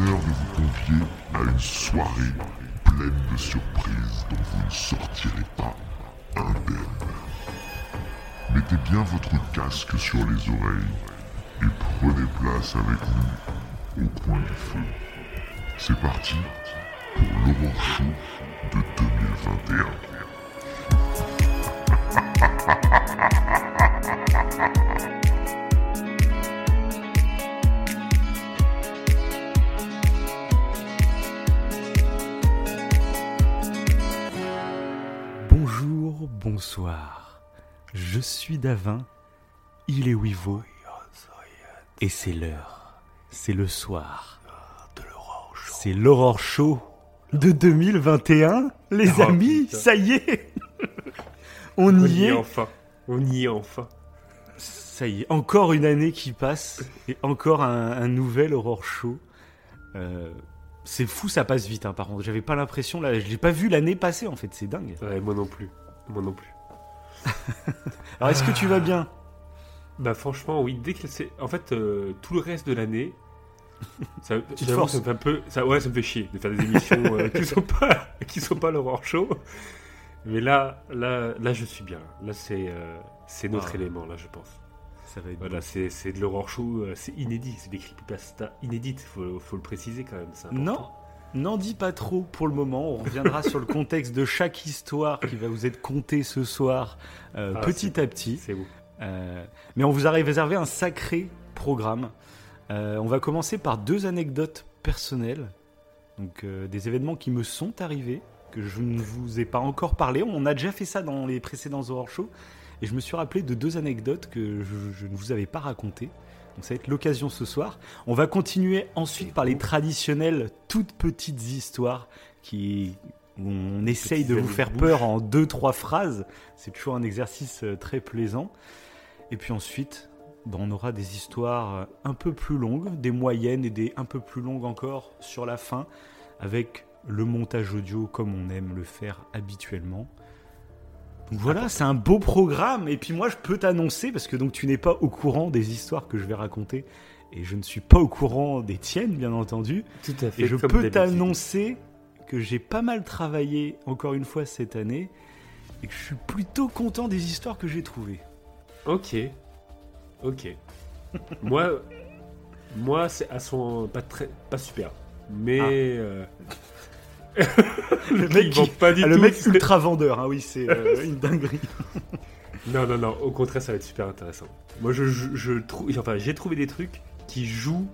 l'honneur de vous convier à une soirée pleine de surprises dont vous ne sortirez pas indemne. Mettez bien votre casque sur les oreilles et prenez place avec nous au coin du feu. C'est parti pour l'Horror Show de 2021. Bonjour, bonsoir. Je suis Davin, il est Wivo, et c'est l'heure, c'est le soir. C'est l'Horror Show de 2021, les amis, putain. ça y est. On y est. Enfin. On y est enfin. Ça y est, encore une année qui passe, et encore un nouvel Horror Show. C'est fou, ça passe vite, par contre. J'avais pas l'impression, là, je l'ai pas vu l'année passée, en fait, c'est dingue. Ouais, moi non plus. Alors, est-ce que tu vas bien ? Bah franchement, oui, dès que c'est... En fait, tout le reste de l'année, ça, Tu te j'avoue, forces. ça me fait un peu... Ça me fait chier de faire des émissions qui sont pas l'Horror Show. Mais là, je suis bien. Là, c'est notre Ah. élément, là, je pense. Ça va être Voilà, c'est de l'Horror Show, c'est inédit. C'est des creepypasta inédites, faut le préciser quand même. C'est important. Non, n'en dis pas trop pour le moment. On reviendra sur le contexte de chaque histoire qui va vous être contée ce soir, petit à petit. C'est beau. Mais on vous a réservé un sacré programme. On va commencer par 2 anecdotes personnelles. Donc, des événements qui me sont arrivés, que je ne vous ai pas encore parlé. On a déjà fait ça dans les précédents Horror Show. Et je me suis rappelé de 2 anecdotes que je ne vous avais pas racontées. Donc ça va être l'occasion ce soir. On va continuer ensuite par les traditionnelles toutes petites histoires où on essaye de vous faire peur en 2-3 phrases. C'est toujours un exercice très plaisant. Et puis ensuite, on aura des histoires un peu plus longues, des moyennes et des un peu plus longues encore sur la fin, avec le montage audio comme on aime le faire habituellement. Donc voilà, c'est un beau programme. Et puis moi, je peux t'annoncer, parce que donc tu n'es pas au courant des histoires que je vais raconter, et je ne suis pas au courant des tiennes, bien entendu. Tout à fait. Et je comme peux d'habitude. t'annoncer que j'ai pas mal travaillé, encore une fois, cette année, et que je suis plutôt content des histoires que j'ai trouvées. Ok. moi, c'est à son pas super, mais Le mec, ils vont pas du le tout. mec ultra vendeur, hein, oui, c'est une dinguerie. Non, au contraire, ça va être super intéressant. Moi, j'ai trouvé des trucs qui jouent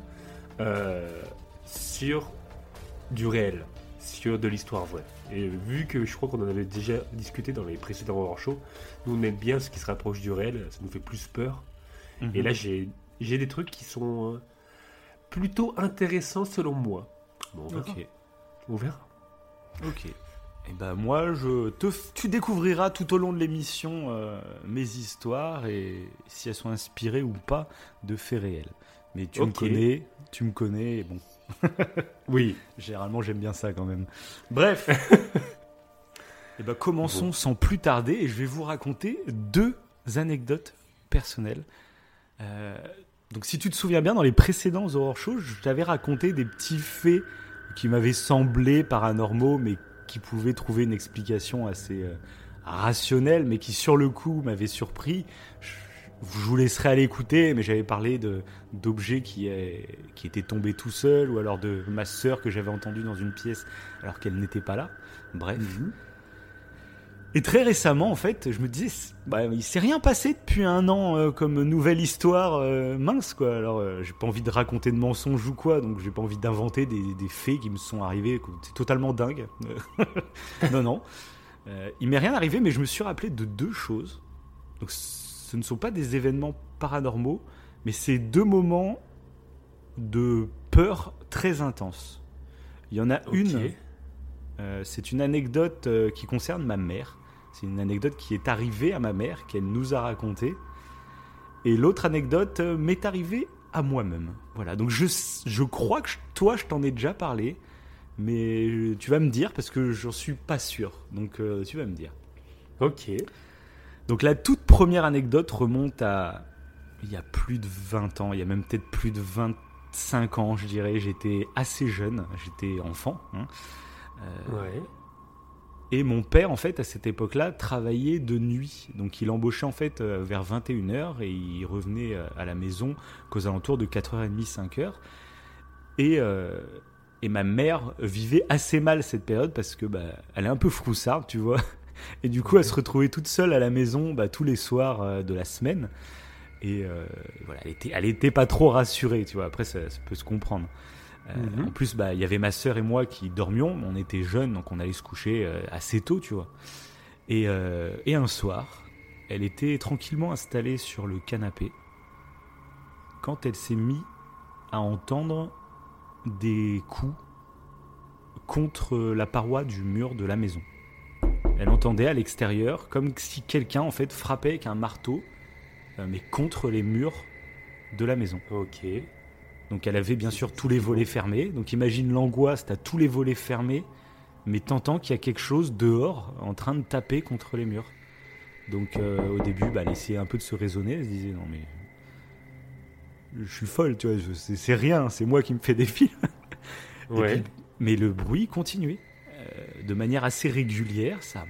sur du réel, sur de l'histoire vraie. Et vu que je crois qu'on en avait déjà discuté dans les précédents Horror Show, nous on aime bien ce qui se rapproche du réel, ça nous fait plus peur. Et là, j'ai des trucs qui sont plutôt intéressants selon moi. Bon, on verra. Ok. Et ben moi, tu découvriras tout au long de l'émission mes histoires et si elles sont inspirées ou pas de faits réels. Mais tu me connais, et bon. Oui. Généralement, j'aime bien ça quand même. Bref. Et ben commençons sans plus tarder et je vais vous raconter 2 anecdotes personnelles. Donc si tu te souviens bien, dans les précédents Horror Show, je t'avais raconté des petits faits qui m'avaient semblé paranormaux, mais qui pouvaient trouver une explication assez rationnelle, mais qui sur le coup m'avaient surpris. Je vous laisserai aller écouter, mais j'avais parlé d'objets qui étaient tombés tout seuls, ou alors de ma sœur que j'avais entendue dans une pièce alors qu'elle n'était pas là. Bref. Et très récemment, en fait, je me disais, il s'est rien passé depuis 1 an comme nouvelle histoire mince, quoi. Alors, j'ai pas envie de raconter de mensonges ou quoi, donc j'ai pas envie d'inventer des faits qui me sont arrivés. C'est totalement dingue. Non. Il m'est rien arrivé, mais je me suis rappelé de 2 choses. Donc, ce ne sont pas des événements paranormaux, mais c'est 2 moments de peur très intenses. Il y en a une, c'est une anecdote qui concerne ma mère. C'est une anecdote qui est arrivée à ma mère, qu'elle nous a racontée. Et l'autre anecdote m'est arrivée à moi-même. Voilà, donc je crois que toi, je t'en ai déjà parlé, mais tu vas me dire, parce que j'en suis pas sûr. Donc tu vas me dire. Ok. Donc la toute première anecdote remonte à il y a plus de 20 ans, il y a même peut-être plus de 5 ans, je dirais. J'étais assez jeune, j'étais enfant. Ouais. Et mon père, en fait, à cette époque-là, travaillait de nuit. Donc, il embauchait, en fait, vers 21h et il revenait à la maison qu'aux alentours de 4h30, 5h. Et ma mère vivait assez mal cette période parce que elle est un peu froussarde, tu vois. Et du coup, elle se retrouvait toute seule à la maison tous les soirs de la semaine. Et voilà, elle était pas trop rassurée, tu vois. Après, ça peut se comprendre. En plus, il y avait ma sœur et moi qui dormions. On était jeunes, donc on allait se coucher assez tôt, tu vois. Et un soir, elle était tranquillement installée sur le canapé quand elle s'est mise à entendre des coups contre la paroi du mur de la maison. Elle entendait à l'extérieur comme si quelqu'un, en fait, frappait avec un marteau, mais contre les murs de la maison. Ok. Donc elle avait bien sûr tous les volets fermés. Donc imagine l'angoisse, t'as tous les volets fermés, mais t'entends qu'il y a quelque chose dehors en train de taper contre les murs. Donc au début, elle essayait un peu de se raisonner. Elle se disait non mais je suis folle, tu vois, c'est rien, c'est moi qui me fais des films. Ouais. Puis, mais le bruit continuait de manière assez régulière. Ça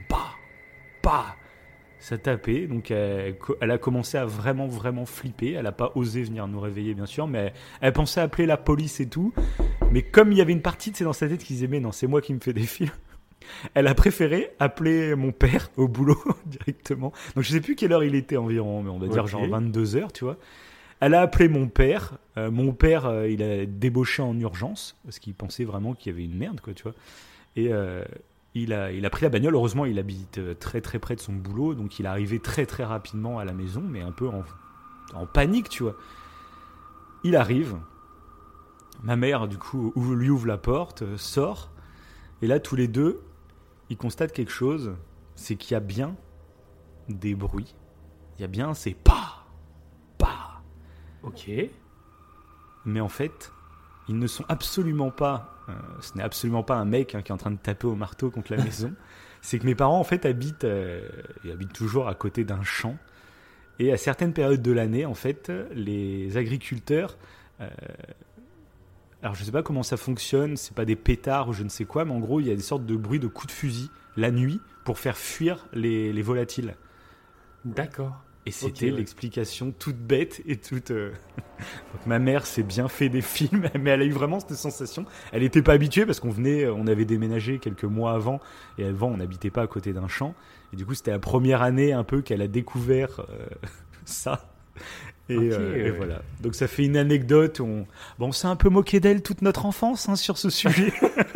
ça tapait, donc elle a commencé à vraiment flipper. Elle n'a pas osé venir nous réveiller, bien sûr, mais elle pensait appeler la police et tout. Mais comme il y avait une partie dans sa tête qui disait mais non, c'est moi qui me fais des films, elle a préféré appeler mon père au boulot directement. Donc je sais plus quelle heure il était environ, mais on va dire genre 22h, tu vois. Elle a appelé mon père. Il a débauché en urgence parce qu'il pensait vraiment qu'il y avait une merde, quoi, tu vois. Et il a pris la bagnole. Heureusement, il habite très très près de son boulot, donc il est arrivé très très rapidement à la maison, mais un peu en panique, tu vois. Il arrive. Ma mère, du coup, lui ouvre la porte, sort, et là, tous les deux, ils constatent quelque chose, c'est qu'il y a bien des bruits. Il y a bien ces pas. Ok. Mais en fait, ils ne sont absolument pas. Ce n'est absolument pas un mec qui est en train de taper au marteau contre la maison. C'est que mes parents, en fait, habitent toujours à côté d'un champ. Et à certaines périodes de l'année, en fait, les agriculteurs. Alors, je ne sais pas comment ça fonctionne. C'est pas des pétards ou je ne sais quoi, mais en gros, il y a des sortes de bruits de coups de fusil la nuit pour faire fuir les volatiles. D'accord. Et c'était l'explication toute bête et toute... Donc ma mère s'est bien fait des films, mais elle a eu vraiment cette sensation. Elle n'était pas habituée parce on avait déménagé quelques mois avant, et avant on n'habitait pas à côté d'un champ. Et du coup c'était la première année un peu qu'elle a découvert ça. Et voilà. Donc ça fait une anecdote où on s'est un peu moqué d'elle toute notre enfance sur ce sujet.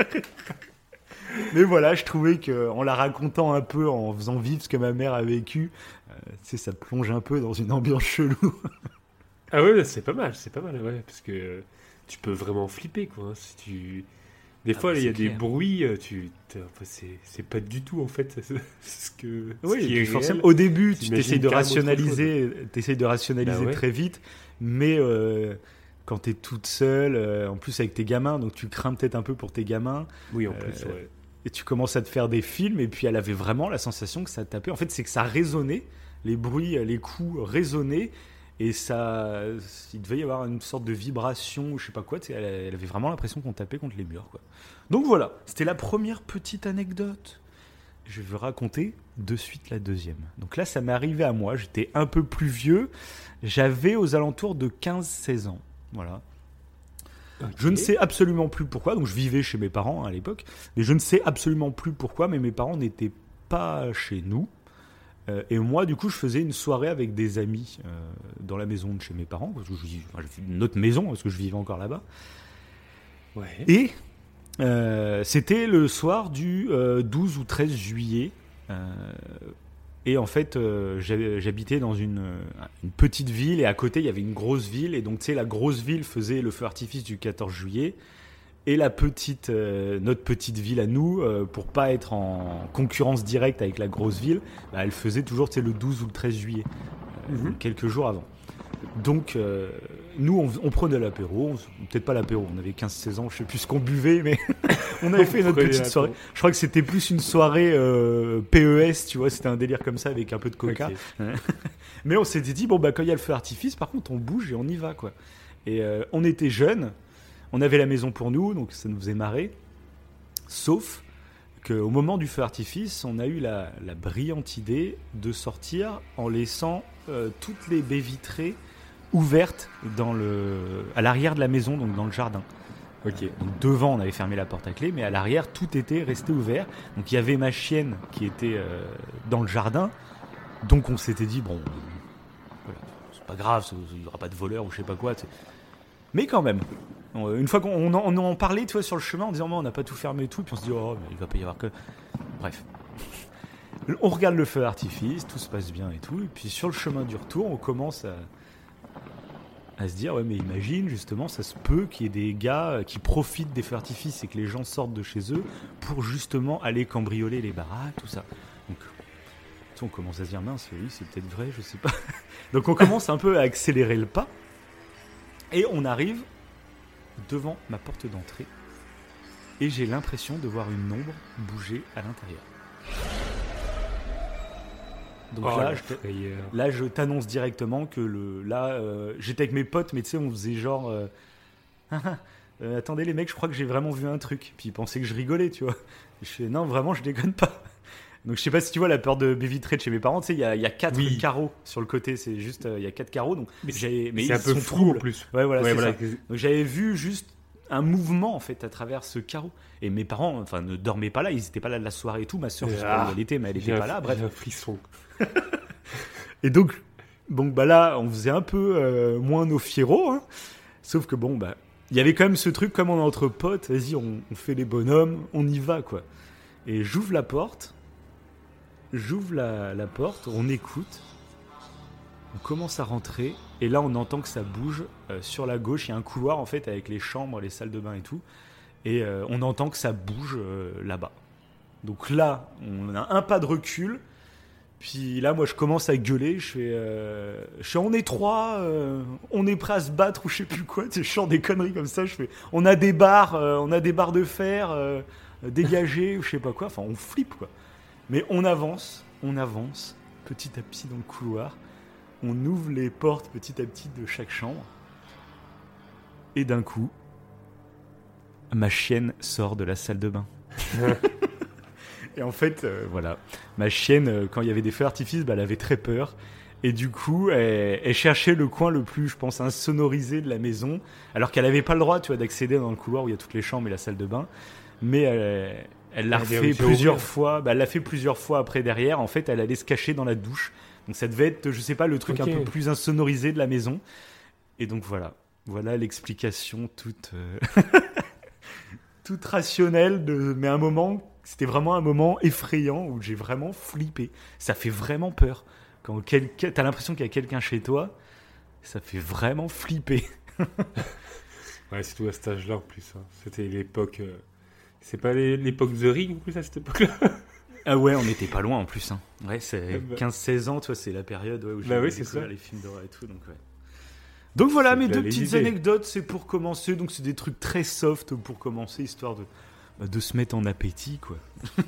Mais voilà, je trouvais qu'en la racontant un peu, en faisant vivre ce que ma mère a vécu, ça te plonge un peu dans une ambiance chelou. Ah ouais, c'est pas mal, ouais, parce que tu peux vraiment flipper, quoi. Si tu... Des fois, il y a des bruits, c'est pas du tout, en fait, ce qui est forcément. réel. Au début, tu essayes de rationaliser, très vite, mais quand t'es toute seule, en plus avec tes gamins, donc tu crains peut-être un peu pour tes gamins. Oui, en plus, ouais. Et tu commences à te faire des films, et puis elle avait vraiment la sensation que ça tapait. En fait, c'est que ça résonnait, les bruits, les coups résonnaient, et il devait y avoir une sorte de vibration, je sais pas quoi. Elle avait vraiment l'impression qu'on tapait contre les murs, quoi. Donc voilà, c'était la première petite anecdote. Je vais vous raconter de suite la deuxième. Donc là, ça m'est arrivé à moi, j'étais un peu plus vieux, j'avais aux alentours de 15-16 ans. Voilà. Okay. Je ne sais absolument plus pourquoi, donc je vivais chez mes parents à l'époque, mais je ne sais absolument plus pourquoi, mais mes parents n'étaient pas chez nous. Et moi, du coup, je faisais une soirée avec des amis dans la maison de chez mes parents, parce que j'ai une autre maison, parce que je vivais encore là-bas. Ouais. Et c'était le soir du 12 ou 13 juillet. Et en fait, j'habitais dans une petite ville, et à côté, il y avait une grosse ville. Et donc, tu sais, la grosse ville faisait le feu artifice du 14 juillet. Et notre petite ville à nous, pour pas être en concurrence directe avec la grosse ville, elle faisait toujours, tu sais, le 12 ou le 13 juillet, quelques jours avant. Donc, nous, on prenait l'apéro, peut-être pas l'apéro, on avait 15-16 ans, je sais plus ce qu'on buvait, mais on avait fait notre petite soirée. Je crois que c'était plus une soirée PES, tu vois, c'était un délire comme ça avec un peu de coca. Okay. Mais on s'était dit, quand il y a le feu artifice, par contre, on bouge et on y va, quoi. Et on était jeunes, on avait la maison pour nous, donc ça nous faisait marrer. Sauf qu'au moment du feu d'artifice, on a eu la brillante idée de sortir en laissant toutes les baies vitrées ouvertes à l'arrière de la maison, donc dans le jardin. Ok. Donc devant, on avait fermé la porte à clé, mais à l'arrière, tout était resté ouvert. Donc il y avait ma chienne qui était dans le jardin. Donc on s'était dit, bon, voilà, c'est pas grave, il n'y aura pas de voleur ou je sais pas quoi. Mais quand même, une fois qu'on en parlait, tu vois, sur le chemin, en disant, on n'a pas tout fermé et tout, puis on se dit, oh, mais il va pas y avoir que... Bref. On regarde le feu d'artifice, tout se passe bien et tout, et puis sur le chemin du retour, on commence à se dire, ouais, mais imagine, justement, ça se peut qu'il y ait des gars qui profitent des feux d'artifice et que les gens sortent de chez eux pour justement aller cambrioler les baraques, tout ça. Donc, on commence à se dire, mince, oui, c'est peut-être vrai, je sais pas. Donc, on commence un peu à accélérer le pas et on arrive devant ma porte d'entrée et j'ai l'impression de voir une ombre bouger à l'intérieur. Donc là, je t'annonce directement que j'étais avec mes potes, mais tu sais, on faisait genre... attendez les mecs, je crois que j'ai vraiment vu un truc. Puis ils pensaient que je rigolais, tu vois. Et je fais, non, vraiment, je déconne pas. Donc je sais pas si tu vois la peur de baie vitrée de chez mes parents, tu sais, il y a 4 carreaux sur le côté, c'est juste, il y a 4 carreaux. Donc mais c'est un peu flou en plus. Ouais, voilà, c'est voilà. ça. Donc j'avais vu juste un mouvement en fait à travers ce carreau. Et mes parents, enfin, ne dormaient pas là, ils étaient pas là de la soirée et tout. Ma soeur, je sais pas où elle était, mais elle était pas là. Bref, un frisson. Et donc bah là, on faisait un peu moins nos fierros, hein. Sauf que bon, bah, il y avait quand même ce truc, comme on est entre potes, vas-y, on fait les bonhommes, on y va, quoi. Et j'ouvre la porte, on écoute, on commence à rentrer, et là, on entend que ça bouge. Sur la gauche, il y a un couloir, en fait, avec les chambres, les salles de bain et tout, et on entend que ça bouge là-bas. Donc là, on a un pas de recul. Puis là, moi, je commence à gueuler. Je fais, on est 3, on est prêt à se battre ou je sais plus quoi. Je chante des conneries comme ça. Je fais, on a des barres de fer dégagées ou je sais pas quoi. Enfin, on flippe, quoi. Mais on avance petit à petit dans le couloir. On ouvre les portes petit à petit de chaque chambre. Et d'un coup, ma chienne sort de la salle de bain. Et en fait, voilà, ma chienne, quand il y avait des feux d'artifice, elle avait très peur. Et du coup, elle cherchait le coin le plus, je pense, insonorisé de la maison, alors qu'elle n'avait pas le droit, tu vois, d'accéder dans le couloir où il y a toutes les chambres et la salle de bain. Mais elle l'a fait plusieurs fois. Elle l'a fait plusieurs fois après derrière. En fait, elle allait se cacher dans la douche. Donc ça devait être, je sais pas, le truc un peu plus insonorisé de la maison. Et donc voilà l'explication toute toute rationnelle mais un moment. C'était vraiment un moment effrayant où j'ai vraiment flippé. Ça fait vraiment peur. Quand t'as l'impression qu'il y a quelqu'un chez toi, ça fait vraiment flipper. Ouais, c'est tout à cet âge-là en plus. Hein. C'était l'époque... C'est pas l'époque The Ring en plus à cette époque-là. Ah ouais, on n'était pas loin en plus. Hein. Ouais, c'est 15-16 ans, toi, c'est la période où j'ai découvert les films d'horreur et tout. Donc voilà, mes 2 petites anecdotes, c'est pour commencer. Donc c'est des trucs très soft pour commencer, histoire de se mettre en appétit, quoi.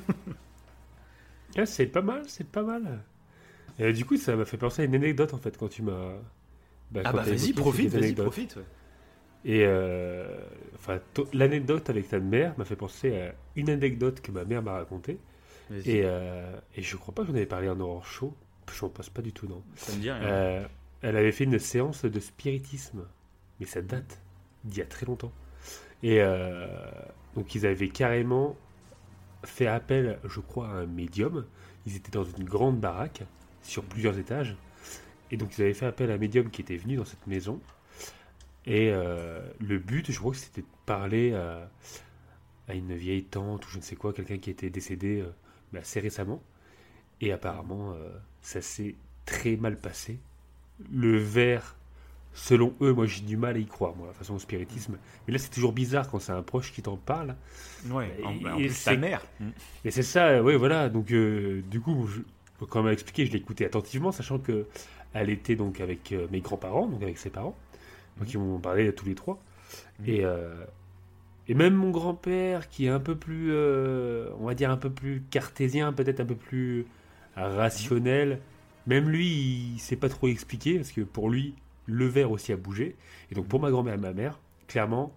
Ah, c'est pas mal. Et du coup, ça m'a fait penser à une anecdote, en fait, quand tu m'as... vas-y, profite. Ouais. Et l'anecdote avec ta mère m'a fait penser à une anecdote que ma mère m'a racontée. Et je crois pas que j'en avais parlé en Horror Show. Je n'en pense pas du tout, non. Ça me dit rien. Elle avait fait une séance de spiritisme. Mais ça date d'il y a très longtemps. Et donc ils avaient carrément fait appel, je crois, à un médium. Ils étaient dans une grande baraque sur plusieurs étages. Et donc ils avaient fait appel à un médium qui était venu dans cette maison. Et le but, je crois que c'était de parler à une vieille tante ou je ne sais quoi, quelqu'un qui était décédé assez récemment. Et apparemment, ça s'est très mal passé. Le verre... Selon eux, moi j'ai du mal à y croire, moi, de toute façon au spiritisme. Mais là c'est toujours bizarre quand c'est un proche qui t'en parle. Ouais, en plus c'est ta mère. Et c'est ça, ouais, voilà. Donc du coup, quand elle m'a expliqué, je l'ai écouté attentivement, sachant que elle était donc avec mes grands-parents, donc avec ses parents, donc ils m'ont parlé tous les 3. Et même mon grand-père, qui est un peu plus, on va dire un peu plus cartésien, peut-être un peu plus rationnel, même lui, il sait pas trop expliquer, parce que pour lui, le verre aussi a bougé. Et donc pour ma grand-mère et ma mère, clairement,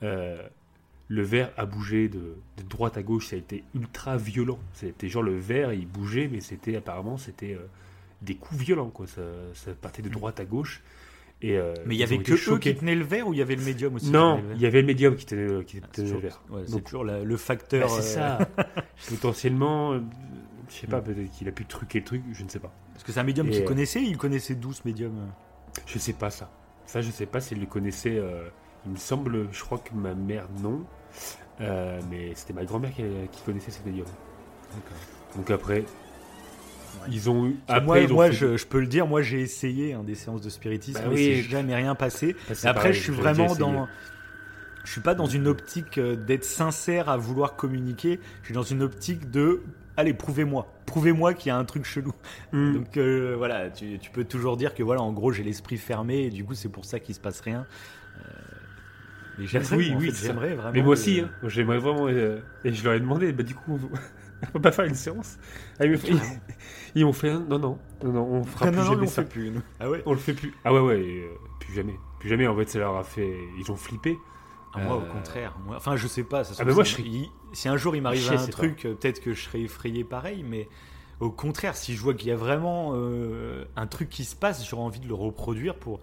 le verre a bougé de droite à gauche, ça a été ultra violent. C'était genre le verre, il bougeait, mais apparemment c'était des coups violents, quoi. Ça partait de droite à gauche. Et, mais il y avait que eux qui tenaient le verre ou il y avait le médium aussi? Non, il y avait le médium qui tenait le verre. Ouais, c'est toujours le facteur. C'est ça. Potentiellement, je sais pas, peut-être qu'il a pu truquer le truc, je ne sais pas. Parce que c'est un médium qu'il connaissait, il connaissait d'où ce médium? Je sais pas ça. Ça, je sais pas s'il le connaissait. Il me semble, je crois que ma mère non. Mais c'était ma grand-mère qui connaissait ce médium. D'accord. Donc après. Ils ont eu. Moi, je peux le dire, moi j'ai essayé des séances de spiritisme, mais c'est jamais rien passé. Après, pareil, je suis vraiment je suis pas dans une optique d'être sincère à vouloir communiquer. Je suis dans une optique de, allez, prouvez-moi qu'il y a un truc chelou. Donc voilà, tu peux toujours dire que voilà, en gros, j'ai l'esprit fermé et du coup, c'est pour ça qu'il se passe rien. Mais j'aimerais vraiment. Mais moi aussi, j'aimerais vraiment. Et je leur ai demandé, du coup. On peut pas faire une séance. Ils m'ont fait non, on fera plus jamais ça. Plus. Ah ouais. On le fait plus. Ah ouais, plus jamais. En fait, ça leur a fait. Ils ont flippé. Moi, au contraire. Enfin, je sais pas. Si un jour il m'arrive un truc, peut-être que je serais effrayé pareil. Mais au contraire, si je vois qu'il y a vraiment un truc qui se passe, j'aurais envie de le reproduire pour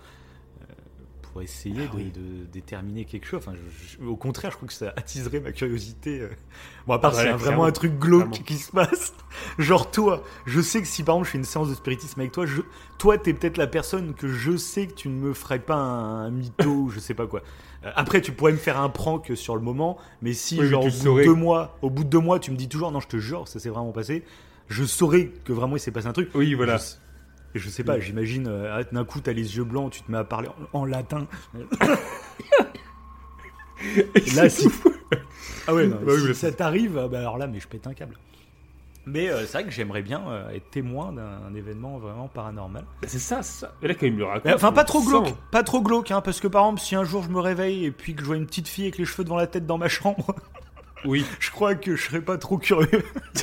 essayer de déterminer quelque chose. Enfin, au contraire, je crois que ça attiserait ma curiosité. Bon, à part s'il y a vraiment un truc glauque qui se passe. Genre toi, je sais que si par exemple je fais une séance de spiritisme avec toi, toi t'es peut-être la personne que je sais que tu ne me ferais pas un mytho ou je sais pas quoi. Après, tu pourrais me faire un prank sur le moment, mais si genre au bout de 2 mois, tu me dis toujours non, je te jure, ça s'est vraiment passé, je saurais que vraiment il s'est passé un truc. Oui, voilà. Je sais pas, j'imagine, d'un coup, t'as les yeux blancs, tu te mets à parler en latin. Là, si. Ah ouais, non, si ça t'arrive, alors là, mais je pète un câble. Mais c'est vrai que j'aimerais bien être témoin d'un événement vraiment paranormal. C'est ça. Et là, quand il me le raconte. Enfin, pas trop glauque, parce que par exemple, si un jour je me réveille et puis que je vois une petite fille avec les cheveux devant la tête dans ma chambre, oui, je crois que je serais pas trop curieux.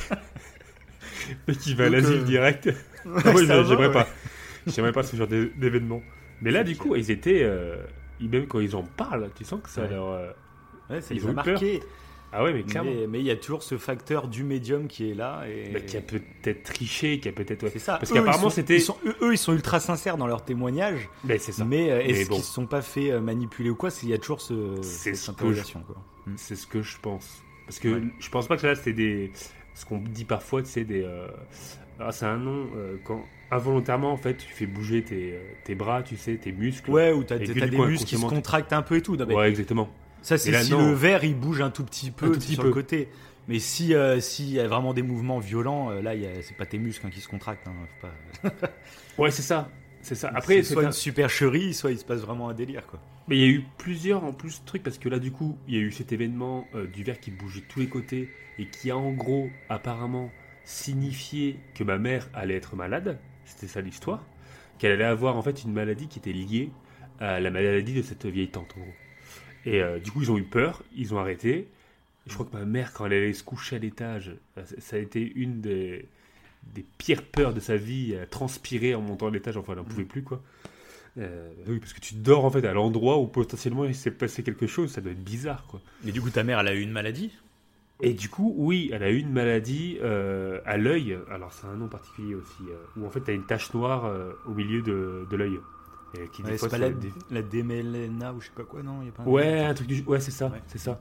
Mais qui va à l'asile direct. Oui, j'aimerais pas ce genre d'événement. Mais là, du coup, ils étaient. Même quand ils en parlent, tu sens que ça leur. Ça les a marqués. Ah ouais, mais clairement. Mais il y a toujours ce facteur du médium qui est là. Qui a peut-être triché, qui a peut-être. Ouais. C'est ça. Parce qu'apparemment, c'était. Ils sont ultra sincères dans leurs témoignages. Mais c'est ça. Mais est-ce qu'ils ne se sont pas fait manipuler ou quoi? Il y a toujours cette interrogation. C'est ce que je pense. Parce que je pense pas que là, c'était ce qu'on dit parfois, c'est des. C'est un nom quand involontairement en fait tu fais bouger tes bras, tu sais, tes muscles. Ouais, ou t'as des muscles qui se contractent un peu et tout. Non, ouais, exactement. Ça c'est si le verre il bouge un tout petit peu sur le côté. Mais si y a vraiment des mouvements violents, là c'est pas tes muscles qui se contractent. Ouais, c'est ça. Après, soit une supercherie, soit il se passe vraiment un délire, quoi. Mais il y a eu plusieurs en plus trucs parce que là du coup il y a eu cet événement du verre qui bougeait de tous les côtés et qui a en gros apparemment signifié que ma mère allait être malade. C'était ça l'histoire. Qu'elle allait avoir en fait une maladie qui était liée à la maladie de cette vieille tante en gros. Et du coup ils ont eu peur, ils ont arrêté. Je crois que ma mère quand elle allait se coucher à l'étage, ça a été une des pires peurs de sa vie, elle a transpiré en montant à l'étage, enfin elle n'en pouvait plus quoi. Oui, parce que tu dors en fait à l'endroit où potentiellement il s'est passé quelque chose, ça doit être bizarre quoi. Mais du coup ta mère elle a eu une maladie? Et du coup oui, elle a eu une maladie à l'œil, alors c'est un nom particulier aussi, où en fait tu as une tache noire au milieu de l'œil. Qui c'est pas la démélena ou je sais pas quoi, non, y a pas un truc ouais c'est ça, c'est ça.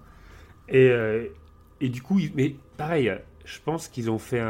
Et du coup, mais pareil, je pense qu'ils ont fait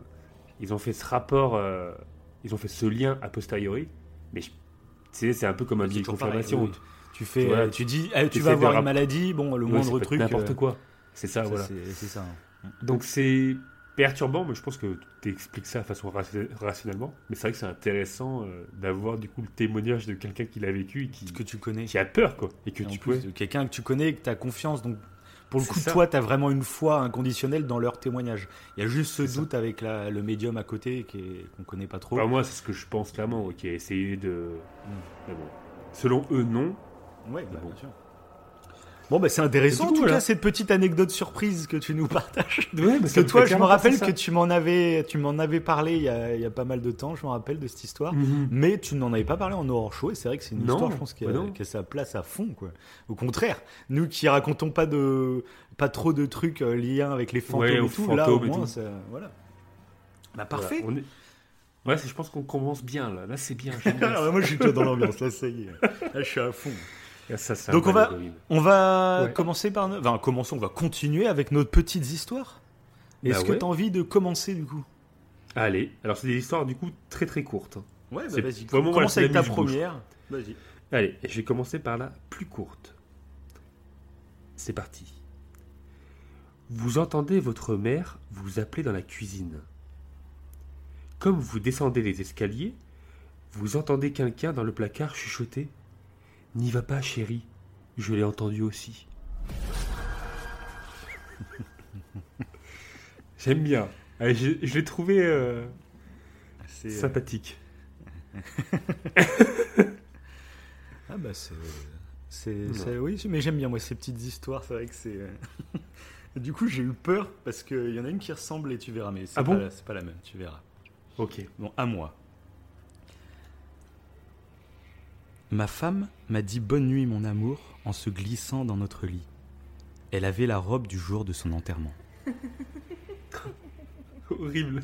ce rapport, ils ont fait ce lien a posteriori, mais c'est un peu comme un biais de confirmation. Oui. Tu dis, tu vas avoir une maladie, bon, le moindre truc. N'importe quoi. C'est ça, voilà. C'est ça. Donc c'est perturbant, mais je pense que tu expliques ça de façon rationnellement. Mais c'est vrai que c'est intéressant d'avoir du coup le témoignage de quelqu'un qui l'a vécu et que tu connais, qui a peur, quoi. Et que quelqu'un que tu connais et que tu as confiance. Donc pour le coup, toi, tu as vraiment une foi inconditionnelle dans leur témoignage. Il y a juste ce doute avec le médium à côté qu'on connaît pas trop. Bah, moi, c'est ce que je pense clairement, qui a essayé de. Mais bon, selon eux, non. Ouais, bon. Bien sûr. Bon, bah c'est intéressant Du en coup, tout voilà. cas, cette petite anecdote surprise que tu nous partages. Ouais, Parce que toi, je me rappelle que tu m'en avais parlé il y a pas mal de temps, je me rappelle de cette histoire. Mais tu n'en avais pas parlé en Horror Show, et c'est vrai que c'est une Non, histoire, je pense, qui bah non. a sa place à fond, quoi. Au contraire, nous qui racontons pas trop de trucs liés avec les fantômes Ouais, et aux tout, là, au fantômes et moins, tout. ça, voilà. Bah, parfait. Voilà, Ouais, je pense qu'on commence bien là. Là, c'est bien. J'aime bien Alors, moi, je suis déjà dans l'ambiance, là, ça y est. Là, je suis à fond. ça, c'est Donc, un on va- bon Halloween. On va Ouais. commencer par... on va continuer avec nos petites histoires. Est-ce que ouais. tu as envie de commencer, du coup? Allez, alors c'est des histoires du coup très très courtes. Ouais, bah C'est vas-y. vraiment, Commence voilà, avec ta c'est la mise-bouche. première. Vas-y. Allez, je vais commencer par la plus courte. C'est parti. Vous entendez votre mère vous appeler dans la cuisine. Comme vous descendez les escaliers, vous entendez quelqu'un dans le placard chuchoter « N'y va pas, chérie, je l'ai entendu aussi. » J'aime bien. Allez, je l'ai trouvé C'est, sympathique. Ah bah oui, mais j'aime bien moi ces petites histoires, c'est vrai que c'est... Du coup j'ai eu peur parce qu'il y en a une qui ressemble et tu verras, mais c'est Ah bon c'est pas la même, tu verras. Ok. Bon, à moi. Ma femme m'a dit bonne nuit mon amour en se glissant dans notre lit. Elle avait la robe du jour de son enterrement. Horrible.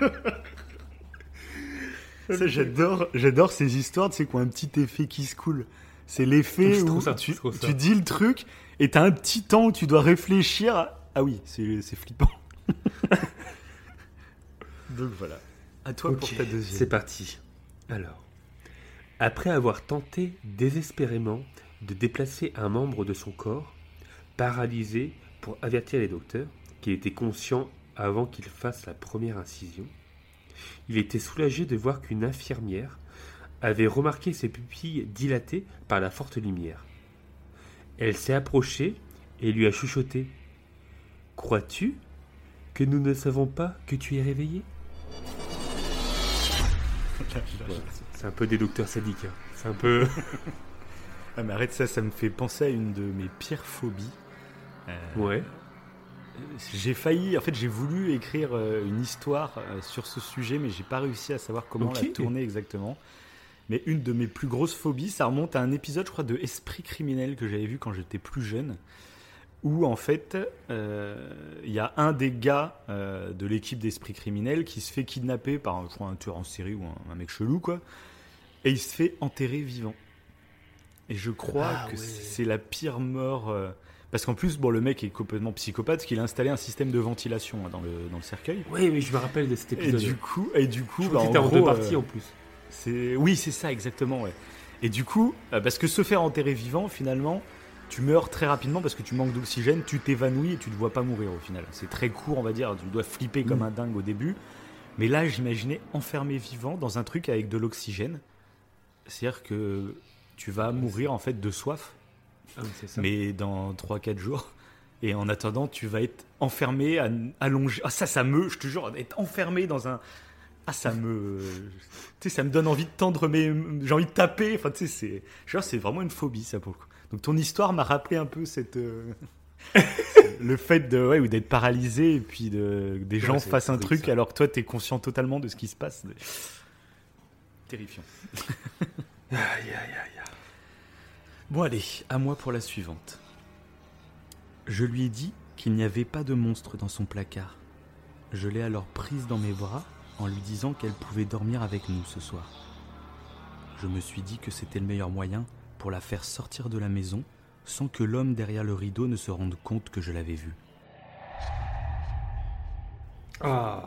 Ça, j'adore ces histoires, tu sais, qui ont un petit effet qui se coule. C'est l'effet C'est trop où ça, tu c'est trop ça. tu dis le truc et t'as un petit temps où tu dois réfléchir. Ah oui, c'est flippant. Donc voilà. À toi pour Ok, ta deuxième. c'est parti. Alors, après avoir tenté désespérément de déplacer un membre de son corps, paralysé pour avertir les docteurs qu'il était conscient avant qu'il fasse la première incision, il était soulagé de voir qu'une infirmière avait remarqué ses pupilles dilatées par la forte lumière. Elle s'est approchée et lui a chuchoté « Crois-tu que nous ne savons pas que tu es réveillé ?» Voilà, c'est un peu des docteurs sadiques. Hein. C'est un peu... Ah mais arrête ça me fait penser à une de mes pires phobies. Ouais. J'ai voulu écrire une histoire sur ce sujet, mais j'ai pas réussi à savoir comment Ok. la tourner exactement. Mais une de mes plus grosses phobies, ça remonte à un épisode, je crois, de Esprit criminel que j'avais vu quand j'étais plus jeune, où en fait, il y a un des gars de l'équipe d'Esprit criminel qui se fait kidnapper par, je crois, un tueur en série ou un mec chelou, quoi, et il se fait enterrer vivant. Et je crois que c'est la pire mort... parce qu'en plus, bon, le mec est complètement psychopathe, parce qu'il a installé un système de ventilation dans le cercueil. Oui, mais je me rappelle de cet Et épisode. du coup, je crois que c'était en deux parties en plus. oui, c'est ça, exactement, ouais. Et du coup, parce que se faire enterrer vivant, finalement, tu meurs très rapidement parce que tu manques d'oxygène, tu t'évanouis et tu ne te vois pas mourir au final. C'est très court, on va dire, tu dois flipper comme un dingue au début. Mais là, j'imaginais enfermé vivant dans un truc avec de l'oxygène. C'est-à-dire que tu vas mourir en fait de soif, Ah, c'est ça. mais dans 3-4 jours. Et en attendant, tu vas être enfermé, allongé. Ah, ça je te jure, être enfermé dans un... Ah, tu sais, ça me donne envie de tendre j'ai envie de taper. Enfin, tu sais, c'est vraiment une phobie, ça, pour le coup. Donc, ton histoire m'a rappelé un peu le fait ou d'être paralysé et puis des gens c'est fassent un horrible, truc ça. alors que toi, t'es conscient totalement de ce qui se passe. Terrifiant. Aïe, aïe, aïe. Bon, allez, à moi pour la suivante. Je lui ai dit qu'il n'y avait pas de monstre dans son placard. Je l'ai alors prise dans mes bras en lui disant qu'elle pouvait dormir avec nous ce soir. Je me suis dit que c'était le meilleur moyen pour la faire sortir de la maison sans que l'homme derrière le rideau ne se rende compte que je l'avais vue. Ah.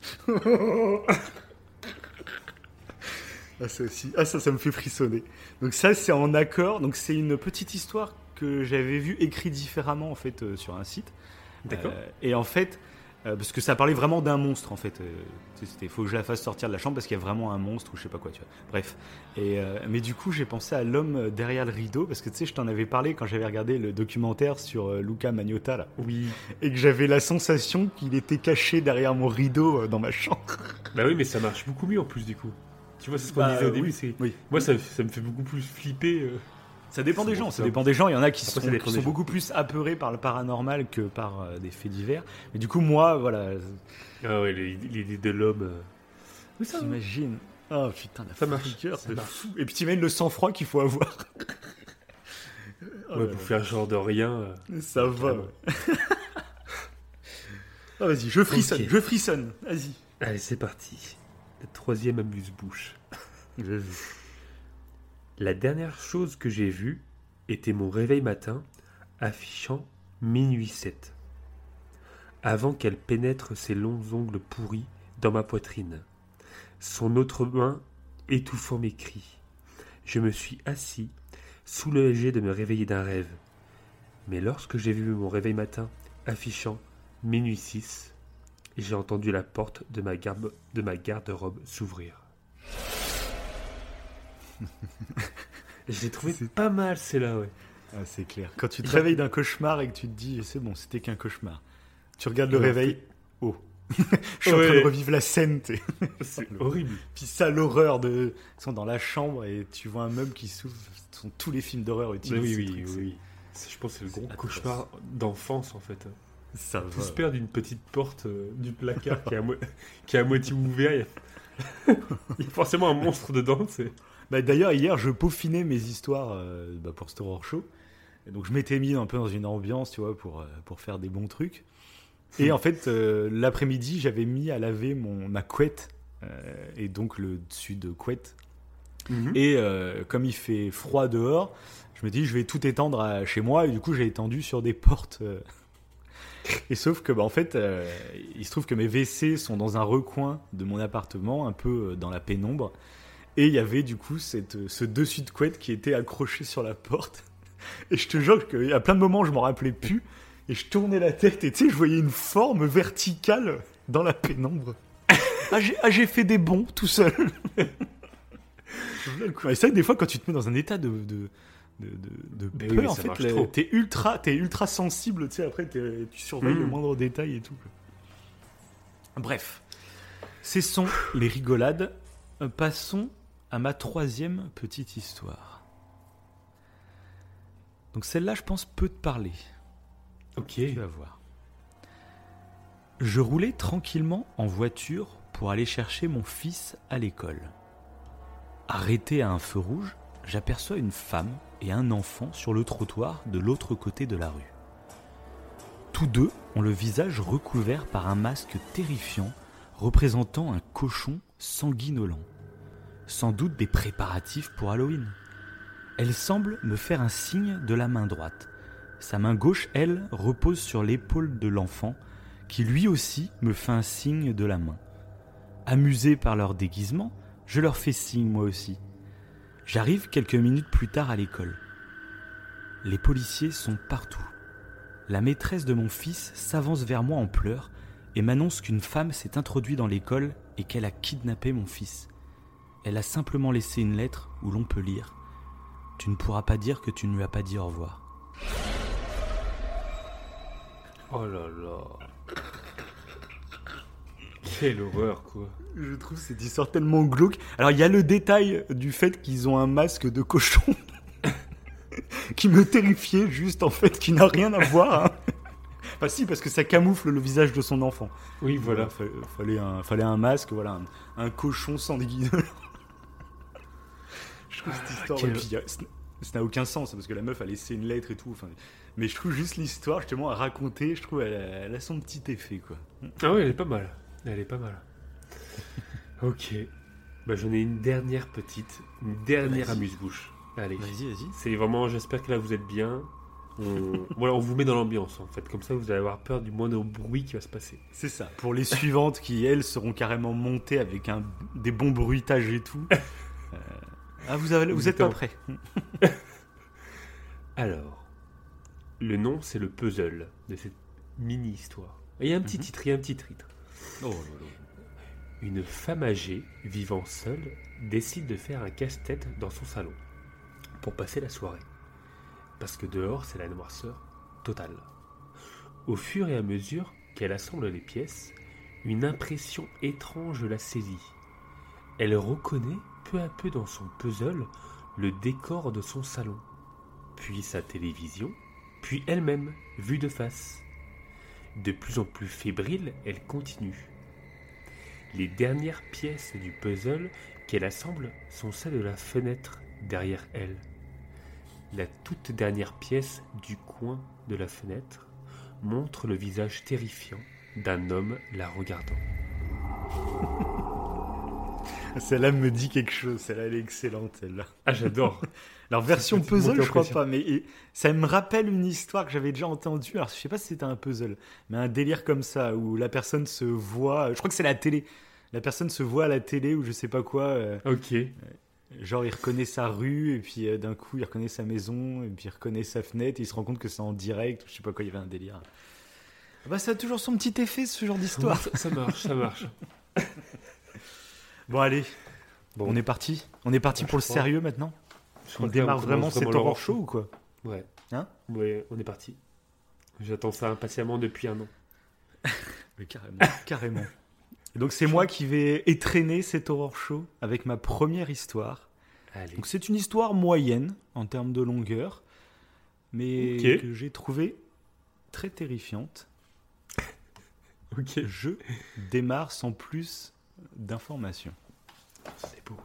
Ça me fait frissonner. Donc ça, c'est en accord. Donc c'est une petite histoire que j'avais vue écrite différemment en fait sur un site. D'accord. Et en fait, parce que ça parlait vraiment d'un monstre en fait. Il faut que je la fasse sortir de la chambre parce qu'il y a vraiment un monstre ou je sais pas quoi, tu vois. Bref. Mais du coup, j'ai pensé à l'homme derrière le rideau parce que tu sais, je t'en avais parlé quand j'avais regardé le documentaire sur Luca Magnotta là. Oui. Et que j'avais la sensation qu'il était caché derrière mon rideau dans ma chambre. Bah oui, mais ça marche beaucoup mieux en plus du coup. Tu vois, c'est ce qu'on disait au début. Oui. Moi, ça me fait beaucoup plus flipper. Ça dépend des C'est gens, bon, ça ça. dépend des gens. Il y en a qui Après, ça sont, dépend qui des sont gens. beaucoup plus apeurés par le paranormal que par des faits divers. Mais du coup, moi, voilà, Ah ouais, l'idée de l'homme. Oui, ça. t'imagines. Oh putain, la Ça marche, frayeur ça de marche. fou. Et puis t'imagines le sang-froid qu'il faut avoir. Oh Ouais, là pour là. faire genre de rien. Ça va. carrément. Ouais. Ah, vas-y, je frissonne, Ok. je frissonne. Vas-y. Allez, c'est parti. La troisième amuse-bouche. Vas-y. La dernière chose que j'ai vue était mon réveil matin affichant minuit 7. Avant qu'elle pénètre ses longs ongles pourris dans ma poitrine, son autre main étouffant mes cris. Je me suis assis, soulagé de me réveiller d'un rêve. Mais lorsque j'ai vu mon réveil matin affichant minuit 6, j'ai entendu la porte de ma garde-robe s'ouvrir. Je l'ai trouvé pas mal, celle-là, ouais. Ah, c'est clair. Quand tu te réveilles d'un cauchemar et que tu te dis, c'est bon, c'était qu'un cauchemar. Tu regardes le Ouais. réveil. Oh. Je suis en train de revivre la scène, t'es. C'est horrible. Puis ça, l'horreur de. Ils sont dans la chambre et tu vois un meuble qui s'ouvre. Ce sont tous les films d'horreur utilisés. Oui, ces oui, trucs, oui. Je pense que c'est le gros atroce. cauchemar d'enfance, en fait. Ça va. Tous perdent une petite porte du placard qui est à moitié ouvert. Il y a forcément un monstre dedans. C'est... Bah, d'ailleurs, hier, je peaufinais mes histoires pour ce Horror Show. Et donc, je m'étais mis un peu dans une ambiance, tu vois, pour faire des bons trucs. Et en fait, l'après-midi, j'avais mis à laver ma couette. Et donc, le dessus de couette. Et comme il fait froid dehors, je me dis, je vais tout étendre chez moi. Et du coup, j'ai étendu sur des portes. Et sauf que, en fait, il se trouve que mes WC sont dans un recoin de mon appartement, un peu dans la pénombre. Et il y avait du coup ce dessus de couette qui était accroché sur la porte. Et je te jure qu'il y a plein de moments où je m'en rappelais plus. Et je tournais la tête et tu sais, je voyais une forme verticale dans la pénombre. J'ai fait des bonds tout seul. Et c'est vrai que des fois, quand tu te mets dans un état de Mais peur, oui, en ça fait, marche trop. t'es ultra sensible. Tu sais, après, tu surveilles le moindre détail et tout. Bref, cessons les rigolades. Passons à ma troisième petite histoire. Donc celle-là, je pense, peut te parler. Ok. Tu vas voir. Je roulais tranquillement en voiture pour aller chercher mon fils à l'école. Arrêté à un feu rouge, j'aperçois une femme et un enfant sur le trottoir de l'autre côté de la rue. Tous deux ont le visage recouvert par un masque terrifiant représentant un cochon sanguinolent. Sans doute des préparatifs pour Halloween. Elle semble me faire un signe de la main droite. Sa main gauche, elle, repose sur l'épaule de l'enfant, qui lui aussi me fait un signe de la main. Amusé par leur déguisement, je leur fais signe moi aussi. J'arrive quelques minutes plus tard à l'école. Les policiers sont partout. La maîtresse de mon fils s'avance vers moi en pleurs et m'annonce qu'une femme s'est introduite dans l'école et qu'elle a kidnappé mon fils. Elle a simplement laissé une lettre où l'on peut lire « Tu ne pourras pas dire que tu ne lui as pas dit au revoir ». Oh là là. Quelle horreur, quoi. Je trouve cette histoire tellement glauque. Alors, il y a le détail du fait qu'ils ont un masque de cochon qui me terrifiait juste, en fait, qui n'a rien à voir. Hein. Enfin, si, parce que ça camoufle le visage de son enfant. Oui, voilà. Fallait un masque, voilà, un cochon sanguinolent. Je trouve cette histoire... quel- et puis, ça n'a aucun sens, parce que la meuf a laissé une lettre et tout. Enfin, mais je trouve juste l'histoire, justement, à raconter, je trouve elle a son petit effet, quoi. Ah oui, elle est pas mal. Elle est pas mal. Ok. Bah, j'en ai une dernière Vas-y. amuse-bouche. Allez. Vas-y. C'est vraiment, j'espère que là vous êtes bien. Voilà, on vous met dans l'ambiance en fait. Comme ça, vous allez avoir peur du moindre bruit qui va se passer. C'est ça. Pour les suivantes qui, elles, seront carrément montées avec des bons bruitages et tout. Vous êtes pas prêts. Alors, le nom, c'est le puzzle de cette mini-histoire. Il y a un petit titre, Oh là là. Une femme âgée, vivant seule, décide de faire un casse-tête dans son salon pour passer la soirée. Parce que dehors, c'est la noirceur totale. Au fur et à mesure qu'elle assemble les pièces, une impression étrange la saisit. Elle reconnaît peu à peu dans son puzzle le décor de son salon. puis sa télévision, puis elle-même, vue de face. De plus en plus fébrile, elle continue. Les dernières pièces du puzzle qu'elle assemble sont celles de la fenêtre derrière elle. La toute dernière pièce du coin de la fenêtre montre le visage terrifiant d'un homme la regardant. Celle-là me dit quelque chose, celle-là elle est excellente celle-là. Ah, j'adore. Alors version Ça fait monter puzzle en je crois pression. pas, mais ça me rappelle une histoire que j'avais déjà entendue, alors je sais pas si c'était un puzzle, mais un délire comme ça, où la personne se voit, je crois que c'est la télé, la personne se voit à la télé ou je sais pas quoi, Ok. genre il reconnaît sa rue, et puis d'un coup il reconnaît sa maison, et puis il reconnaît sa fenêtre, et il se rend compte que c'est en direct, ou je sais pas quoi, il y avait un délire. Bah ça a toujours son petit effet ce genre d'histoire. Ça marche, ça marche. Bon allez, Bon. on est parti pour le crois. sérieux maintenant. Je On crois que démarre là, vraiment commence cet l'horreur horror show ou quoi? Ouais. Hein? Ouais, on est parti. J'attends ça impatiemment depuis un an. Mais carrément, carrément. Et donc c'est moi qui vais étreiner cet horror show avec ma première histoire. Allez. Donc c'est une histoire moyenne en termes de longueur, mais Ok. que j'ai trouvée très terrifiante. Ok. Je démarre sans plus d'informations. C'est beau.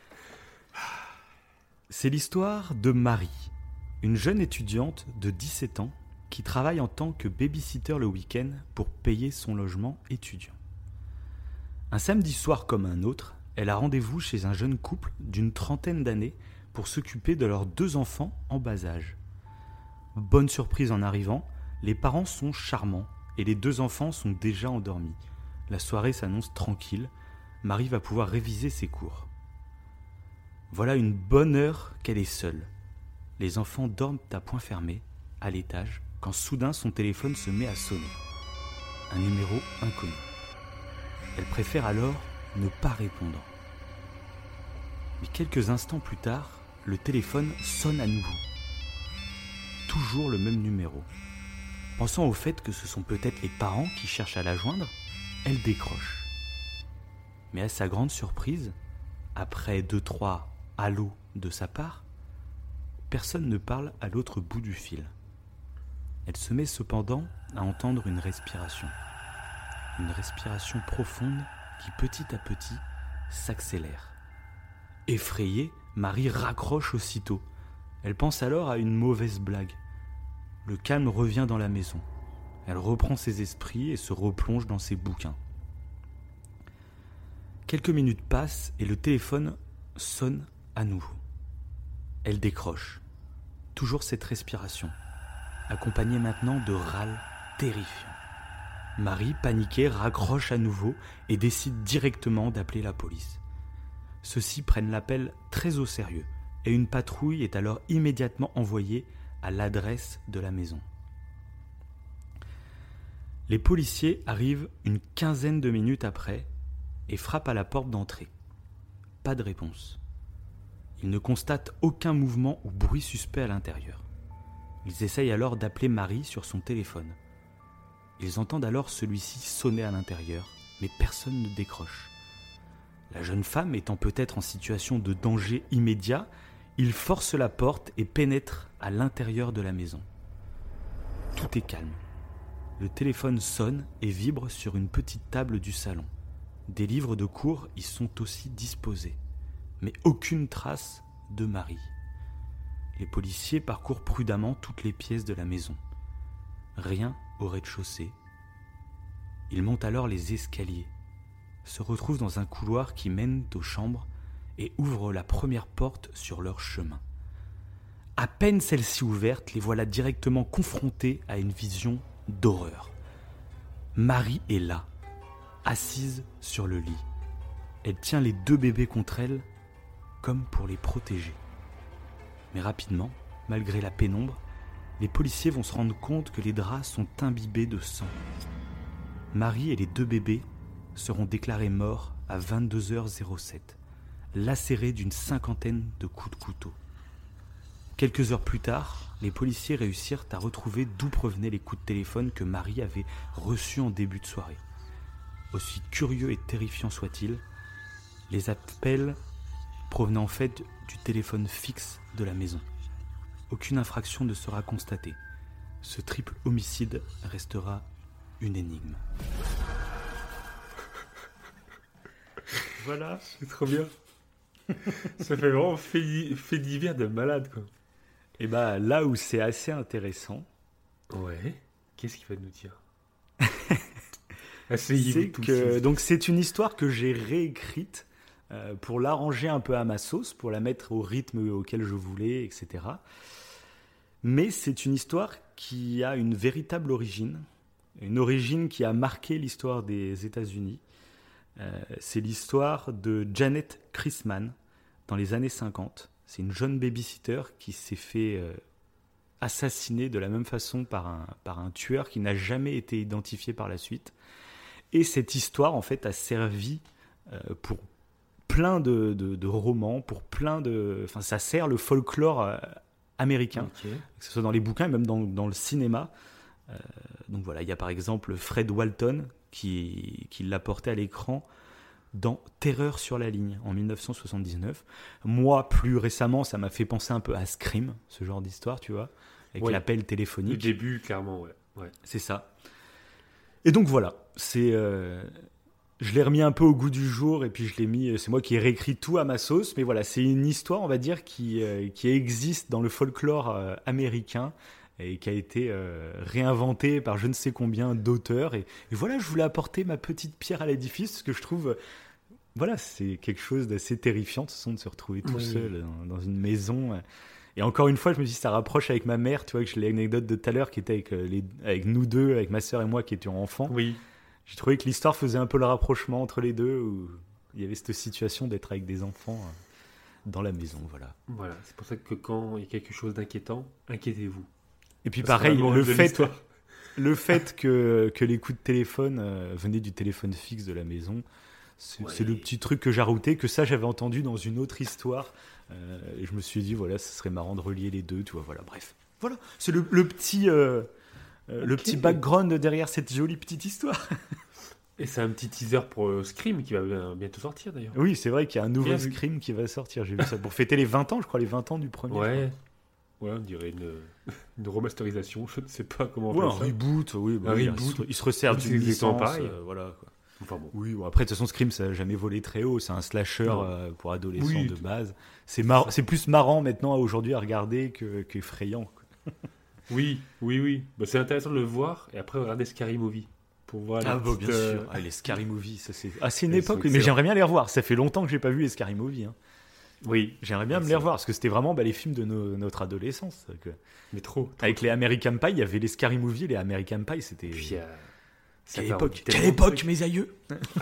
C'est l'histoire de Marie, une jeune étudiante de 17 ans qui travaille en tant que babysitter le week-end pour payer son logement étudiant. Un samedi soir comme un autre, elle a rendez-vous chez un jeune couple d'une trentaine d'années pour s'occuper de leurs 2 enfants en bas âge. Bonne surprise en arrivant, les parents sont charmants et les 2 enfants sont déjà endormis. La soirée s'annonce tranquille, Marie va pouvoir réviser ses cours. Voilà une bonne heure qu'elle est seule. Les enfants dorment à point fermé, à l'étage, quand soudain son téléphone se met à sonner. Un numéro inconnu. Elle préfère alors ne pas répondre. Mais quelques instants plus tard, le téléphone sonne à nouveau. Toujours le même numéro. Pensant au fait que ce sont peut-être les parents qui cherchent à la joindre, elle décroche. Mais à sa grande surprise, après 2-3 allô de sa part, personne ne parle à l'autre bout du fil. Elle se met cependant à entendre une respiration profonde qui petit à petit s'accélère. Effrayée, Marie raccroche aussitôt. Elle pense alors à une mauvaise blague. Le calme revient dans la maison. Elle reprend ses esprits et se replonge dans ses bouquins. Quelques minutes passent et le téléphone sonne à nouveau. Elle décroche. Toujours cette respiration, accompagnée maintenant de râles terrifiants. Marie, paniquée, raccroche à nouveau et décide directement d'appeler la police. Ceux-ci prennent l'appel très au sérieux et une patrouille est alors immédiatement envoyée à l'adresse de la maison. Les policiers arrivent une quinzaine de minutes après et frappent à la porte d'entrée. Pas de réponse. Ils ne constatent aucun mouvement ou bruit suspect à l'intérieur. Ils essayent alors d'appeler Marie sur son téléphone. Ils entendent alors celui-ci sonner à l'intérieur, mais personne ne décroche. La jeune femme étant peut-être en situation de danger immédiat, ils forcent la porte et pénètrent à l'intérieur de la maison. Tout est calme. Le téléphone sonne et vibre sur une petite table du salon. Des livres de cours y sont aussi disposés, mais aucune trace de Marie. Les policiers parcourent prudemment toutes les pièces de la maison. Rien au rez-de-chaussée. Ils montent alors les escaliers, se retrouvent dans un couloir qui mène aux chambres et ouvrent la première porte sur leur chemin. À peine celle-ci ouverte, les voilà directement confrontés à une vision d'horreur. Marie est là, assise sur le lit. Elle tient les 2 bébés contre elle, comme pour les protéger. Mais rapidement, malgré la pénombre, les policiers vont se rendre compte que les draps sont imbibés de sang. Marie et les 2 bébés seront déclarés morts à 22h07, lacérés d'une 50aine de coups de couteau. Quelques heures plus tard, les policiers réussirent à retrouver d'où provenaient les coups de téléphone que Marie avait reçus en début de soirée. Aussi curieux et terrifiants soient-ils, les appels provenaient en fait du téléphone fixe de la maison. aucune infraction ne sera constatée. Ce triple homicide restera une énigme. Voilà, c'est trop bien. Ça fait vraiment fait divers de malade, quoi. Et bah là où c'est assez intéressant, Ouais. Qu'est-ce qu'il va nous dire? c'est que donc c'est une histoire que j'ai réécrite pour l'arranger un peu à ma sauce, pour la mettre au rythme auquel je voulais, etc. Mais c'est une histoire qui a une véritable origine, une origine qui a marqué l'histoire des États-Unis. C'est l'histoire de Janet Christman dans les années 50. C'est une jeune babysitter qui s'est fait assassiner de la même façon par un tueur qui n'a jamais été identifié par la suite. Et cette histoire, en fait, a servi pour plein de romans, pour plein de... Enfin, ça sert le folklore américain, Ok. que ce soit dans les bouquins et même dans le cinéma. Donc voilà, il y a par exemple Fred Walton qui l'a porté à l'écran dans Terreur sur la ligne en 1979. Moi, plus récemment, ça m'a fait penser un peu à Scream, ce genre d'histoire, tu vois, avec Ouais. l'appel Le téléphonique. début, clairement, ouais. C'est ça. Et donc voilà, je l'ai remis un peu au goût du jour et puis je l'ai mis. C'est moi qui ai réécrit tout à ma sauce, mais voilà, c'est une histoire, on va dire, qui existe dans le folklore américain et qui a été réinventée par je ne sais combien d'auteurs. Et voilà, je voulais apporter ma petite pierre à l'édifice parce que je trouve, voilà, c'est quelque chose d'assez terrifiant, de toute façon, de se retrouver tout Oui. seul dans une maison. Et encore une fois, je me dis, ça rapproche avec ma mère, tu vois, que j'ai l'anecdote de tout à l'heure qui était avec nous deux, avec ma sœur et moi qui étions enfants. Oui. J'ai trouvé que l'histoire faisait un peu le rapprochement entre les deux, où il y avait cette situation d'être avec des enfants dans la maison, voilà. Voilà, c'est pour ça que quand il y a quelque chose d'inquiétant, inquiétez-vous. Et puis Ça sera pareil, la morale de l'histoire. le fait que les coups de téléphone venaient du téléphone fixe de la maison, c'est le petit truc que j'ai rajouté, que ça j'avais entendu dans une autre histoire. Et je me suis dit, voilà, ce serait marrant de relier les deux, tu vois, voilà, bref. Voilà, c'est le petit... Le petit background derrière cette jolie petite histoire. Et c'est un petit teaser pour Scream qui va bientôt sortir d'ailleurs. Oui, c'est vrai qu'il y a un nouveau Bien vu. Scream qui va sortir. J'ai vu ça pour fêter les 20 ans, je crois, les 20 ans du premier. Ouais. Ouais, on dirait une remasterisation, je ne sais pas comment on Ouais, un appelle ça. reboot, oui. Un oui, reboot. il se resserre C'est d'une exactement licence. pareil. Voilà, quoi. Enfin bon. Oui, bon, après, de toute façon, Scream, ça n'a jamais volé très haut. C'est un slasher Non. pour adolescents Oui, de tout- base. C'est plus marrant maintenant aujourd'hui à regarder qu'effrayant. Quoi. Oui. Bah, c'est intéressant de le voir et après regarder Scary Movie pour voir les Ah, bah, petites, bien sûr. Ah, les Scary Movies, ça c'est. Ah, c'est une Ils époque, sont mais excellents. j'aimerais bien les revoir. Ça fait longtemps que j'ai pas vu les Scary Movies. Hein. Oui, J'aimerais bien me c'est les vrai. revoir parce que c'était vraiment les films de notre adolescence. mais trop. Avec les American Pie, il y avait les Scary Movies et les American Pie, c'était. Puis, ça Quelle part époque, tellement quelle de époque, trucs. mes aïeux.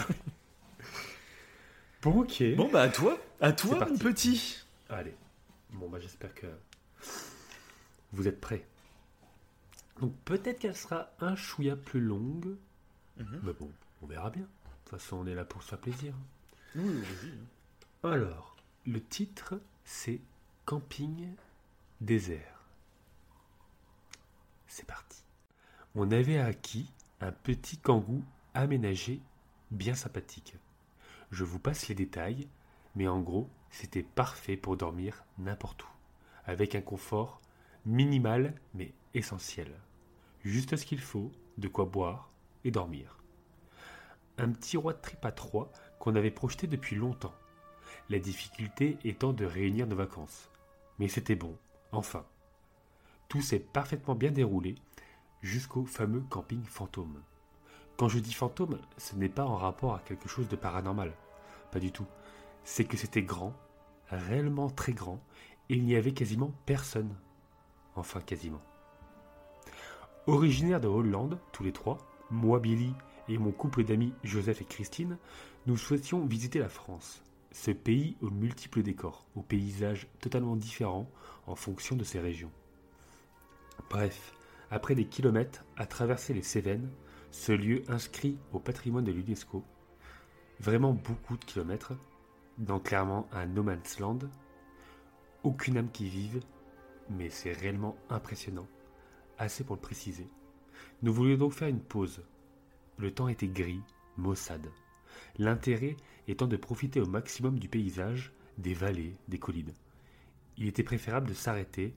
Bon, ok. Bon, bah à toi, C'est mon parti. petit. Allez. Bon, bah j'espère que vous êtes prêts. Donc peut-être qu'elle sera un chouïa plus longue. Mais bon, on verra bien. De toute façon, on est là pour se faire plaisir. Oui, vas-y. Alors, le titre, c'est Camping désert. C'est parti. On avait acquis un petit kangou aménagé bien sympathique. Je vous passe les détails, mais en gros, c'était parfait pour dormir n'importe où, avec un confort minimal mais essentiel. Juste ce qu'il faut, de quoi boire et dormir. Un petit road trip à 3 qu'on avait projeté depuis longtemps. La difficulté étant de réunir nos vacances. Mais c'était bon, enfin. Tout s'est parfaitement bien déroulé jusqu'au fameux camping fantôme. Quand je dis fantôme, ce n'est pas en rapport à quelque chose de paranormal. Pas du tout. C'est que c'était grand, réellement très grand, et il n'y avait quasiment personne. Enfin, quasiment. Originaires de Hollande, tous les trois, moi, Billy et mon couple d'amis Joseph et Christine, nous souhaitions visiter la France. Ce pays aux multiples décors, aux paysages totalement différents en fonction de ses régions. Bref, après des kilomètres à traverser les Cévennes, ce lieu inscrit au patrimoine de l'UNESCO, vraiment beaucoup de kilomètres, dans clairement un no man's land, aucune âme qui vive, mais c'est réellement impressionnant, assez pour le préciser. Nous voulions donc faire une pause. Le temps était gris, maussade. L'intérêt étant de profiter au maximum du paysage, des vallées, des collines. Il était préférable de s'arrêter,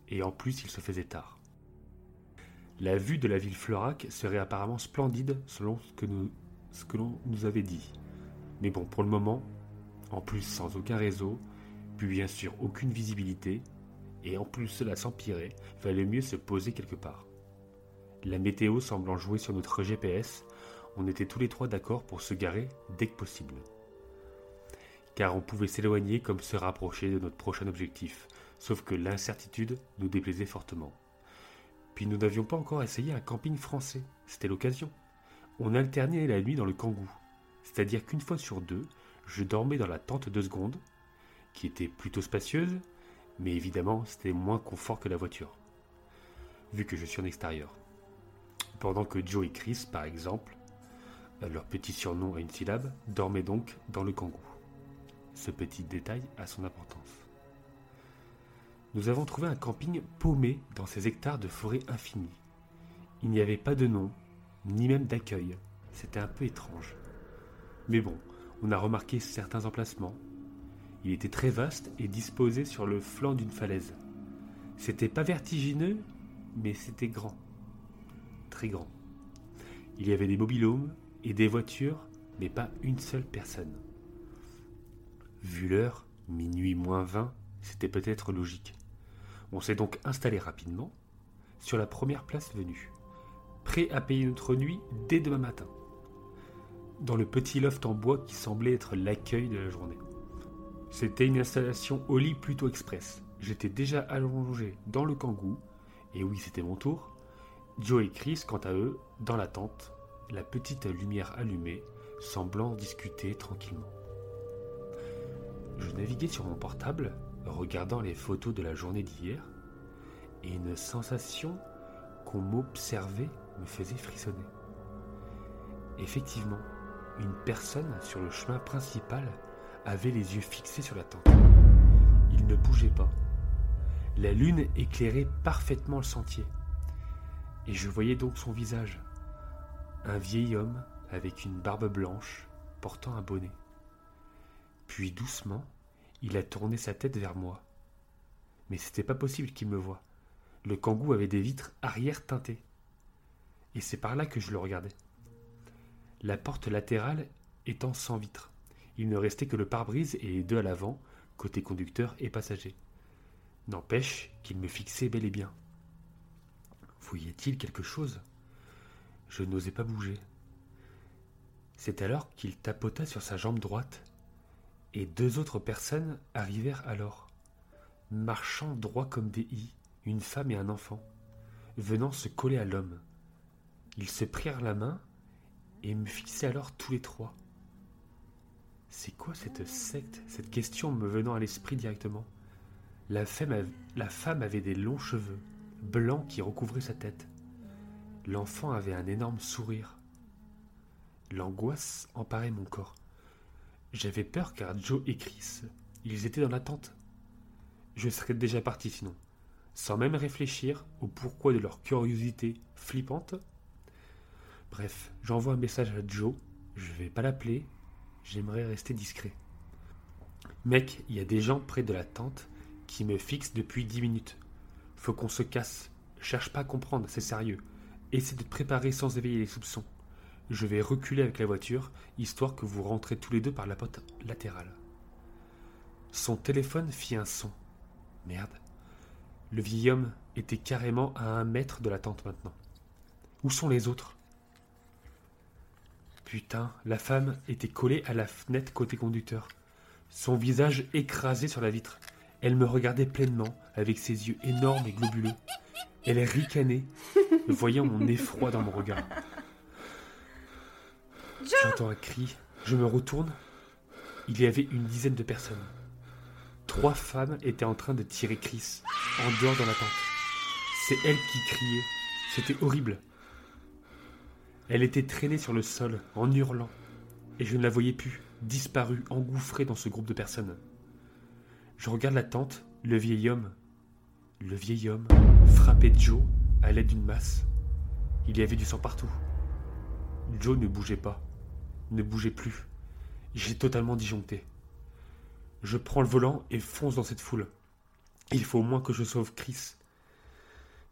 et en plus il se faisait tard. La vue de la ville Florac serait apparemment splendide selon ce que l'on nous avait dit. Mais bon, pour le moment, en plus sans aucun réseau, puis bien sûr aucune visibilité, et en plus cela s'empirait, valait mieux se poser quelque part. La météo semblant jouer sur notre GPS, on était tous les trois d'accord pour se garer dès que possible. Car on pouvait s'éloigner comme se rapprocher de notre prochain objectif, sauf que l'incertitude nous déplaisait fortement. Puis nous n'avions pas encore essayé un camping français, c'était l'occasion. On alternait la nuit dans le Kangoo, c'est-à-dire qu'une fois sur deux, je dormais dans la tente 2 secondes, qui était plutôt spacieuse, mais évidemment c'était moins confort que la voiture, vu que je suis en extérieur. Pendant que Joe et Chris, par exemple, leur petit surnom à une syllabe, dormaient donc dans le Kangoo. Ce petit détail a son importance. Nous avons trouvé un camping paumé dans ces hectares de forêt infinie. Il n'y avait pas de nom, ni même d'accueil. C'était un peu étrange. Mais bon, on a remarqué certains emplacements. Il était très vaste et disposé sur le flanc d'une falaise. C'était pas vertigineux, mais c'était grand. Très grand. Il y avait des mobil-homes et des voitures, mais pas une seule personne. Vu l'heure, minuit moins 20, c'était peut-être logique. On s'est donc installé rapidement sur la première place venue, prêt à payer notre nuit dès demain matin, dans le petit loft en bois qui semblait être l'accueil de la journée. C'était une installation au lit plutôt express. J'étais déjà allongé dans le Kangoo, et oui, c'était mon tour. Joe et Chris, quant à eux, dans la tente, la petite lumière allumée, semblant discuter tranquillement. Je naviguais sur mon portable, regardant les photos de la journée d'hier, et une sensation qu'on m'observait me faisait frissonner. Effectivement, une personne sur le chemin principal avait les yeux fixés sur la tente. Il ne bougeait pas. La lune éclairait parfaitement le sentier, et je voyais donc son visage. Un vieil homme avec une barbe blanche, portant un bonnet. Puis doucement, il a tourné sa tête vers moi. Mais c'était pas possible qu'il me voie. Le Kangoo avait des vitres arrière teintées. Et c'est par là que je le regardais. La porte latérale étant sans vitre. Il ne restait que le pare-brise et les deux à l'avant, côté conducteur et passager. N'empêche qu'il me fixait bel et bien. Voyait-il quelque chose ? Je n'osais pas bouger. C'est alors qu'il tapota sur sa jambe droite, et 2 autres personnes arrivèrent alors, marchant droit comme des i, une femme et un enfant, venant se coller à l'homme. Ils se prirent la main et me fixaient alors tous les 3. C'est quoi cette secte ? Cette question me venant à l'esprit directement. La femme avait des longs cheveux, blancs qui recouvraient sa tête. L'enfant avait un énorme sourire. L'angoisse emparait mon corps. J'avais peur car Joe et Chris, ils étaient dans la tente. Je serais déjà parti sinon, sans même réfléchir au pourquoi de leur curiosité flippante. Bref, j'envoie un message à Joe, je vais pas l'appeler, j'aimerais rester discret. Mec, il y a des gens près de la tente qui me fixent depuis 10 minutes. Faut qu'on se casse, cherche pas à comprendre, c'est sérieux. Essaie de te préparer sans éveiller les soupçons. Je vais reculer avec la voiture, histoire que vous rentrez tous les deux par la porte latérale. Son téléphone fit un son. Merde. Le vieil homme était carrément à 1 mètre de la tente maintenant. Où sont les autres ? Putain, la femme était collée à la fenêtre côté conducteur. Son visage écrasé sur la vitre. Elle me regardait pleinement, avec ses yeux énormes et globuleux. Elle ricanait, voyant mon effroi dans mon regard. J'entends un cri, je me retourne. Il y avait une dizaine de personnes. 3 femmes étaient en train de tirer Chris, en dehors dans la tente. C'est elle qui criait. C'était horrible. Elle était traînée sur le sol, en hurlant. Et je ne la voyais plus, disparue, engouffrée dans ce groupe de personnes. Je regarde la tente, le vieil homme frappait Joe à l'aide d'une masse. Il y avait du sang partout. Joe ne bougeait pas, ne bougeait plus. J'ai totalement disjoncté. Je prends le volant et fonce dans cette foule. Il faut au moins que je sauve Chris.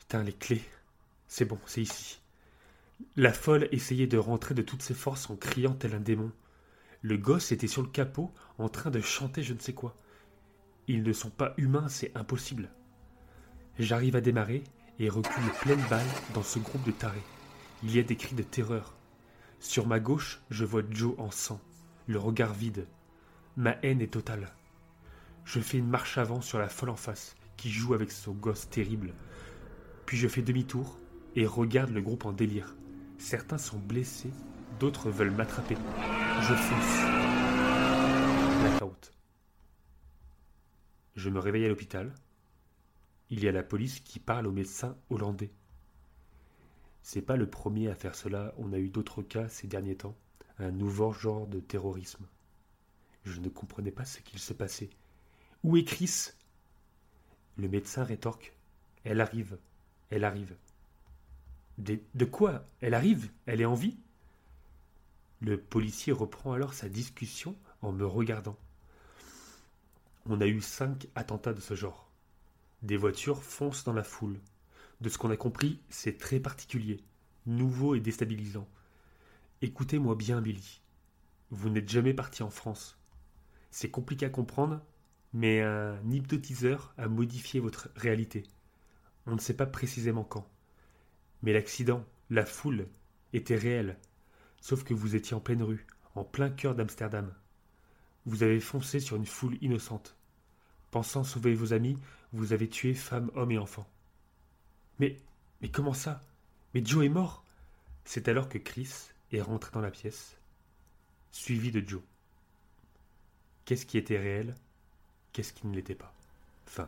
Putain, les clés. C'est bon, c'est ici. La folle essayait de rentrer de toutes ses forces en criant tel un démon. Le gosse était sur le capot en train de chanter je ne sais quoi. Ils ne sont pas humains, c'est impossible. J'arrive à démarrer et recule pleine balle dans ce groupe de tarés. Il y a des cris de terreur. Sur ma gauche, je vois Joe en sang, le regard vide. Ma haine est totale. Je fais une marche avant sur la folle en face, qui joue avec son gosse terrible. Puis je fais demi-tour et regarde le groupe en délire. Certains sont blessés, d'autres veulent m'attraper. Je fonce. Blackout. Je me réveille à l'hôpital. Il y a la police qui parle au médecin hollandais. C'est pas le premier à faire cela, on a eu d'autres cas ces derniers temps. Un nouveau genre de terrorisme. Je ne comprenais pas ce qu'il se passait. Où est Chris ? Le médecin rétorque. Elle arrive. Elle arrive. De quoi ? Elle arrive ? Elle est en vie ? Le policier reprend alors sa discussion en me regardant. On a eu 5 attentats de ce genre. Des voitures foncent dans la foule. De ce qu'on a compris, c'est très particulier, nouveau et déstabilisant. Écoutez-moi bien, Billy. Vous n'êtes jamais parti en France. C'est compliqué à comprendre, mais un hypnotiseur a modifié votre réalité. On ne sait pas précisément quand. Mais l'accident, la foule, était réel. Sauf que vous étiez en pleine rue, en plein cœur d'Amsterdam. Vous avez foncé sur une foule innocente. Pensant sauver vos amis, vous avez tué femmes, hommes et enfants. Mais comment ça ? Mais Joe est mort ! C'est alors que Chris est rentré dans la pièce, suivi de Joe. Qu'est-ce qui était réel ? Qu'est-ce qui ne l'était pas ? Fin.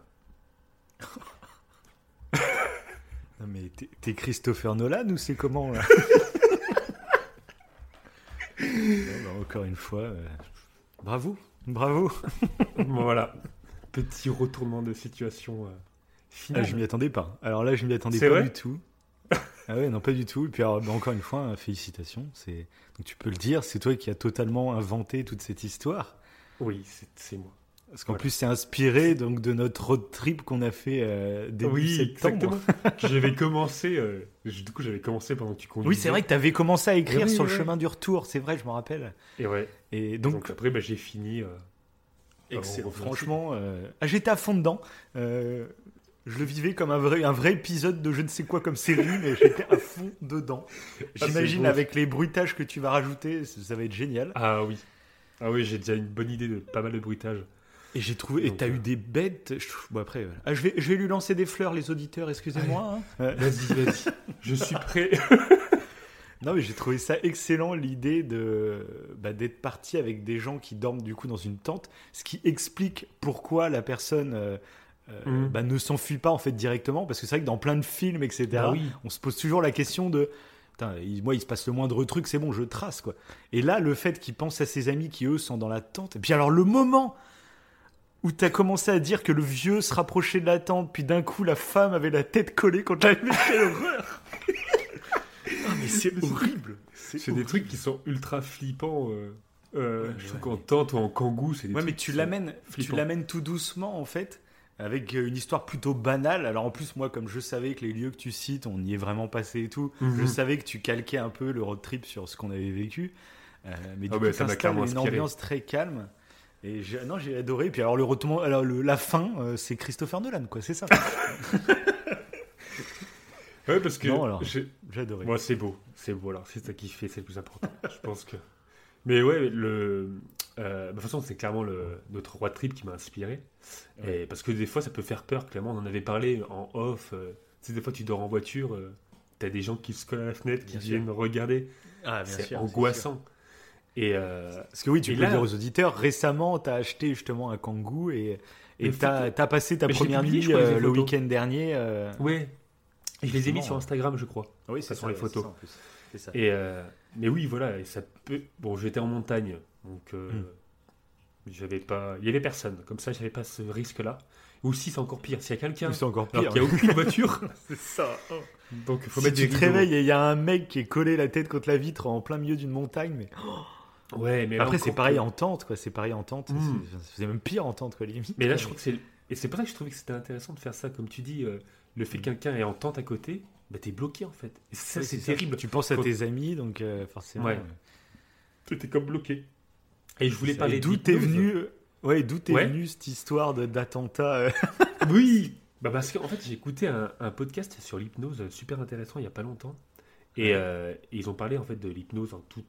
Non mais t'es Christopher Nolan ou c'est comment là? Encore une fois, bravo. Voilà. Petit retournement de situation final. Je m'y attendais pas. Alors là, je m'y attendais C'est pas vrai du tout. Ah ouais, non, pas du tout. Et puis alors, encore une fois, félicitations. Donc tu peux le dire, c'est toi qui as totalement inventé toute cette histoire. Oui, c'est moi. Parce qu'en plus, c'est inspiré donc de notre road trip qu'on a fait début septembre. Exactement. J'avais commencé pendant que tu conduisais. Oui, c'est vrai que tu avais commencé à écrire sur le chemin du retour. C'est vrai, je me rappelle. Et ouais. Et donc après, j'ai fini. Excellent. Franchement, j'étais à fond dedans. Je le vivais comme un vrai épisode de je ne sais quoi comme série, mais j'étais à fond dedans. J'imagine avec les bruitages que tu vas rajouter, ça va être génial. Ah oui, j'ai déjà une bonne idée de pas mal de bruitages. Et j'ai trouvé. Et t'as eu des bêtes. Bon après, je vais lui lancer des fleurs, les auditeurs. Excusez-moi. Hein. Vas-y. Je suis prêt. Non, mais j'ai trouvé ça excellent l'idée d'être parti avec des gens qui dorment du coup dans une tente, ce qui explique pourquoi la personne ne s'enfuit pas en fait directement, parce que c'est vrai que dans plein de films, etc. On se pose toujours la question de. Putain, moi, il se passe le moindre truc, c'est bon, je trace quoi. Et là, le fait qu'il pense à ses amis qui eux sont dans la tente, et puis alors le moment où t'as commencé à dire que le vieux se rapprochait de la tente, puis d'un coup la femme avait la tête collée contre la mec, quelle horreur. Mais c'est horrible. C'est des trucs qui sont ultra flippants. Je trouve qu'en tente ou en kangou, c'est des trucs. Mais tu l'amènes tout doucement en fait, avec une histoire plutôt banale. Alors en plus, moi, comme je savais que les lieux que tu cites, on y est vraiment passé et tout, je savais que tu calquais un peu le road trip sur ce qu'on avait vécu. Mais du coup, ça m'a clairement inspiré. Une ambiance très calme. Et j'ai adoré. Et puis alors la fin, c'est Christopher Nolan, quoi. C'est ça. Ouais, parce que j'ai adoré. Moi, c'est beau. Alors, c'est ça qui fait, c'est le plus important. Je pense que. Mais ouais, de toute façon, c'est clairement notre road trip qui m'a inspiré. Ouais. Et parce que des fois, ça peut faire peur. Clairement, on en avait parlé en off. Tu sais, des fois, tu dors en voiture, t'as des gens qui se collent à la fenêtre, qui viennent regarder. C'est angoissant. Et parce que oui, tu peux le dire aux auditeurs, récemment, tu as acheté justement un kangou et tu as passé ta première nuit le week-end dernier. Ouais, et je les ai mis sur Instagram, je crois. Oui, c'est sur les photos. C'est ça. Mais oui, voilà, et ça peut. Bon, j'étais en montagne, donc j'avais pas. Il y avait personne, comme ça, j'avais pas ce risque-là. Ou si c'est encore pire, s'il y a quelqu'un, c'est encore pire. Il n'y a aucune voiture. C'est ça. Donc il faut mettre des rideaux. Tu te réveilles et il y a un mec qui est collé la tête contre la vitre en plein milieu d'une montagne, mais. Ouais, mais après c'est pareil en tente, quoi. C'est pareil en tente. C'est même pire en tente, quoi, limite. Mais là, je crois que c'est. Et c'est pour ça que je trouvais que c'était intéressant de faire ça, comme tu dis. le fait que quelqu'un est en tente à côté, bah, t'es bloqué en fait. Et ça, Oui, c'est ça. terrible. Tu penses à tes amis, donc forcément. Ouais. T'es comme bloqué. Et je voulais Ça. parler Et d'où t'es d'hypnose. venu venue cette histoire d'attentat Oui, bah parce qu'en fait j'ai écouté un podcast sur l'hypnose super intéressant il y a pas longtemps et ils ont parlé en fait de l'hypnose en tout,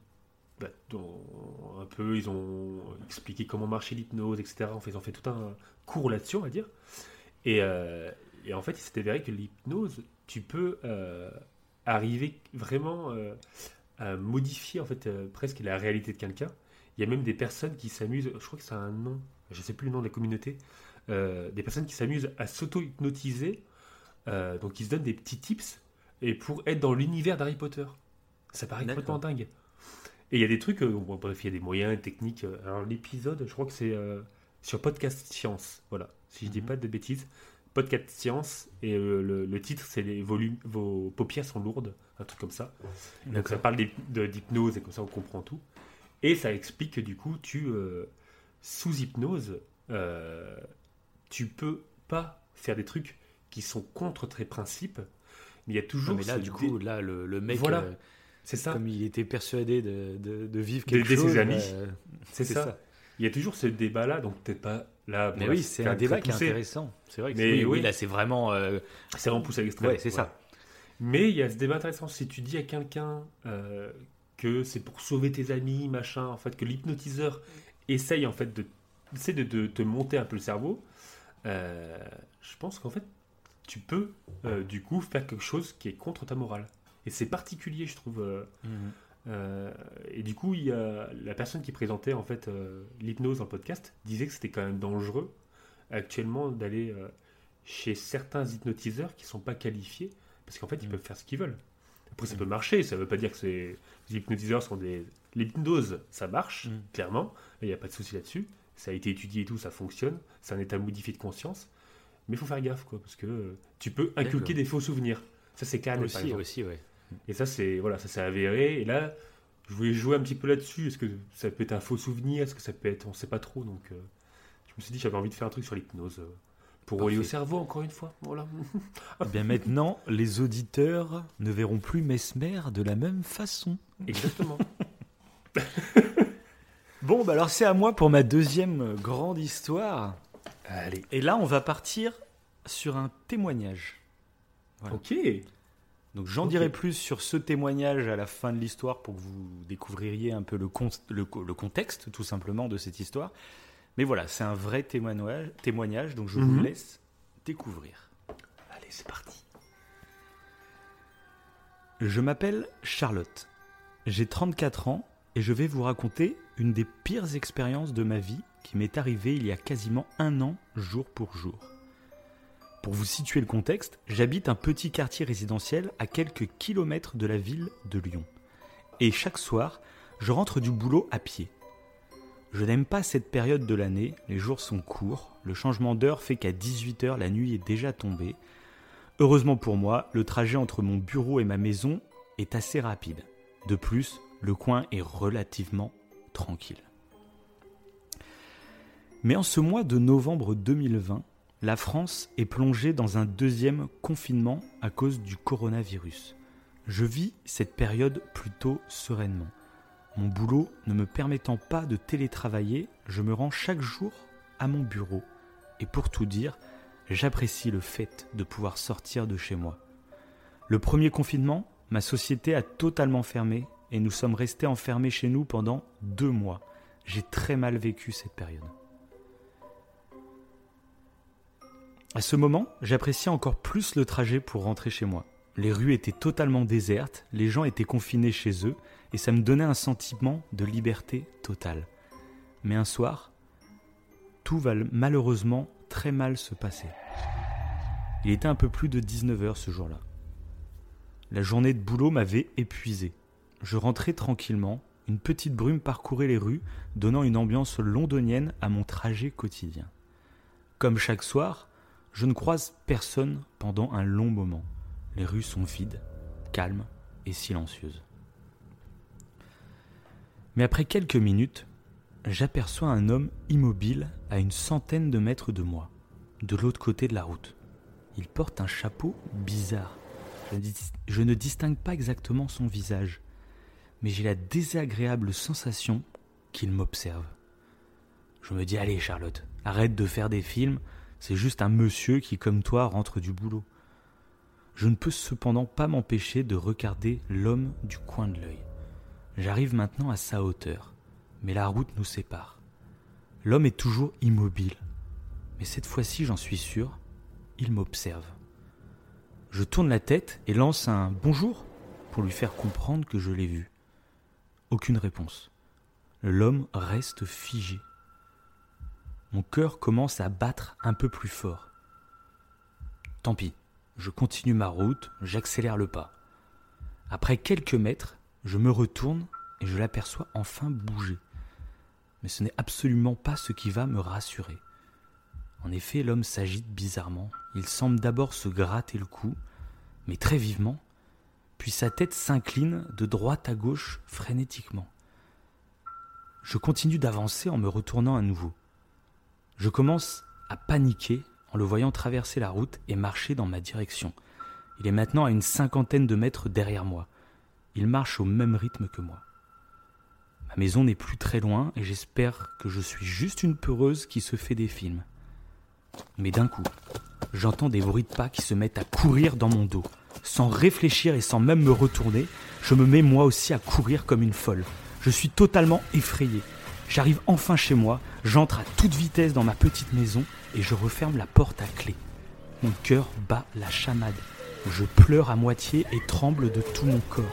un peu ils ont expliqué comment marchait l'hypnose, etc. En fait, ils ont fait tout un cours là-dessus, on va dire. Et en fait il s'est avéré que l'hypnose, tu peux arriver vraiment à modifier en fait presque la réalité de quelqu'un. Il y a même des personnes qui s'amusent, je crois que c'est un nom, je sais plus le nom de la communauté. Des personnes qui s'amusent à s'auto-hypnotiser, donc ils se donnent des petits tips et pour être dans l'univers d'Harry Potter. Ça paraît complètement dingue. Et il y a des trucs, bon, bref, il y a des moyens, des techniques. Alors l'épisode, je crois que c'est sur Podcast Science, voilà, si je dis pas de bêtises. Podcast Science, et le titre c'est vos paupières sont lourdes, un truc comme ça. Donc ça parle d'hypnose et comme ça on comprend tout. Et ça explique que du coup, sous hypnose, tu peux pas faire des trucs qui sont contre tes principes, mais il y a toujours. Non, mais là, du coup, là, le mec, voilà, c'est ça. Comme il était persuadé de vivre quelque chose. Ses amis. C'est ça. Il y a toujours ce débat-là, donc peut-être pas là. Mais oui, c'est un débat qui est intéressant. C'est vrai que oui, là, c'est vraiment. C'est vraiment poussé à l'extrême. Ouais, c'est ça. Mais il y a ce débat intéressant. Si tu dis à quelqu'un que c'est pour sauver tes amis, machin, en fait, que l'hypnotiseur essaye en fait de te monter un peu le cerveau. Je pense qu'en fait, tu peux du coup faire quelque chose qui est contre ta morale. Et c'est particulier, je trouve. Et du coup, il y a la personne qui présentait en fait l'hypnose dans le podcast disait que c'était quand même dangereux actuellement d'aller chez certains hypnotiseurs qui sont pas qualifiés parce qu'en fait, ils peuvent faire ce qu'ils veulent. Après, ça peut marcher. Ça veut pas dire que les hypnotiseurs sont des. L'hypnose, ça marche clairement. Il n'y a pas de souci là-dessus. Ça a été étudié et tout, ça fonctionne. C'est un état modifié de conscience. Mais il faut faire gaffe, quoi, parce que tu peux inculquer des faux souvenirs. Ça, c'est carré, par exemple. Aussi, ouais. Et ça, ça s'est avéré. Et là, je voulais jouer un petit peu là-dessus. Est-ce que ça peut être un faux souvenir? Est-ce que ça peut être... On ne sait pas trop. Donc, je me suis dit, j'avais envie de faire un truc sur l'hypnose. Pour relier au cerveau, encore une fois. Voilà. Eh bien, maintenant, les auditeurs ne verront plus Mesmer de la même façon. Exactement. Bon, bah alors c'est à moi pour ma deuxième grande histoire. Allez. Et là, on va partir sur un témoignage. Voilà. Ok. Donc j'en dirai plus sur ce témoignage à la fin de l'histoire pour que vous découvririez un peu le contexte, tout simplement, de cette histoire. Mais voilà, c'est un vrai témoignage, donc je vous laisse découvrir. Allez, c'est parti. Je m'appelle Charlotte. J'ai 34 ans et je vais vous raconter une des pires expériences de ma vie qui m'est arrivée il y a quasiment 1 an, jour pour jour. Pour vous situer le contexte, j'habite un petit quartier résidentiel à quelques kilomètres de la ville de Lyon. Et chaque soir, je rentre du boulot à pied. Je n'aime pas cette période de l'année, les jours sont courts, le changement d'heure fait qu'à 18h la nuit est déjà tombée. Heureusement pour moi, le trajet entre mon bureau et ma maison est assez rapide. De plus, le coin est relativement tranquille. Mais en ce mois de novembre 2020, la France est plongée dans un deuxième confinement à cause du coronavirus. Je vis cette période plutôt sereinement. Mon boulot ne me permettant pas de télétravailler, je me rends chaque jour à mon bureau. Et pour tout dire, j'apprécie le fait de pouvoir sortir de chez moi. Le premier confinement, ma société a totalement fermé et nous sommes restés enfermés chez nous pendant 2 mois. J'ai très mal vécu cette période. À ce moment, j'appréciais encore plus le trajet pour rentrer chez moi. Les rues étaient totalement désertes, les gens étaient confinés chez eux et ça me donnait un sentiment de liberté totale. Mais un soir, tout va malheureusement très mal se passer. Il était un peu plus de 19h ce jour-là. La journée de boulot m'avait épuisé. Je rentrais tranquillement, une petite brume parcourait les rues, donnant une ambiance londonienne à mon trajet quotidien. Comme chaque soir, je ne croise personne pendant un long moment. Les rues sont vides, calmes et silencieuses. Mais après quelques minutes, j'aperçois un homme immobile à une centaine de mètres de moi, de l'autre côté de la route. Il porte un chapeau bizarre. Je ne distingue pas exactement son visage, mais j'ai la désagréable sensation qu'il m'observe. Je me dis, allez Charlotte, arrête de faire des films, c'est juste un monsieur qui, comme toi, rentre du boulot. Je ne peux cependant pas m'empêcher de regarder l'homme du coin de l'œil. J'arrive maintenant à sa hauteur, mais la route nous sépare. L'homme est toujours immobile, mais cette fois-ci, j'en suis sûr, il m'observe. Je tourne la tête et lance un « bonjour » pour lui faire comprendre que je l'ai vu. Aucune réponse. L'homme reste figé. Mon cœur commence à battre un peu plus fort. Tant pis, je continue ma route, j'accélère le pas. Après quelques mètres, je me retourne et je l'aperçois enfin bouger. Mais ce n'est absolument pas ce qui va me rassurer. En effet, l'homme s'agite bizarrement. Il semble d'abord se gratter le cou, mais très vivement, puis sa tête s'incline de droite à gauche frénétiquement. Je continue d'avancer en me retournant à nouveau. Je commence à paniquer en le voyant traverser la route et marcher dans ma direction. Il est maintenant à une 50aine de mètres derrière moi. Il marche au même rythme que moi. Ma maison n'est plus très loin et j'espère que je suis juste une peureuse qui se fait des films. Mais d'un coup, j'entends des bruits de pas qui se mettent à courir dans mon dos. Sans réfléchir et sans même me retourner, je me mets moi aussi à courir comme une folle. Je suis totalement effrayé. J'arrive enfin chez moi, j'entre à toute vitesse dans ma petite maison et je referme la porte à clé. Mon cœur bat la chamade. Je pleure à moitié et tremble de tout mon corps.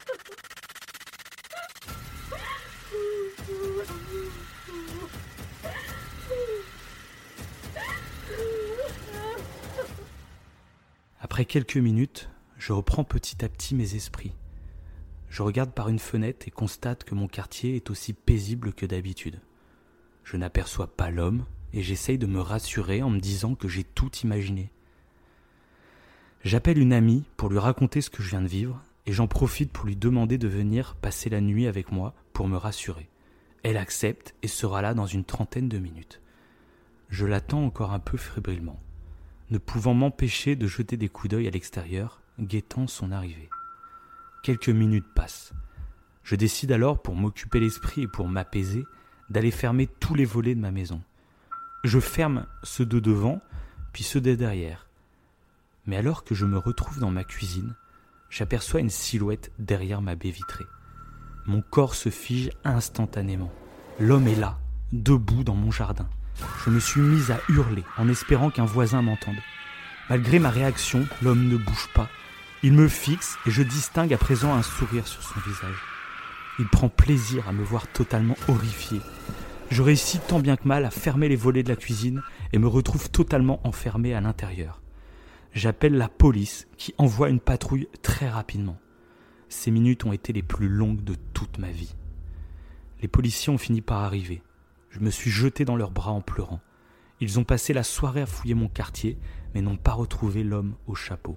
Après quelques minutes, je reprends petit à petit mes esprits. Je regarde par une fenêtre et constate que mon quartier est aussi paisible que d'habitude. Je n'aperçois pas l'homme et j'essaye de me rassurer en me disant que j'ai tout imaginé. J'appelle une amie pour lui raconter ce que je viens de vivre et j'en profite pour lui demander de venir passer la nuit avec moi pour me rassurer. Elle accepte et sera là dans une 30aine de minutes. Je l'attends encore un peu fébrilement, ne pouvant m'empêcher de jeter des coups d'œil à l'extérieur, guettant son arrivée. Quelques minutes passent. Je décide alors, pour m'occuper l'esprit et pour m'apaiser, d'aller fermer tous les volets de ma maison. Je ferme ceux de devant, puis ceux de derrière. Mais alors que je me retrouve dans ma cuisine, j'aperçois une silhouette derrière ma baie vitrée. Mon corps se fige instantanément. L'homme est là, debout dans mon jardin. Je me suis mise à hurler en espérant qu'un voisin m'entende. Malgré ma réaction, l'homme ne bouge pas. Il me fixe et je distingue à présent un sourire sur son visage. Il prend plaisir à me voir totalement horrifié. Je réussis tant bien que mal à fermer les volets de la cuisine et me retrouve totalement enfermé à l'intérieur. J'appelle la police qui envoie une patrouille très rapidement. Ces minutes ont été les plus longues de toute ma vie. Les policiers ont fini par arriver. Je me suis jeté dans leurs bras en pleurant. Ils ont passé la soirée à fouiller mon quartier, mais n'ont pas retrouvé l'homme au chapeau.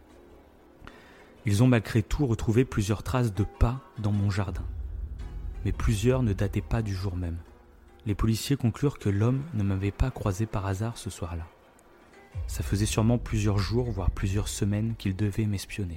Ils ont malgré tout retrouvé plusieurs traces de pas dans mon jardin. Mais plusieurs ne dataient pas du jour même. Les policiers conclurent que l'homme ne m'avait pas croisé par hasard ce soir-là. Ça faisait sûrement plusieurs jours, voire plusieurs semaines qu'il devait m'espionner.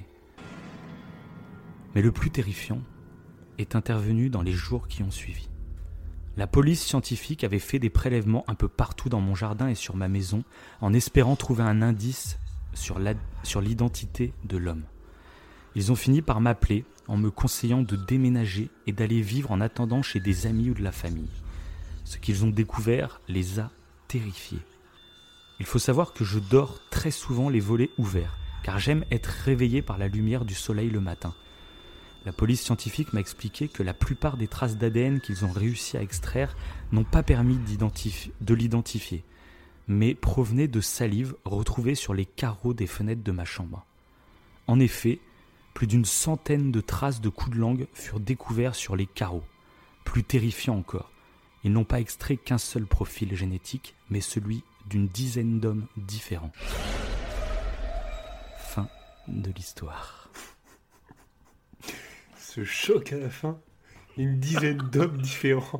Mais le plus terrifiant est intervenu dans les jours qui ont suivi. La police scientifique avait fait des prélèvements un peu partout dans mon jardin et sur ma maison en espérant trouver un indice sur l'identité de l'homme. Ils ont fini par m'appeler en me conseillant de déménager et d'aller vivre en attendant chez des amis ou de la famille. Ce qu'ils ont découvert les a terrifiés. Il faut savoir que je dors très souvent les volets ouverts, car j'aime être réveillé par la lumière du soleil le matin. La police scientifique m'a expliqué que la plupart des traces d'ADN qu'ils ont réussi à extraire n'ont pas permis de l'identifier, mais provenaient de salive retrouvée sur les carreaux des fenêtres de ma chambre. En effet, plus d'une centaine de traces de coups de langue furent découverts sur les carreaux. Plus terrifiant encore, ils n'ont pas extrait qu'un seul profil génétique, mais celui d'une dizaine d'hommes différents. Fin de l'histoire. Ce choc à la fin, une dizaine d'hommes différents.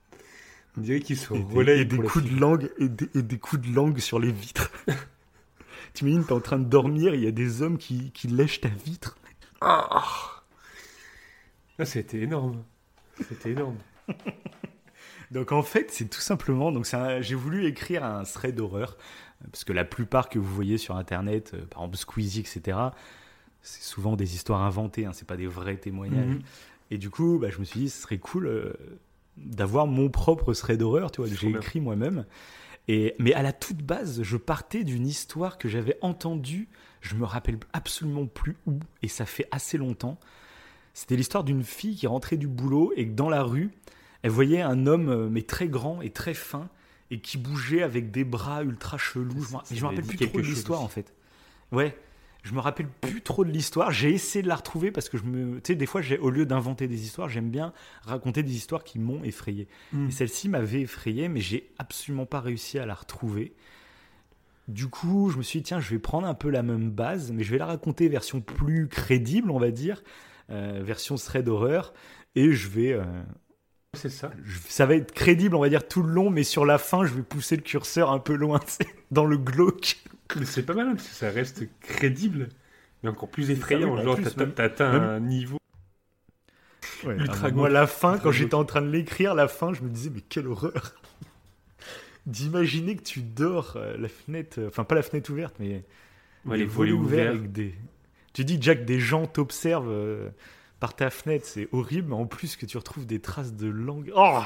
On dirait qu'ils se relaient. Et des coups de langue et des coups de langue sur les vitres. T'imagines, t'es en train de dormir, il y a des hommes qui lèchent ta vitre. Ah, c'était énorme. C'était énorme. Donc en fait, c'est tout simplement... j'ai voulu écrire un thread d'horreur, parce que la plupart que vous voyez sur Internet, par exemple Squeezie, etc., c'est souvent des histoires inventées, hein, c'est pas des vrais témoignages. Mhm. Et du coup, je me suis dit, ce serait cool d'avoir mon propre thread d'horreur, tu vois, que j'ai bien. écrit moi-même. Mais à la toute base, je partais d'une histoire que j'avais entendue, je me rappelle absolument plus où, et ça fait assez longtemps. C'était l'histoire d'une fille qui rentrait du boulot et que dans la rue, elle voyait un homme mais très grand et très fin et qui bougeait avec des bras ultra chelous. Mais je me rappelle plus trop de l'histoire en fait. Ouais, je me rappelle plus trop de l'histoire. J'ai essayé de la retrouver parce que tu sais, des fois, au lieu d'inventer des histoires, j'aime bien raconter des histoires qui m'ont effrayé. Et celle-ci m'avait effrayé, mais j'ai absolument pas réussi à la retrouver. Du coup, je me suis dit, tiens, je vais prendre un peu la même base, mais je vais la raconter version plus crédible, on va dire, version thread d'horreur, et je vais... C'est ça. Ça va être crédible, on va dire, tout le long, mais sur la fin, je vais pousser le curseur un peu loin, dans le glauque. Mais c'est pas mal, parce que ça reste crédible, mais encore plus effrayant. Oui, en Genre, plus, t'as atteint un niveau ultra Moi, la fin, ultra quand j'étais glauque. en train de l'écrire, la fin, je me disais, mais quelle horreur d'imaginer que tu dors la fenêtre, enfin pas la fenêtre ouverte, mais Ouais, les volets ouverts. avec des... Tu dis, Jack, des gens t'observent par ta fenêtre, c'est horrible, mais en plus que tu retrouves des traces de langue. Oh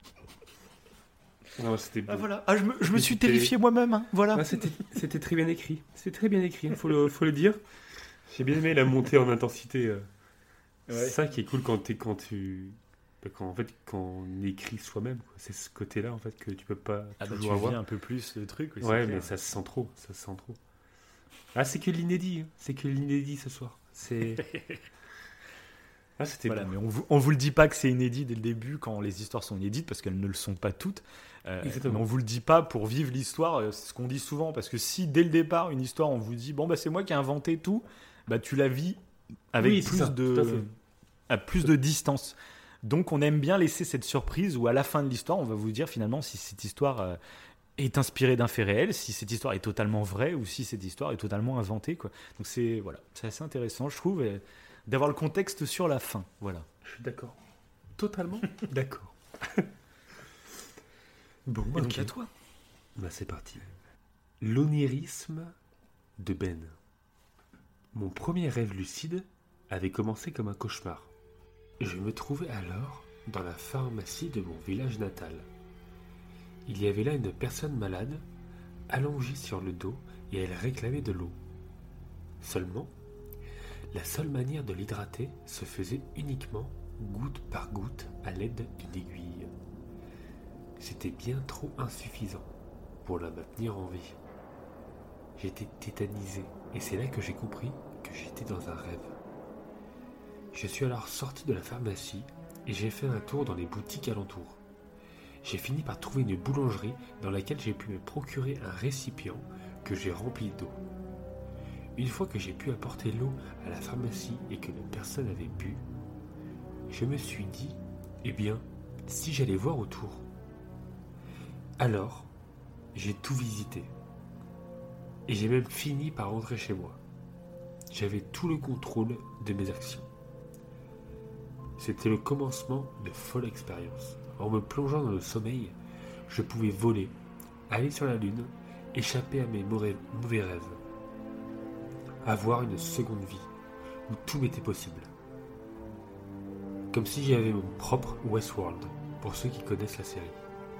Non, c'était beau. ah, voilà. Ah, je me suis C'était- terrifié moi-même, hein. Voilà. Ouais, c'était très bien écrit. C'était très bien écrit, faut le dire. J'ai bien aimé la montée en intensité. Ouais. C'est ça qui est cool quand on écrit soi-même, quoi. C'est ce côté-là en fait que tu peux pas Ah bah, tu toujours avoir. vis un peu plus le truc. Oui, c'est Ouais, clair. mais ça se sent trop, ça se sent trop. Ah, c'est que l'inédit, hein. C'est que l'inédit ce soir. C'est. Ah, c'était Voilà, beau. mais on vous le dit pas que c'est inédit dès le début quand les histoires sont inédites parce qu'elles ne le sont pas toutes. Exactement. Mais on vous le dit pas pour vivre l'histoire, c'est ce qu'on dit souvent, parce que si dès le départ une histoire on vous dit bon bah c'est moi qui ai inventé tout, bah tu la vis avec Oui, c'est ça, tout à fait. à plus de distance. Donc on aime bien laisser cette surprise où à la fin de l'histoire on va vous dire finalement si cette histoire est inspirée d'un fait réel, si cette histoire est totalement vraie ou si cette histoire est totalement inventée, quoi. Donc c'est assez intéressant je trouve d'avoir le contexte sur la fin. Voilà. Je suis d'accord. Totalement d'accord. Bon, Et donc à toi. Bah, c'est parti. L'onirisme de Ben. Mon premier rêve lucide avait commencé comme un cauchemar. Je me trouvais alors dans la pharmacie de mon village natal. Il y avait là une personne malade, allongée sur le dos, et elle réclamait de l'eau. Seulement, la seule manière de l'hydrater se faisait uniquement goutte par goutte à l'aide d'une aiguille. C'était bien trop insuffisant pour la maintenir en vie. J'étais tétanisé et c'est là que j'ai compris que j'étais dans un rêve. Je suis alors sorti de la pharmacie et j'ai fait un tour dans les boutiques alentours. J'ai fini par trouver une boulangerie dans laquelle j'ai pu me procurer un récipient que j'ai rempli d'eau. Une fois que j'ai pu apporter l'eau à la pharmacie et que la personne avait bu, je me suis dit, eh bien, si j'allais voir autour. Alors, j'ai tout visité. Et j'ai même fini par rentrer chez moi. J'avais tout le contrôle de mes actions. C'était le commencement de folles expériences. En me plongeant dans le sommeil, je pouvais voler, aller sur la lune, échapper à mes mauvais rêves. Avoir une seconde vie, où tout m'était possible. Comme si j'avais mon propre Westworld, pour ceux qui connaissent la série.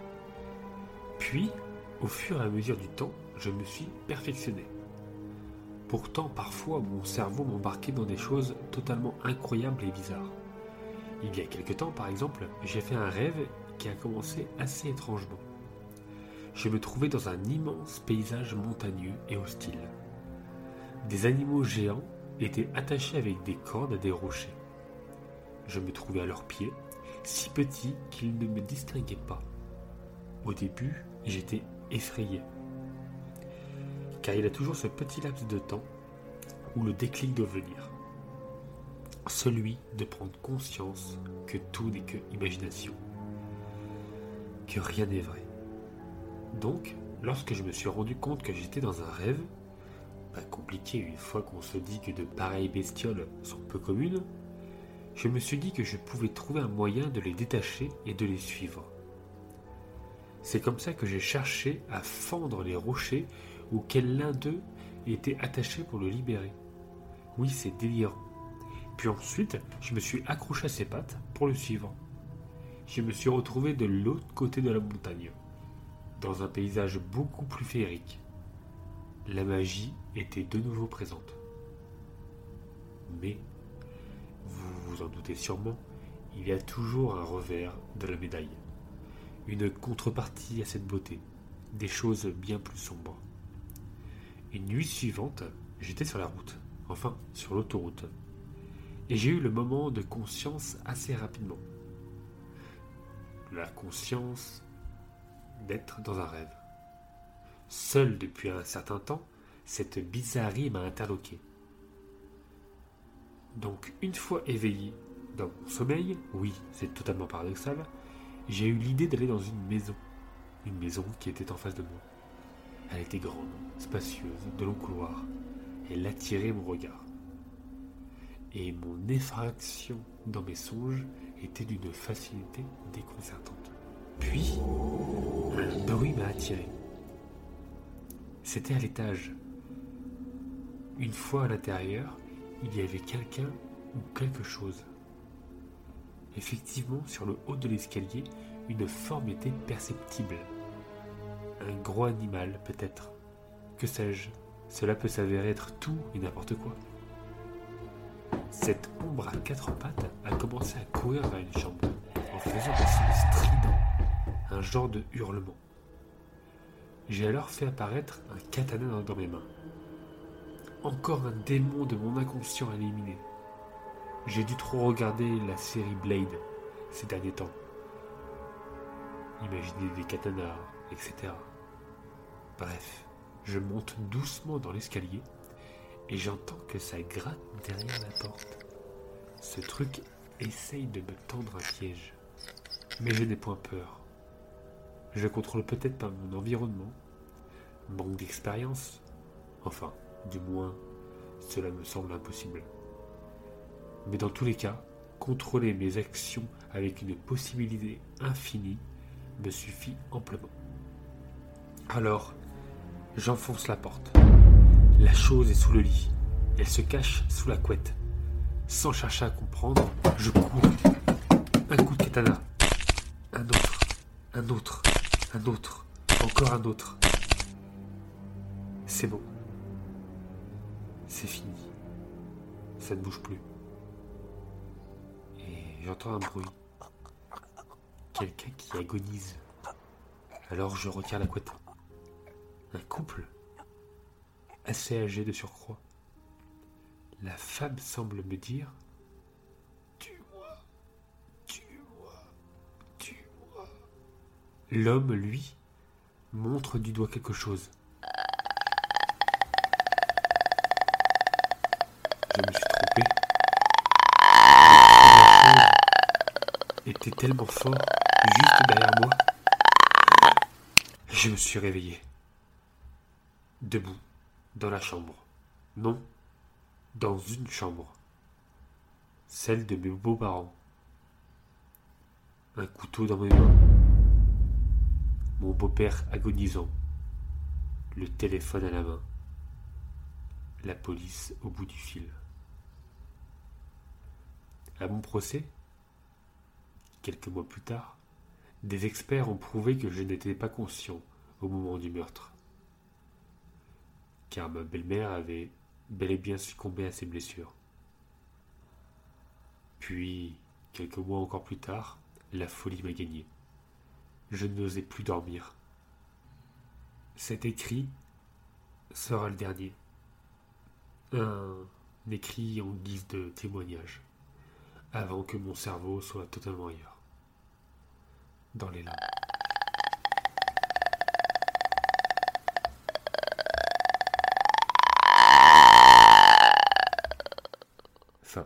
Puis, au fur et à mesure du temps, je me suis perfectionné. Pourtant, parfois, mon cerveau m'embarquait dans des choses totalement incroyables et bizarres. Il y a quelque temps, par exemple, j'ai fait un rêve qui a commencé assez étrangement. Je me trouvais dans un immense paysage montagneux et hostile. Des animaux géants étaient attachés avec des cordes à des rochers. Je me trouvais à leurs pieds, si petits qu'ils ne me distinguaient pas. Au début, j'étais effrayé. Car il y a toujours ce petit laps de temps où le déclic doit venir. Celui de prendre conscience que tout n'est que imagination. Que rien n'est vrai. Donc, lorsque je me suis rendu compte que j'étais dans un rêve, Pas compliqué une fois qu'on se dit que de pareilles bestioles sont peu communes. Je me suis dit que je pouvais trouver un moyen de les détacher et de les suivre. C'est comme ça que j'ai cherché à fendre les rochers auxquels l'un d'eux était attaché pour le libérer. Oui, c'est délirant. Puis ensuite, je me suis accroché à ses pattes pour le suivre. Je me suis retrouvé de l'autre côté de la montagne, dans un paysage beaucoup plus féerique. La magie était de nouveau présente. Mais, vous vous en doutez sûrement, il y a toujours un revers de la médaille. Une contrepartie à cette beauté, des choses bien plus sombres. Une nuit suivante, j'étais sur la route, enfin sur l'autoroute, et j'ai eu le moment de conscience assez rapidement. La conscience d'être dans un rêve. Seul depuis un certain temps, cette bizarrerie m'a interloqué. Donc, une fois éveillé dans mon sommeil, oui, c'est totalement paradoxal, j'ai eu l'idée d'aller dans une maison qui était en face de moi. Elle était grande, spacieuse, de longs couloirs. Elle attirait mon regard. Et mon effraction dans mes songes était d'une facilité déconcertante. Puis, un bruit m'a attiré. C'était à l'étage. Une fois à l'intérieur, il y avait quelqu'un ou quelque chose. Effectivement, sur le haut de l'escalier, une forme était perceptible. Un gros animal, peut-être. Que sais-je? Cela peut s'avérer être tout et n'importe quoi. Cette ombre à quatre pattes a commencé à courir vers une chambre, en faisant un son strident, un genre de hurlement. J'ai alors fait apparaître un katana dans mes mains. Encore un démon de mon inconscient à éliminer. J'ai dû trop regarder la série Blade ces derniers temps. Imaginer des katanas, etc. Bref, je monte doucement dans l'escalier et j'entends que ça gratte derrière la porte. Ce truc essaye de me tendre un piège. Mais je n'ai point peur. Je contrôle peut-être pas mon environnement, manque d'expérience. Enfin, du moins, cela me semble impossible. Mais dans tous les cas, contrôler mes actions avec une possibilité infinie me suffit amplement. Alors, j'enfonce la porte. La chose est sous le lit. Elle se cache sous la couette. Sans chercher à comprendre, je cours. Un coup de katana. Un autre. Un autre. Un autre. Encore un autre. C'est bon. C'est fini. Ça ne bouge plus. Et j'entends un bruit. Quelqu'un qui agonise. Alors je retire la couette. Un couple. Assez âgé de surcroît. La femme semble me dire « Tue-moi, tue-moi, tue-moi ». L'homme, lui, montre du doigt quelque chose. Je me suis trompé. Le cri était tellement fort, juste derrière moi. Je me suis réveillé. Debout, dans la chambre. Non, dans une chambre. Celle de mes beaux-parents. Un couteau dans mes mains. Mon beau-père agonisant. Le téléphone à la main. La police au bout du fil. À mon procès, quelques mois plus tard, des experts ont prouvé que je n'étais pas conscient au moment du meurtre. Car ma belle-mère avait bel et bien succombé à ses blessures. Puis, quelques mois encore plus tard, la folie m'a gagné. Je n'osais plus dormir. Cet écrit sera le dernier. Un écrit en guise de témoignage, avant que mon cerveau soit totalement ailleurs. Dans les larmes. Fin.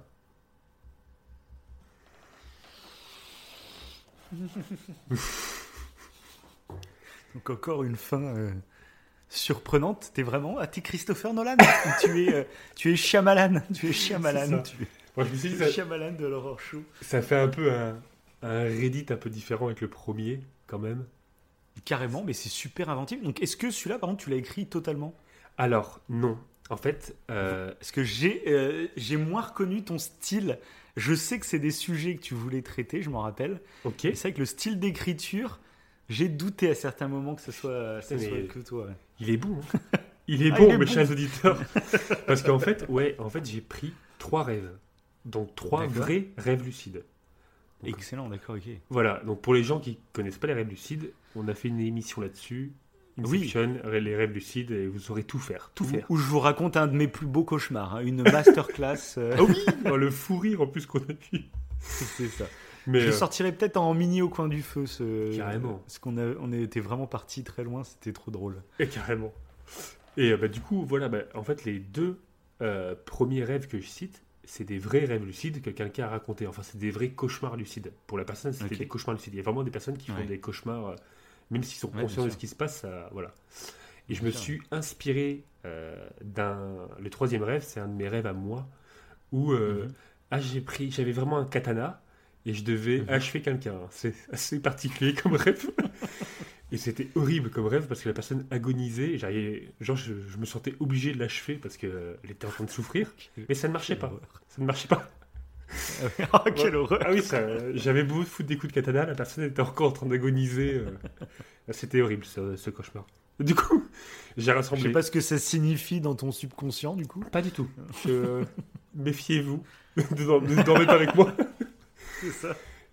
Donc encore une fin surprenante. T'es Christopher Nolan. Tu es Shyamalan. Tu es Shyamalan. Moi, je me suis dit, Shyamalan de l'horreur show. Ça fait un peu un Reddit un peu différent avec le premier, quand même. Carrément, mais c'est super inventif. Donc, est-ce que celui-là, par contre, tu l'as écrit totalement? Alors, non. En fait... Parce que j'ai moins reconnu ton style. Je sais que c'est des sujets que tu voulais traiter, je m'en rappelle. Ok. Et c'est vrai que le style d'écriture, j'ai douté à certains moments que ce soit que toi. Ouais. Il est bon. Hein. Il est bon, mes chers auditeurs. Parce qu'en fait, j'ai pris 3 rêves. Donc 3 vrais rêves lucides. Donc, excellent, d'accord, ok. Voilà, donc pour les gens qui connaissent pas les rêves lucides, on a fait une émission là-dessus. Inception, les rêves lucides, et vous saurez tout faire. Où je vous raconte un de mes plus beaux cauchemars, une masterclass. Ah oui, le fou rire en plus qu'on a vu. C'est ça. Mais je sortirai peut-être en mini au coin du feu. Carrément. Parce qu'on était vraiment partis très loin, c'était trop drôle. Et carrément. Et du coup, voilà, en fait, les 2 premiers rêves que je cite, c'est des vrais rêves lucides que quelqu'un a raconté. Enfin, c'est des vrais cauchemars lucides. Pour la personne, c'était des cauchemars lucides. Il y a vraiment des personnes qui font des cauchemars... même s'ils sont conscients de ce qui se passe, voilà. Et je me suis inspiré le 3e rêve, c'est un de mes rêves à moi, où j'avais vraiment un katana et je devais achever quelqu'un. C'est assez particulier comme rêve. Et c'était horrible comme rêve parce que la personne agonisait. Et je me sentais obligé de l'achever parce qu'elle était en train de souffrir. Mais ça ne marchait pas. Ça ne marchait pas. Oh, quelle horreur! Ah oui, j'avais beau foutre des coups de katana, la personne était encore en train d'agoniser. C'était horrible ce cauchemar. Du coup, j'ai rassemblé. Je sais pas ce que ça signifie dans ton subconscient, du coup. Pas du tout. Méfiez-vous. Ne dormez pas avec moi. C'est ça.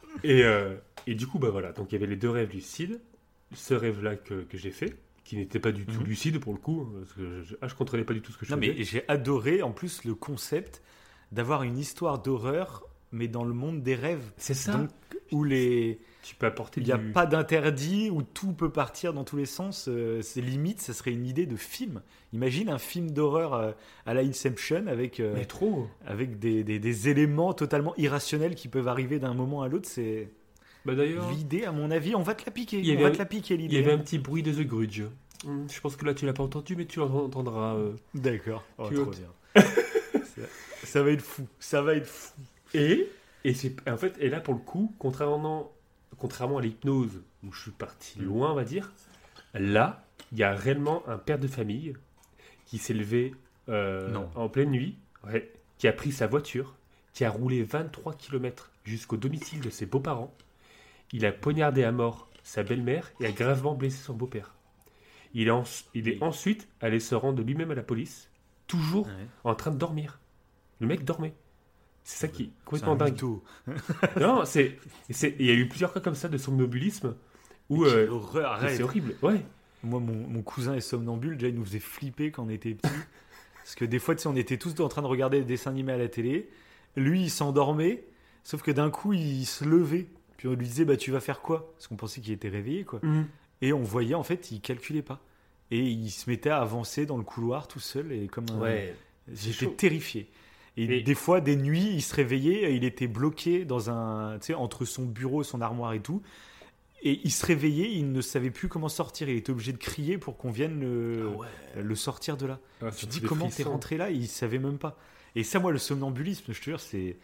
Et du coup, voilà. Donc il y avait les 2 rêves lucides. Ce rêve-là que j'ai fait, qui n'était pas du tout lucide pour le coup, parce que je comprenais pas du tout ce que je faisais. Non, mais j'ai adoré en plus le concept d'avoir une histoire d'horreur, mais dans le monde des rêves. C'est ça. Donc, où tu peux apporter il n'y a pas d'interdit, où tout peut partir dans tous les sens. C'est limite, ça serait une idée de film. Imagine un film d'horreur à la Inception avec, mais trop. Avec des éléments totalement irrationnels qui peuvent arriver d'un moment à l'autre. C'est d'ailleurs l'idée, à mon avis, on va te la piquer. L'idée. Il y avait un petit bruit de The Grudge. Je pense que là, tu l'as pas entendu, mais tu l'entendras. D'accord. Oh, trop bien. Ça va être fou. Ça va être fou. Et en fait, là, pour le coup, contrairement à l'hypnose, où je suis parti loin, on va dire, là, il y a réellement un père de famille qui s'est levé en pleine nuit, qui a pris sa voiture, qui a roulé 23 km jusqu'au domicile de ses beaux-parents. Il a poignardé à mort sa belle-mère et a gravement blessé son beau-père. Il est ensuite allé se rendre lui-même à la police, toujours en train de dormir. Le mec dormait. C'est ça qui est complètement dingue. Non, il y a eu plusieurs cas comme ça de somnambulisme où c'est horrible. Ouais. Moi, mon cousin est somnambule. Déjà, il nous faisait flipper quand on était petits. Parce que des fois, on était tous en train de regarder des dessins animés à la télé. Lui, il s'endormait. Sauf que d'un coup, il se levait. Puis on lui disait, tu vas faire quoi? Parce qu'on pensait qu'il était réveillé, quoi. Et on voyait, en fait, il calculait pas. Et il se mettait à avancer dans le couloir tout seul. Et comme j'étais terrifié. Et des fois, des nuits, il se réveillait, il était bloqué entre son bureau, son armoire et tout. Et il se réveillait, il ne savait plus comment sortir. Il était obligé de crier pour qu'on vienne le sortir de là. Tu te dis, comment t'es rentré là? Il ne savait même pas. Et ça, moi, le somnambulisme, je te jure, c'est...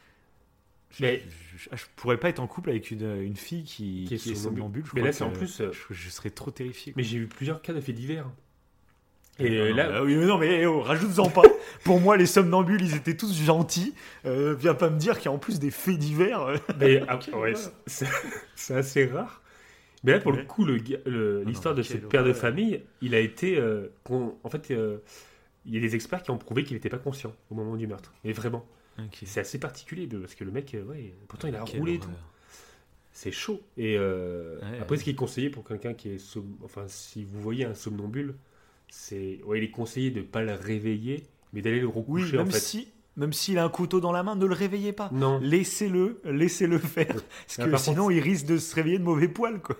Je pourrais pas être en couple avec une fille qui est somnambule. Mais là, c'est en plus... Je serais trop terrifié. Mais j'ai eu plusieurs cas de faits divers. Et là, oui, mais rajoute-en pas. Pour moi, les somnambules, ils étaient tous gentils. Viens pas me dire qu'il y a en plus des faits divers. Mais c'est assez rare. Mais là, pour le coup, l'histoire de ce père de famille, il a été. En fait, il y a des experts qui ont prouvé qu'il n'était pas conscient au moment du meurtre. Mais vraiment. Okay. C'est assez particulier parce que le mec, pourtant, il a roulé et tout. C'est chaud. Et après, ce qui est conseillé pour quelqu'un qui est. Enfin, si vous voyez un somnambule. Il est conseillé de ne pas le réveiller, mais d'aller le recoucher. Même s'il a un couteau dans la main, ne le réveillez pas. Non. Laissez-le faire. Parce que sinon, il risque de se réveiller de mauvais poil, quoi.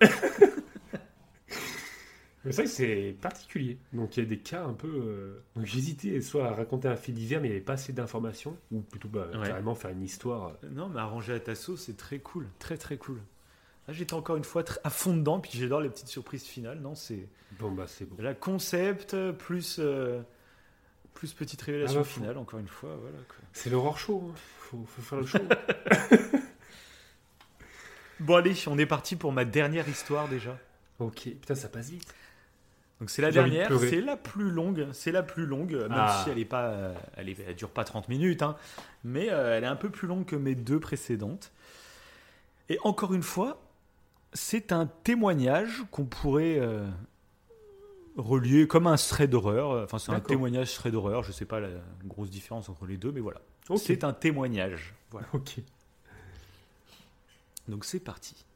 Mais c'est vrai que c'est particulier. Donc il y a des cas un peu. Donc j'hésitais soit à raconter un fait divers, mais il n'y avait pas assez d'informations, ou plutôt carrément faire une histoire. Non, mais arranger à ta sauce, c'est très cool. Très, très cool. Ah, j'étais encore une fois à fond dedans, puis j'adore les petites surprises finales. Non, c'est Bon, bah, c'est bon. la concept plus petite révélation finale, encore une fois. Voilà, quoi. C'est l'horreur show. Faut faire le show. Bon, allez, on est parti pour ma dernière histoire déjà. Ok, putain, ça passe vite. Donc c'est la J'ai envie de dernière, pleurer. c'est la plus longue, même si elle est pas, elle dure pas 30 minutes, hein, mais elle est un peu plus longue que mes deux précédentes. Et encore une fois, c'est un témoignage qu'on pourrait relier comme un thread d'horreur. Enfin, c'est un D'accord. témoignage thread d'horreur. Je sais pas la grosse différence entre les deux, mais voilà. Ok. C'est un témoignage. Voilà. Ok. Donc c'est parti.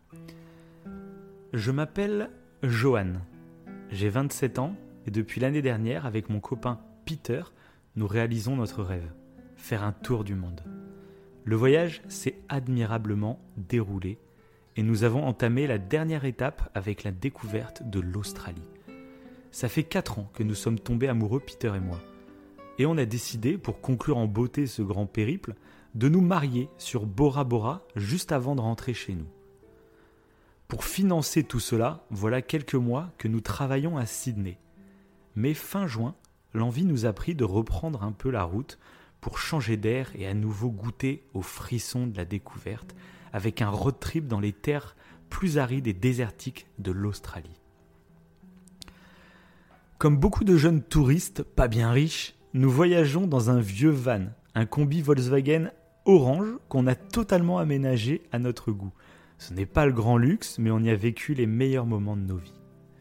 Je m'appelle Johan. J'ai 27 ans et depuis l'année dernière, avec mon copain Peter, nous réalisons notre rêve, faire un tour du monde. Le voyage s'est admirablement déroulé et nous avons entamé la dernière étape avec la découverte de l'Australie. Ça fait 4 ans que nous sommes tombés amoureux, Peter et moi. Et on a décidé, pour conclure en beauté ce grand périple, de nous marier sur Bora Bora juste avant de rentrer chez nous. Pour financer tout cela, voilà quelques mois que nous travaillons à Sydney. Mais fin juin, l'envie nous a pris de reprendre un peu la route pour changer d'air et à nouveau goûter aux frissons de la découverte avec un road trip dans les terres plus arides et désertiques de l'Australie. Comme beaucoup de jeunes touristes pas bien riches, nous voyageons dans un vieux van, un combi Volkswagen orange qu'on a totalement aménagé à notre goût. Ce n'est pas le grand luxe, mais on y a vécu les meilleurs moments de nos vies.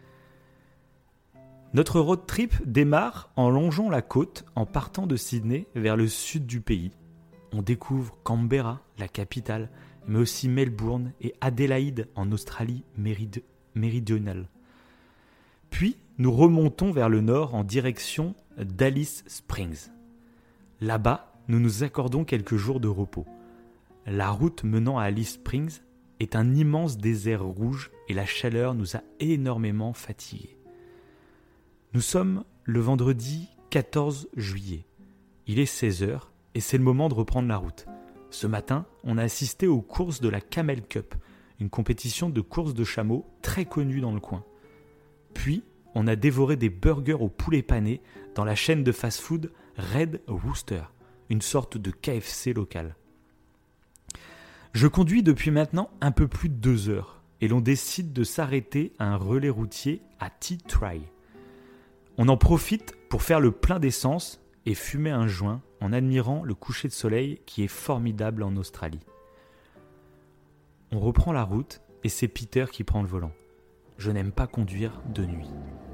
Notre road trip démarre en longeant la côte en partant de Sydney vers le sud du pays. On découvre Canberra, la capitale, mais aussi Melbourne et Adélaïde en Australie méridionale. Puis, nous remontons vers le nord en direction d'Alice Springs. Là-bas, nous nous accordons quelques jours de repos. La route menant à Alice Springs est un immense désert rouge et la chaleur nous a énormément fatigués. Nous sommes le vendredi 14 juillet. Il est 16h et c'est le moment de reprendre la route. Ce matin, on a assisté aux courses de la Camel Cup, une compétition de course de chameaux très connue dans le coin. Puis, on a dévoré des burgers au poulet pané dans la chaîne de fast-food Red Rooster, une sorte de KFC local. Je conduis depuis maintenant un peu plus de 2 heures et l'on décide de s'arrêter à un relais routier à T-Try. On en profite pour faire le plein d'essence et fumer un joint en admirant le coucher de soleil qui est formidable en Australie. On reprend la route et c'est Peter qui prend le volant. Je n'aime pas conduire de nuit.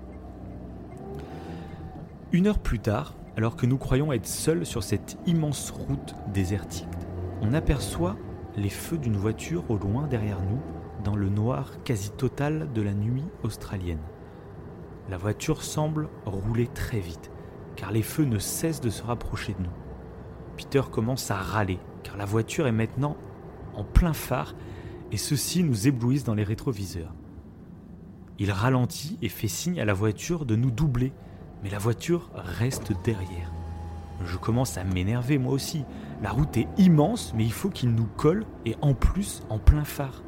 1 heure plus tard, alors que nous croyons être seuls sur cette immense route désertique, on aperçoit les feux d'une voiture au loin derrière nous, dans le noir quasi total de la nuit australienne. La voiture semble rouler très vite, car les feux ne cessent de se rapprocher de nous. Peter commence à râler, car la voiture est maintenant en plein phare, et ceux-ci nous éblouissent dans les rétroviseurs. Il ralentit et fait signe à la voiture de nous doubler, mais la voiture reste derrière. Je commence à m'énerver moi aussi. La route est immense, mais il faut qu'il nous colle, et en plus en plein phare.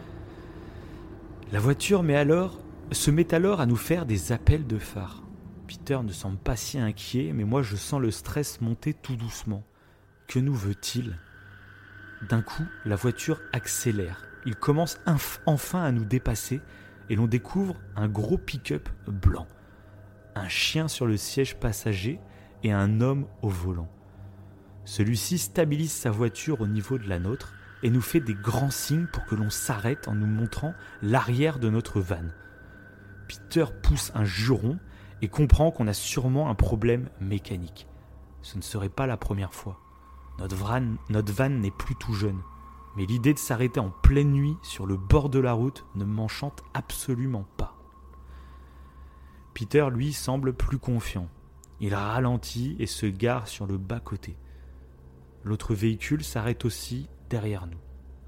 La voiture se met alors à nous faire des appels de phare. Peter ne semble pas si inquiet, mais moi je sens le stress monter tout doucement. Que nous veut-il ? D'un coup, la voiture accélère. Il commence enfin à nous dépasser, et l'on découvre un gros pick-up blanc. Un chien sur le siège passager et un homme au volant. Celui-ci stabilise sa voiture au niveau de la nôtre et nous fait des grands signes pour que l'on s'arrête en nous montrant l'arrière de notre van. Peter pousse un juron et comprend qu'on a sûrement un problème mécanique. Ce ne serait pas la première fois. Notre van n'est plus tout jeune, mais l'idée de s'arrêter en pleine nuit sur le bord de la route ne m'enchante absolument pas. Peter, lui, semble plus confiant. Il ralentit et se gare sur le bas-côté. L'autre véhicule s'arrête aussi derrière nous.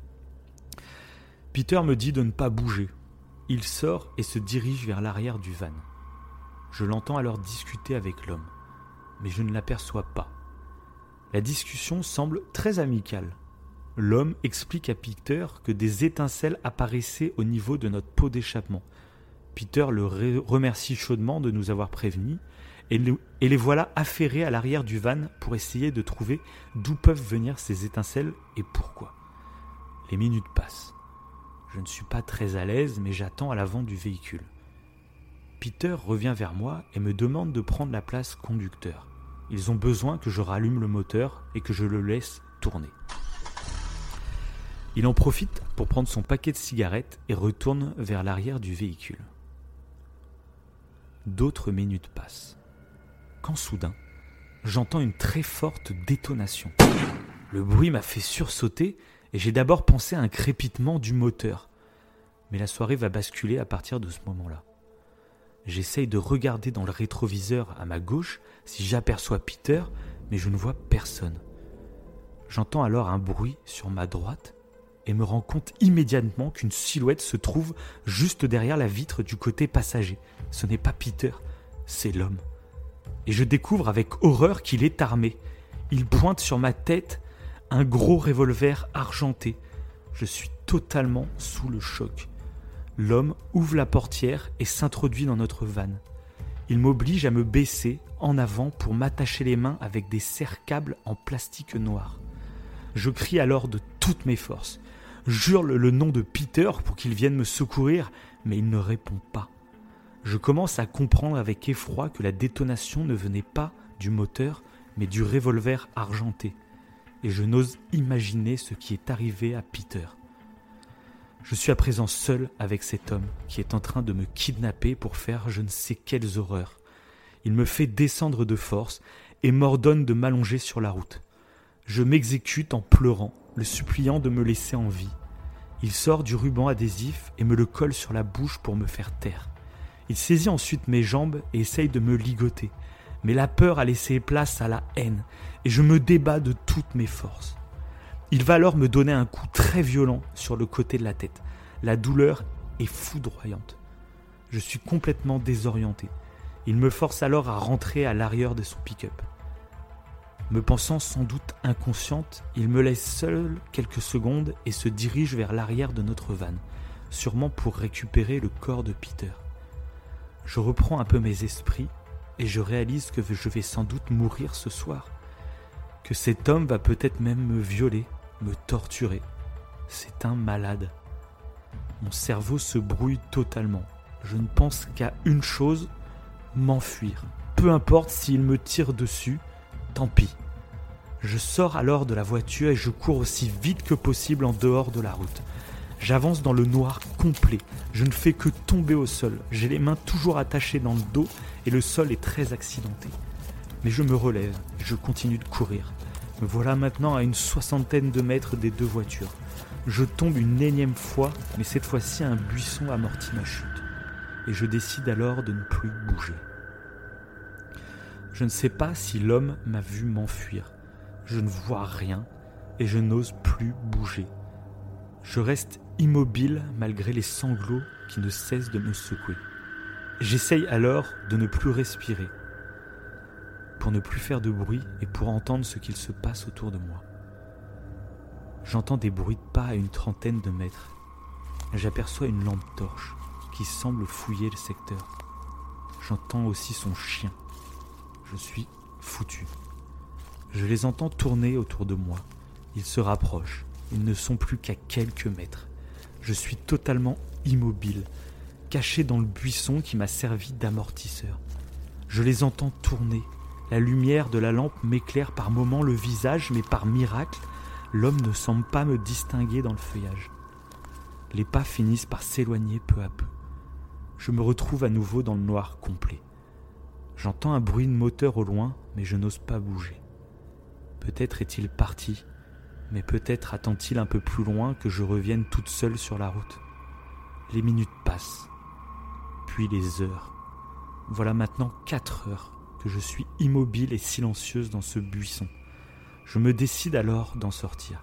Peter me dit de ne pas bouger. Il sort et se dirige vers l'arrière du van. Je l'entends alors discuter avec l'homme, mais je ne l'aperçois pas. La discussion semble très amicale. l'homme explique à Peter que des étincelles apparaissaient au niveau de notre pot d'échappement. Peter le remercie chaudement de nous avoir prévenus et les voilà affairés à l'arrière du van pour essayer de trouver d'où peuvent venir ces étincelles et pourquoi. Les minutes passent. Je ne suis pas très à l'aise, mais j'attends à l'avant du véhicule. Peter revient vers moi et me demande de prendre la place conducteur. Ils ont besoin que je rallume le moteur et que je le laisse tourner. Il en profite pour prendre son paquet de cigarettes et retourne vers l'arrière du véhicule. D'autres minutes passent. Quand soudain, j'entends une très forte détonation. Le bruit m'a fait sursauter et j'ai d'abord pensé à un crépitement du moteur. Mais la soirée va basculer à partir de ce moment-là. J'essaye de regarder dans le rétroviseur à ma gauche si j'aperçois Peter, mais je ne vois personne. J'entends alors un bruit sur ma droite et me rends compte immédiatement qu'une silhouette se trouve juste derrière la vitre du côté passager. Ce n'est pas Peter, c'est l'homme. Et je découvre avec horreur qu'il est armé. Il pointe sur ma tête un gros revolver argenté. Je suis totalement sous le choc. L'homme ouvre la portière et s'introduit dans notre van. Il m'oblige à me baisser en avant pour m'attacher les mains avec des serre-câbles en plastique noir. Je crie alors de toutes mes forces. J'hurle le nom de Peter pour qu'il vienne me secourir, mais il ne répond pas. Je commence à comprendre avec effroi que la détonation ne venait pas du moteur, mais du revolver argenté. Et je n'ose imaginer ce qui est arrivé à Peter. Je suis à présent seul avec cet homme qui est en train de me kidnapper pour faire je ne sais quelles horreurs. Il me fait descendre de force et m'ordonne de m'allonger sur la route. Je m'exécute en pleurant, le suppliant de me laisser en vie. Il sort du ruban adhésif et me le colle sur la bouche pour me faire taire. Il saisit ensuite mes jambes et essaye de me ligoter. Mais la peur a laissé place à la haine et je me débats de toutes mes forces. Il va alors me donner un coup très violent sur le côté de la tête. La douleur est foudroyante. Je suis complètement désorienté. Il me force alors à rentrer à l'arrière de son pick-up. Me pensant sans doute inconsciente, il me laisse seul quelques secondes et se dirige vers l'arrière de notre van, sûrement pour récupérer le corps de Peter. Je reprends un peu mes esprits et je réalise que je vais sans doute mourir ce soir. Que cet homme va peut-être même me violer, me torturer. C'est un malade. Mon cerveau se brouille totalement. Je ne pense qu'à une chose, m'enfuir. Peu importe s'il me tire dessus, tant pis. Je sors alors de la voiture et je cours aussi vite que possible en dehors de la route. J'avance dans le noir complet. Je ne fais que tomber au sol. J'ai les mains toujours attachées dans le dos et le sol est très accidenté. Mais je me relève, je continue de courir. Me voilà maintenant à une 60aine de mètres des deux voitures. Je tombe une énième fois, mais cette fois-ci un buisson amortit ma chute. Et je décide alors de ne plus bouger. Je ne sais pas si l'homme m'a vu m'enfuir. Je ne vois rien et je n'ose plus bouger. Je reste immobile malgré les sanglots qui ne cessent de me secouer. J'essaye alors de ne plus respirer, pour ne plus faire de bruit et pour entendre ce qu'il se passe autour de moi. J'entends des bruits de pas à une 30aine de mètres. J'aperçois une lampe torche qui semble fouiller le secteur. J'entends aussi son chien. Je suis foutu. Je les entends tourner autour de moi. Ils se rapprochent. Ils ne sont plus qu'à quelques mètres. Je suis totalement immobile, caché dans le buisson qui m'a servi d'amortisseur. Je les entends tourner. La lumière de la lampe m'éclaire par moments le visage, mais par miracle, l'homme ne semble pas me distinguer dans le feuillage. Les pas finissent par s'éloigner peu à peu. Je me retrouve à nouveau dans le noir complet. J'entends un bruit de moteur au loin, mais je n'ose pas bouger. Peut-être est-il parti, mais peut-être attend-il un peu plus loin que je revienne toute seule sur la route. Les minutes passent, puis les heures. Voilà maintenant 4 heures que je suis immobile et silencieuse dans ce buisson. Je me décide alors d'en sortir.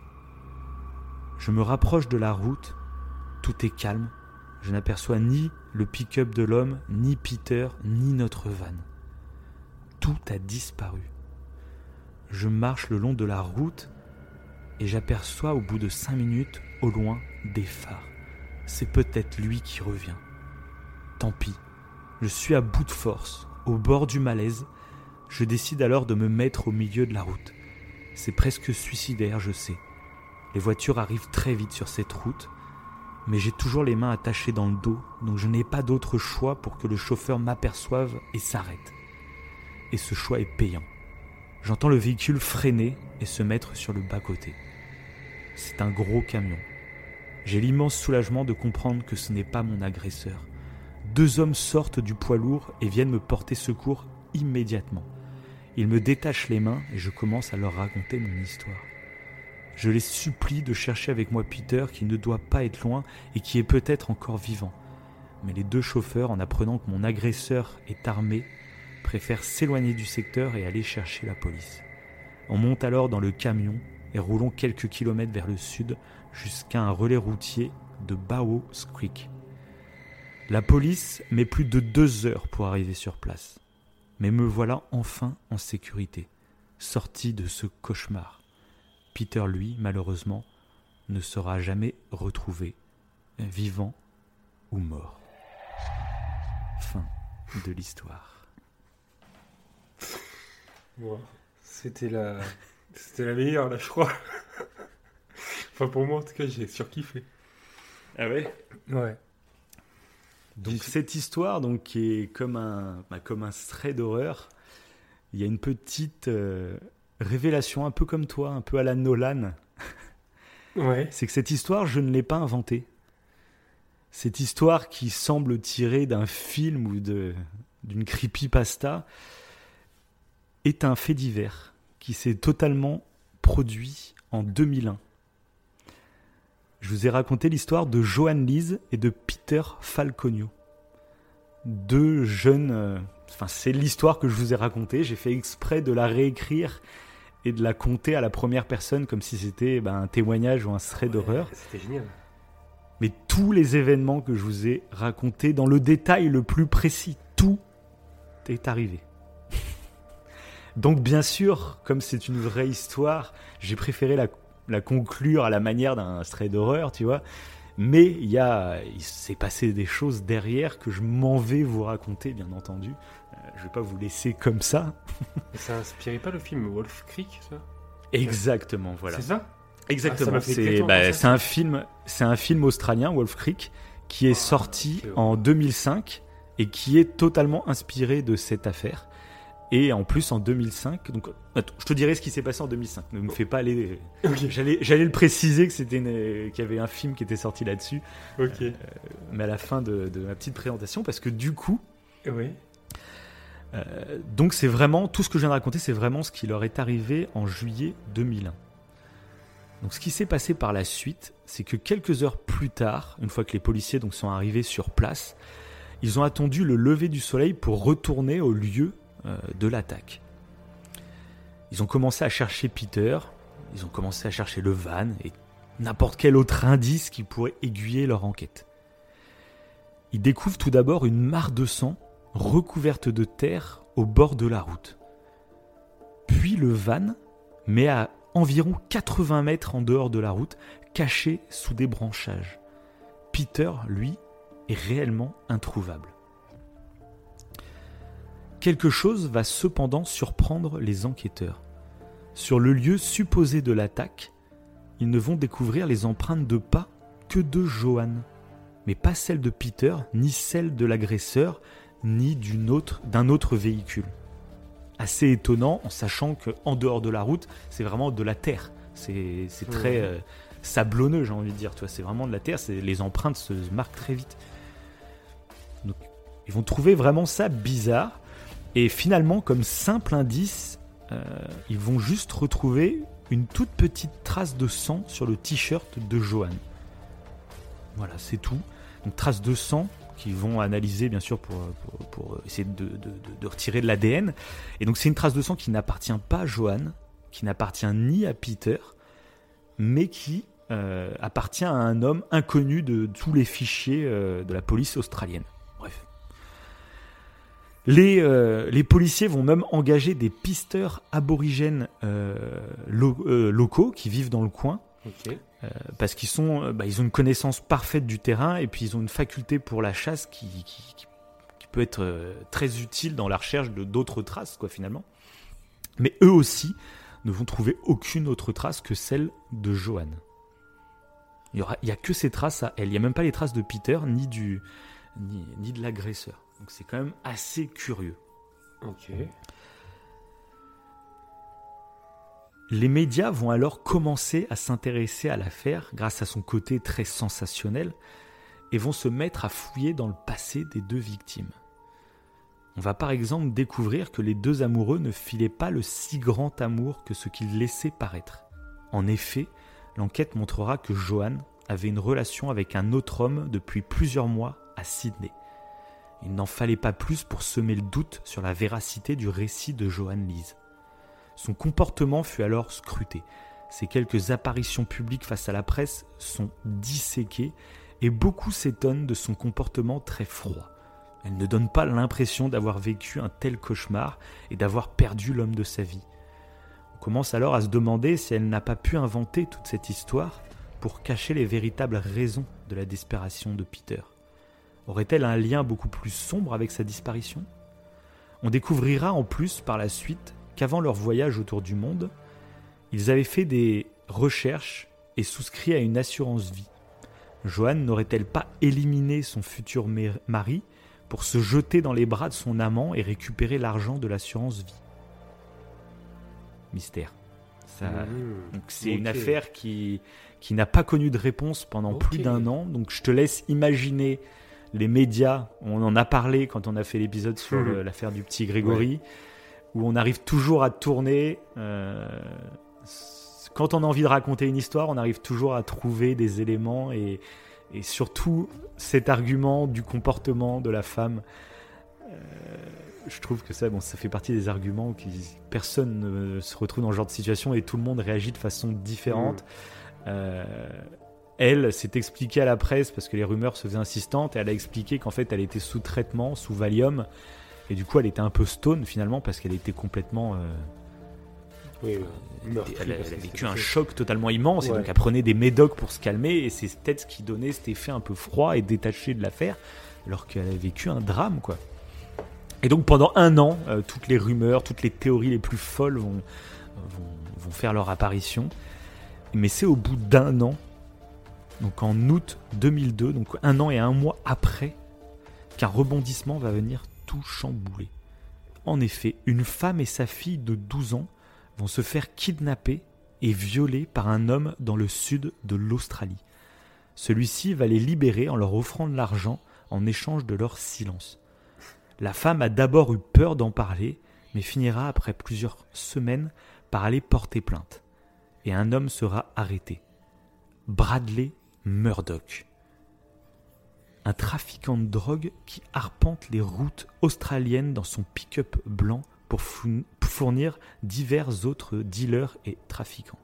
Je me rapproche de la route, tout est calme. Je n'aperçois ni le pick-up de l'homme, ni Peter, ni notre van. Tout a disparu. Je marche le long de la route et j'aperçois au bout de 5 minutes, au loin, des phares. C'est peut-être lui qui revient. Tant pis, je suis à bout de force, au bord du malaise. Je décide alors de me mettre au milieu de la route. C'est presque suicidaire, je sais. Les voitures arrivent très vite sur cette route, mais j'ai toujours les mains attachées dans le dos, donc je n'ai pas d'autre choix pour que le chauffeur m'aperçoive et s'arrête. Et ce choix est payant. J'entends le véhicule freiner et se mettre sur le bas-côté. C'est un gros camion. J'ai l'immense soulagement de comprendre que ce n'est pas mon agresseur. 2 hommes sortent du poids lourd et viennent me porter secours immédiatement. Ils me détachent les mains et je commence à leur raconter mon histoire. Je les supplie de chercher avec moi Peter qui ne doit pas être loin et qui est peut-être encore vivant. Mais les 2 chauffeurs, en apprenant que mon agresseur est armé, préfèrent s'éloigner du secteur et aller chercher la police. On monte alors dans le camion et roulons quelques kilomètres vers le sud jusqu'à un relais routier de Bowes Creek. La police met plus de 2 heures pour arriver sur place. Mais me voilà enfin en sécurité, sorti de ce cauchemar. Peter, lui, malheureusement, ne sera jamais retrouvé, vivant ou mort. Fin de l'histoire. Ouais, c'était la meilleure, là, je crois. Enfin, pour moi, en tout cas, j'ai surkiffé. Ah ouais ? Ouais. Donc cette histoire, donc, qui est comme un trait d'horreur, il y a une petite révélation, un peu comme toi, un peu à la Nolan. Ouais. C'est que cette histoire, je ne l'ai pas inventée. Cette histoire qui semble tirée d'un film ou d'une creepypasta est un fait divers qui s'est totalement produit en 2001. Je vous ai raconté l'histoire de Joan Lees et de Peter Falconio. 2 jeunes... c'est l'histoire que je vous ai racontée. J'ai fait exprès de la réécrire et de la conter à la première personne comme si c'était un témoignage ou un trait d'horreur. C'était génial. Mais tous les événements que je vous ai racontés dans le détail le plus précis, tout est arrivé. Donc bien sûr, comme c'est une vraie histoire, j'ai préféré la conclure à la manière d'un trait d'horreur, tu vois. Mais il s'est passé des choses derrière que je m'en vais vous raconter, bien entendu. Je vais pas vous laisser comme ça. Et ça inspirait pas le film Wolf Creek, ça ? Exactement, voilà. C'est ça ? Exactement. C'est un film australien, Wolf Creek, qui est sorti en 2005 et qui est totalement inspiré de cette affaire. Et en plus en 2005, donc attends, je te dirai ce qui s'est passé en 2005. Ne me fais pas aller. Okay. J'allais le préciser que qu'il y avait un film qui était sorti là-dessus. Ok. Mais à la fin de ma petite présentation, parce que du coup, oui. Donc c'est vraiment tout ce que je viens de raconter, c'est vraiment ce qui leur est arrivé en juillet 2001. Donc ce qui s'est passé par la suite, c'est que quelques heures plus tard, une fois que les policiers donc sont arrivés sur place, ils ont attendu le lever du soleil pour retourner au lieu de l'attaque. Ils ont commencé à chercher Peter, ils ont commencé à chercher le van et n'importe quel autre indice qui pourrait aiguiller leur enquête. Ils découvrent tout d'abord une mare de sang recouverte de terre au bord de la route. Puis le van, mais à environ 80 mètres en dehors de la route, caché sous des branchages. Peter, lui, est réellement introuvable. Quelque chose va cependant surprendre les enquêteurs. Sur le lieu supposé de l'attaque, ils ne vont découvrir les empreintes de pas que de Joan, mais pas celles de Peter, ni celles de l'agresseur, ni d'un autre véhicule. Assez étonnant, en sachant qu'en dehors de la route, c'est vraiment de la terre. C'est très sablonneux, j'ai envie de dire. Tu vois, c'est vraiment de la terre, les empreintes se marquent très vite. Donc, ils vont trouver vraiment ça bizarre. Et finalement, comme simple indice, ils vont juste retrouver une toute petite trace de sang sur le t-shirt de Joan. Voilà, c'est tout. Une trace de sang qu'ils vont analyser, bien sûr, pour essayer de retirer de l'ADN. Et donc, c'est une trace de sang qui n'appartient pas à Joan, qui n'appartient ni à Peter, mais qui appartient à un homme inconnu de tous les fichiers de la police australienne. Bref. Les policiers vont même engager des pisteurs aborigènes locaux qui vivent dans le coin. Ok. Parce qu'ils ils ont une connaissance parfaite du terrain et puis ils ont une faculté pour la chasse qui peut être très utile dans la recherche d'autres traces, quoi, finalement. Mais eux aussi ne vont trouver aucune autre trace que celle de Joanne. Il y a que ces traces à elle. Il n'y a même pas les traces de Peter ni de l'agresseur. Donc c'est quand même assez curieux. Ok. Les médias vont alors commencer à s'intéresser à l'affaire grâce à son côté très sensationnel et vont se mettre à fouiller dans le passé des deux victimes. On va par exemple découvrir que les deux amoureux ne filaient pas le si grand amour que ce qu'ils laissaient paraître. En effet, l'enquête montrera que Joanne avait une relation avec un autre homme depuis plusieurs mois à Sydney. Il n'en fallait pas plus pour semer le doute sur la véracité du récit de Joanne Lees. Son comportement fut alors scruté. Ses quelques apparitions publiques face à la presse sont disséquées et beaucoup s'étonnent de son comportement très froid. Elle ne donne pas l'impression d'avoir vécu un tel cauchemar et d'avoir perdu l'homme de sa vie. On commence alors à se demander si elle n'a pas pu inventer toute cette histoire pour cacher les véritables raisons de la disparition de Peter. Aurait-elle un lien beaucoup plus sombre avec sa disparition ? On découvrira en plus par la suite qu'avant leur voyage autour du monde, ils avaient fait des recherches et souscrit à une assurance vie. Joanne n'aurait-elle pas éliminé son futur mari pour se jeter dans les bras de son amant et récupérer l'argent de l'assurance vie ? Mystère. Donc c'est une affaire qui n'a pas connu de réponse pendant plus d'1 an. Donc je te laisse imaginer les médias. On en a parlé quand on a fait l'épisode sur l'affaire du petit Grégory, où on arrive toujours à tourner. Quand on a envie de raconter une histoire, on arrive toujours à trouver des éléments et surtout cet argument du comportement de la femme. Je trouve que ça fait partie des arguments où personne ne se retrouve dans ce genre de situation et tout le monde réagit de façon différente. Elle s'est expliquée à la presse parce que les rumeurs se faisaient insistantes et elle a expliqué qu'en fait elle était sous traitement, sous Valium, et du coup elle était un peu stone finalement parce qu'elle était complètement elle a vécu un choc totalement immense et donc elle prenait des médocs pour se calmer et c'est peut-être ce qui donnait cet effet un peu froid et détaché de l'affaire alors qu'elle a vécu un drame, quoi. Et donc pendant 1 an, toutes les rumeurs, toutes les théories les plus folles vont faire leur apparition. Mais c'est au bout d'1 an, donc en août 2002, donc 1 an et 1 mois après, qu'un rebondissement va venir tout chambouler. En effet, une femme et sa fille de 12 ans vont se faire kidnapper et violer par un homme dans le sud de l'Australie. Celui-ci va les libérer en leur offrant de l'argent en échange de leur silence. La femme a d'abord eu peur d'en parler, mais finira après plusieurs semaines par aller porter plainte. Et un homme sera arrêté. Bradley Murdoch. Un trafiquant de drogue qui arpente les routes australiennes dans son pick-up blanc pour fournir divers autres dealers et trafiquants.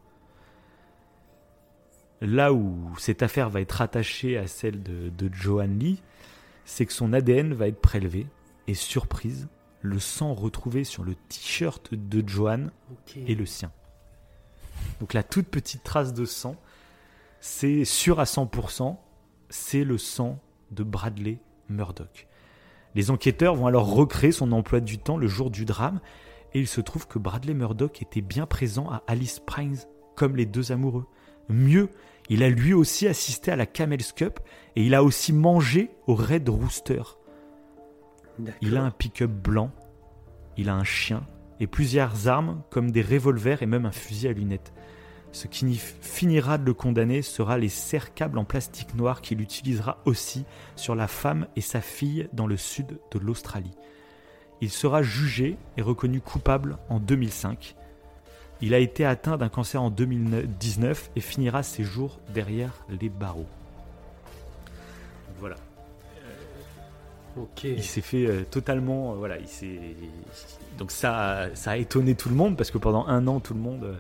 Là où cette affaire va être rattachée à celle de Joanne Lee, c'est que son ADN va être prélevé. Et surprise, le sang retrouvé sur le t-shirt de Joanne est le sien. Donc la toute petite trace de sang, c'est sûr à 100%, c'est le sang de Bradley Murdoch. Les enquêteurs vont alors recréer son emploi du temps le jour du drame et il se trouve que Bradley Murdoch était bien présent à Alice Springs comme les deux amoureux. Mieux, il a lui aussi assisté à la Camel's Cup et il a aussi mangé au Red Rooster. D'accord. Il a un pick-up blanc, il a un chien et plusieurs armes comme des revolvers et même un fusil à lunettes. Ce qui finira de le condamner sera les serre-câbles en plastique noir qu'il utilisera aussi sur la femme et sa fille dans le sud de l'Australie. Il sera jugé et reconnu coupable en 2005. Il a été atteint d'un cancer en 2019 et finira ses jours derrière les barreaux. Voilà. Il s'est fait totalement... Donc ça a étonné tout le monde parce que pendant 1 an, tout le monde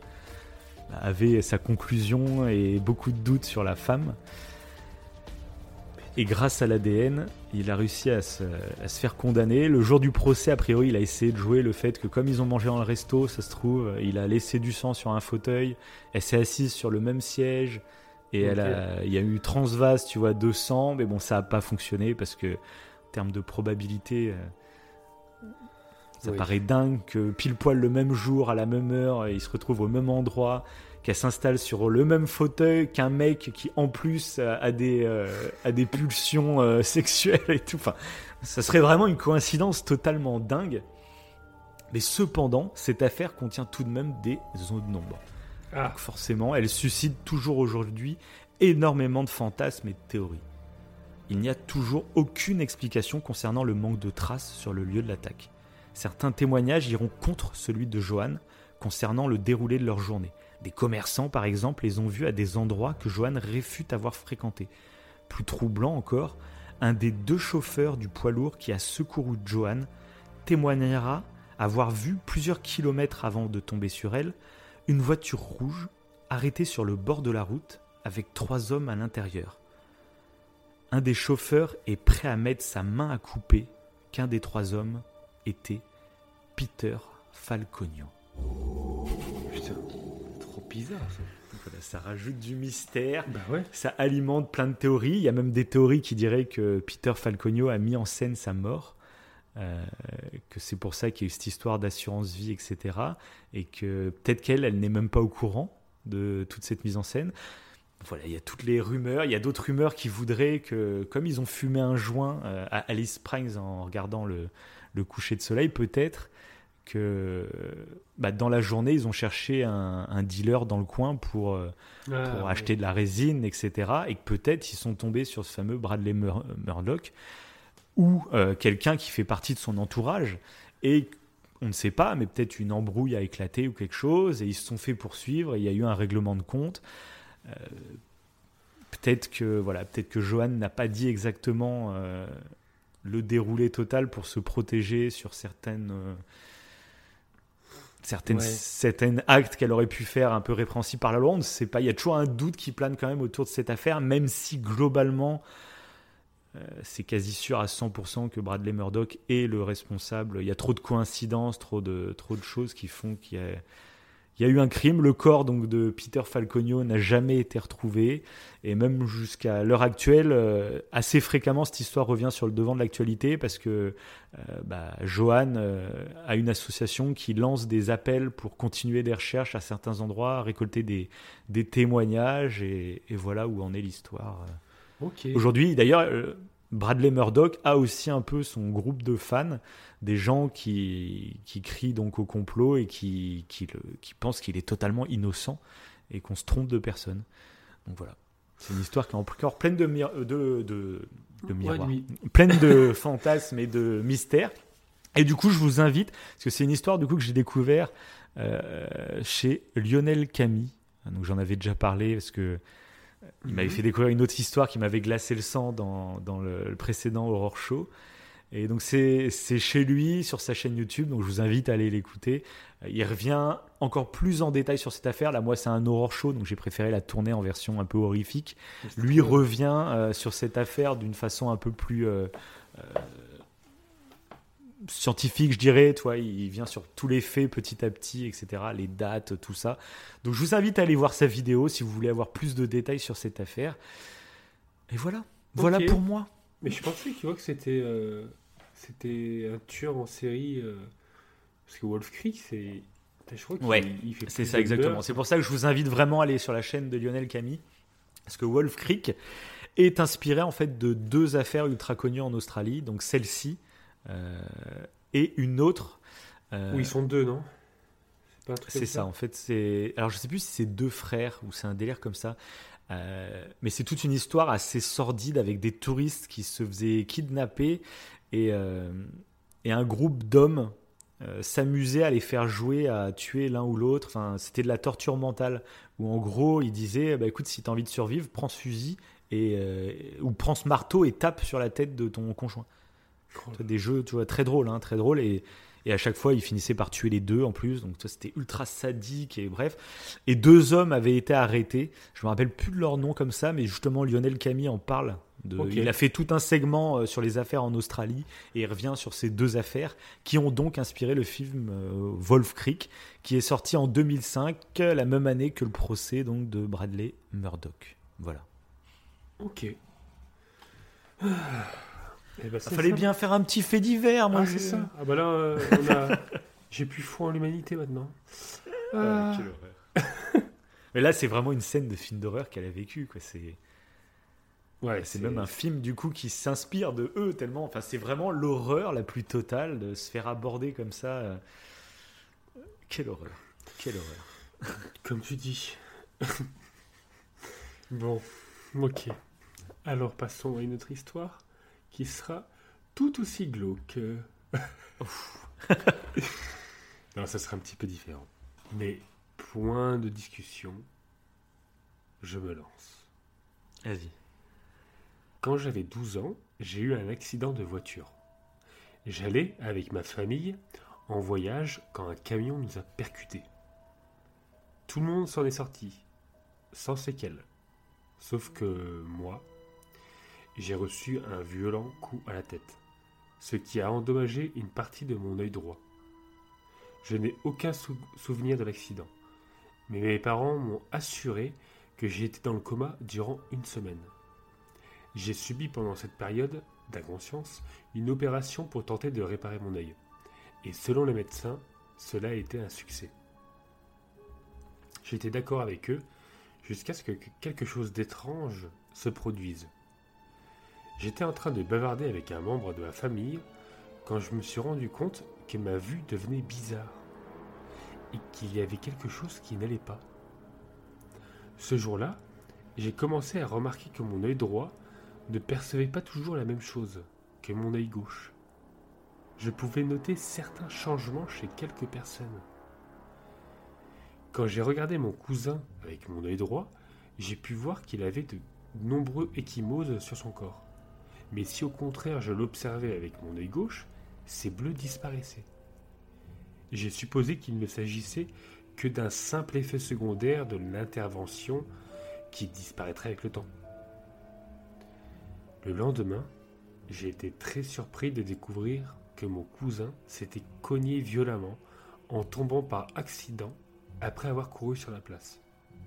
avait sa conclusion et beaucoup de doutes sur la femme. Et grâce à l'ADN, il a réussi à se faire condamner. Le jour du procès, a priori, il a essayé de jouer le fait que comme ils ont mangé dans le resto, ça se trouve, il a laissé du sang sur un fauteuil. Elle s'est assise sur le même siège. Et il y a eu transvase, tu vois, de sang. Mais bon, ça n'a pas fonctionné parce que, en termes de probabilité, ça paraît dingue que pile poil le même jour, à la même heure, il se retrouve au même endroit, qu'elle s'installe sur le même fauteuil qu'un mec qui en plus a des pulsions sexuelles et tout. Enfin, ça serait vraiment une coïncidence totalement dingue. Mais cependant, cette affaire contient tout de même des zones d'ombre. Donc forcément, elle suscite toujours aujourd'hui énormément de fantasmes et de théories. Il n'y a toujours aucune explication concernant le manque de traces sur le lieu de l'attaque. Certains témoignages iront contre celui de Johanne concernant le déroulé de leur journée. Des commerçants, par exemple, les ont vus à des endroits que Johanne réfute avoir fréquentés. Plus troublant encore, un des 2 chauffeurs du poids lourd qui a secouru Johanne témoignera avoir vu plusieurs kilomètres avant de tomber sur elle une voiture rouge arrêtée sur le bord de la route avec 3 hommes à l'intérieur. Un des chauffeurs est prêt à mettre sa main à couper qu'un des 3 hommes était Peter Falconio. Putain, trop bizarre ça. Voilà, ça rajoute du mystère, Ouais. Ça alimente plein de théories. Il y a même des théories qui diraient que Peter Falconio a mis en scène sa mort, que c'est pour ça qu'il y a eu cette histoire d'assurance vie, etc. Et que peut-être qu'elle n'est même pas au courant de toute cette mise en scène. Voilà, il y a toutes les rumeurs. Il y a d'autres rumeurs qui voudraient que, comme ils ont fumé un joint à Alice Springs en regardant le coucher de soleil, peut-être que dans la journée, ils ont cherché un dealer dans le coin pour acheter de la résine, etc. Et que peut-être ils sont tombés sur ce fameux Bradley Murdoch ou quelqu'un qui fait partie de son entourage. Et on ne sait pas, mais peut-être une embrouille a éclaté ou quelque chose et ils se sont fait poursuivre et il y a eu un règlement de compte. Peut-être que Johanne n'a pas dit exactement le déroulé total pour se protéger sur certaines actes qu'elle aurait pu faire un peu répréhensibles par la loi. On ne sait pas. Il y a toujours un doute qui plane quand même autour de cette affaire, même si globalement c'est quasi sûr à 100% que Bradley Murdoch est le responsable. Il y a trop de coïncidences, trop de choses qui font qu'il y a eu un crime. Le corps donc de Peter Falconio n'a jamais été retrouvé et même jusqu'à l'heure actuelle, assez fréquemment cette histoire revient sur le devant de l'actualité parce que Johanne a une association qui lance des appels pour continuer des recherches à certains endroits, récolter des témoignages et voilà où en est l'histoire. Okay. Aujourd'hui, d'ailleurs, Bradley Murdoch a aussi un peu son groupe de fans, des gens qui crient donc au complot et qui pensent qu'il est totalement innocent et qu'on se trompe de personne. Donc voilà, c'est une histoire qui est encore pleine de miroirs, pleine de fantasmes et de mystères. Et du coup, je vous invite, parce que c'est une histoire du coup que j'ai découvert chez Lionel Camille. Donc j'en avais déjà parlé parce que il m'avait fait découvrir une autre histoire qui m'avait glacé le sang dans le précédent Horror Show. Et donc c'est chez lui, sur sa chaîne YouTube, donc je vous invite à aller l'écouter. Il revient encore plus en détail sur cette affaire. Là, moi, c'est un Horror Show, donc j'ai préféré la tourner en version un peu horrifique. Lui revient sur cette affaire d'une façon un peu plus scientifique, je dirais. Toi, il vient sur tous les faits petit à petit, etc., les dates, tout ça. Donc je vous invite à aller voir sa vidéo si vous voulez avoir plus de détails sur cette affaire. Et voilà, voilà pour moi. Mais je pensais que c'était un tueur en série, parce que Wolf Creek, je crois qu'il fait c'est ça exactement. C'est pour ça que je vous invite vraiment à aller sur la chaîne de Lionel Camille, parce que Wolf Creek est inspiré en fait de 2 affaires ultra connues en Australie, donc celle-ci et une autre. Où ils sont 2, non? C'est pas un truc c'est comme ça en fait. Alors je sais plus si c'est 2 frères ou c'est un délire comme ça. Mais c'est toute une histoire assez sordide avec des touristes qui se faisaient kidnapper et un groupe d'hommes s'amusait à les faire jouer à tuer l'un ou l'autre. Enfin, c'était de la torture mentale où en gros ils disaient écoute, si tu as envie de survivre, prends ce fusil ou prends ce marteau et tape sur la tête de ton conjoint. Des jeux, tu vois, très drôles, très drôles et à chaque fois ils finissaient par tuer les 2 en plus, donc c'était ultra sadique et bref. Et 2 hommes avaient été arrêtés, je me rappelle plus de leur nom comme ça, mais justement Lionel Camille en parle Ok. Il a fait tout un segment sur les affaires en Australie et il revient sur ces 2 affaires qui ont donc inspiré le film Wolf Creek, qui est sorti en 2005, la même année que le procès donc de Bradley Murdoch. Voilà. Ok. Eh ben, Il fallait bien faire un petit fait divers, moi. c'est ça. Ah bah là, j'ai plus foi en l'humanité maintenant. Quelle horreur. Mais là, c'est vraiment une scène de film d'horreur qu'elle a vécue, quoi. C'est même un film du coup qui s'inspire de eux tellement. Enfin, c'est vraiment l'horreur la plus totale de se faire aborder comme ça. Quelle horreur. Quelle horreur. Comme tu dis. Bon, ok. Alors passons à une autre histoire qui sera tout aussi glauque. Non, ça sera un petit peu différent. Mais point de discussion, je me lance. Vas-y. Quand j'avais 12 ans, j'ai eu un accident de voiture. J'allais avec ma famille en voyage quand un camion nous a percutés. Tout le monde s'en est sorti, sans séquelles. Sauf que moi, j'ai reçu un violent coup à la tête, ce qui a endommagé une partie de mon œil droit. Je n'ai aucun souvenir de l'accident, mais mes parents m'ont assuré que j'ai été dans le coma durant 1 semaine. J'ai subi pendant cette période d'inconscience une opération pour tenter de réparer mon œil. Et selon les médecins, cela a été un succès. J'étais d'accord avec eux jusqu'à ce que quelque chose d'étrange se produise. J'étais en train de bavarder avec un membre de ma famille quand je me suis rendu compte que ma vue devenait bizarre et qu'il y avait quelque chose qui n'allait pas. Ce jour-là, j'ai commencé à remarquer que mon œil droit ne percevait pas toujours la même chose que mon œil gauche. Je pouvais noter certains changements chez quelques personnes. Quand j'ai regardé mon cousin avec mon œil droit, j'ai pu voir qu'il avait de nombreux ecchymoses sur son corps. Mais si au contraire je l'observais avec mon œil gauche, ces bleus disparaissaient. J'ai supposé qu'il ne s'agissait que d'un simple effet secondaire de l'intervention qui disparaîtrait avec le temps. Le lendemain, j'ai été très surpris de découvrir que mon cousin s'était cogné violemment en tombant par accident après avoir couru sur la place.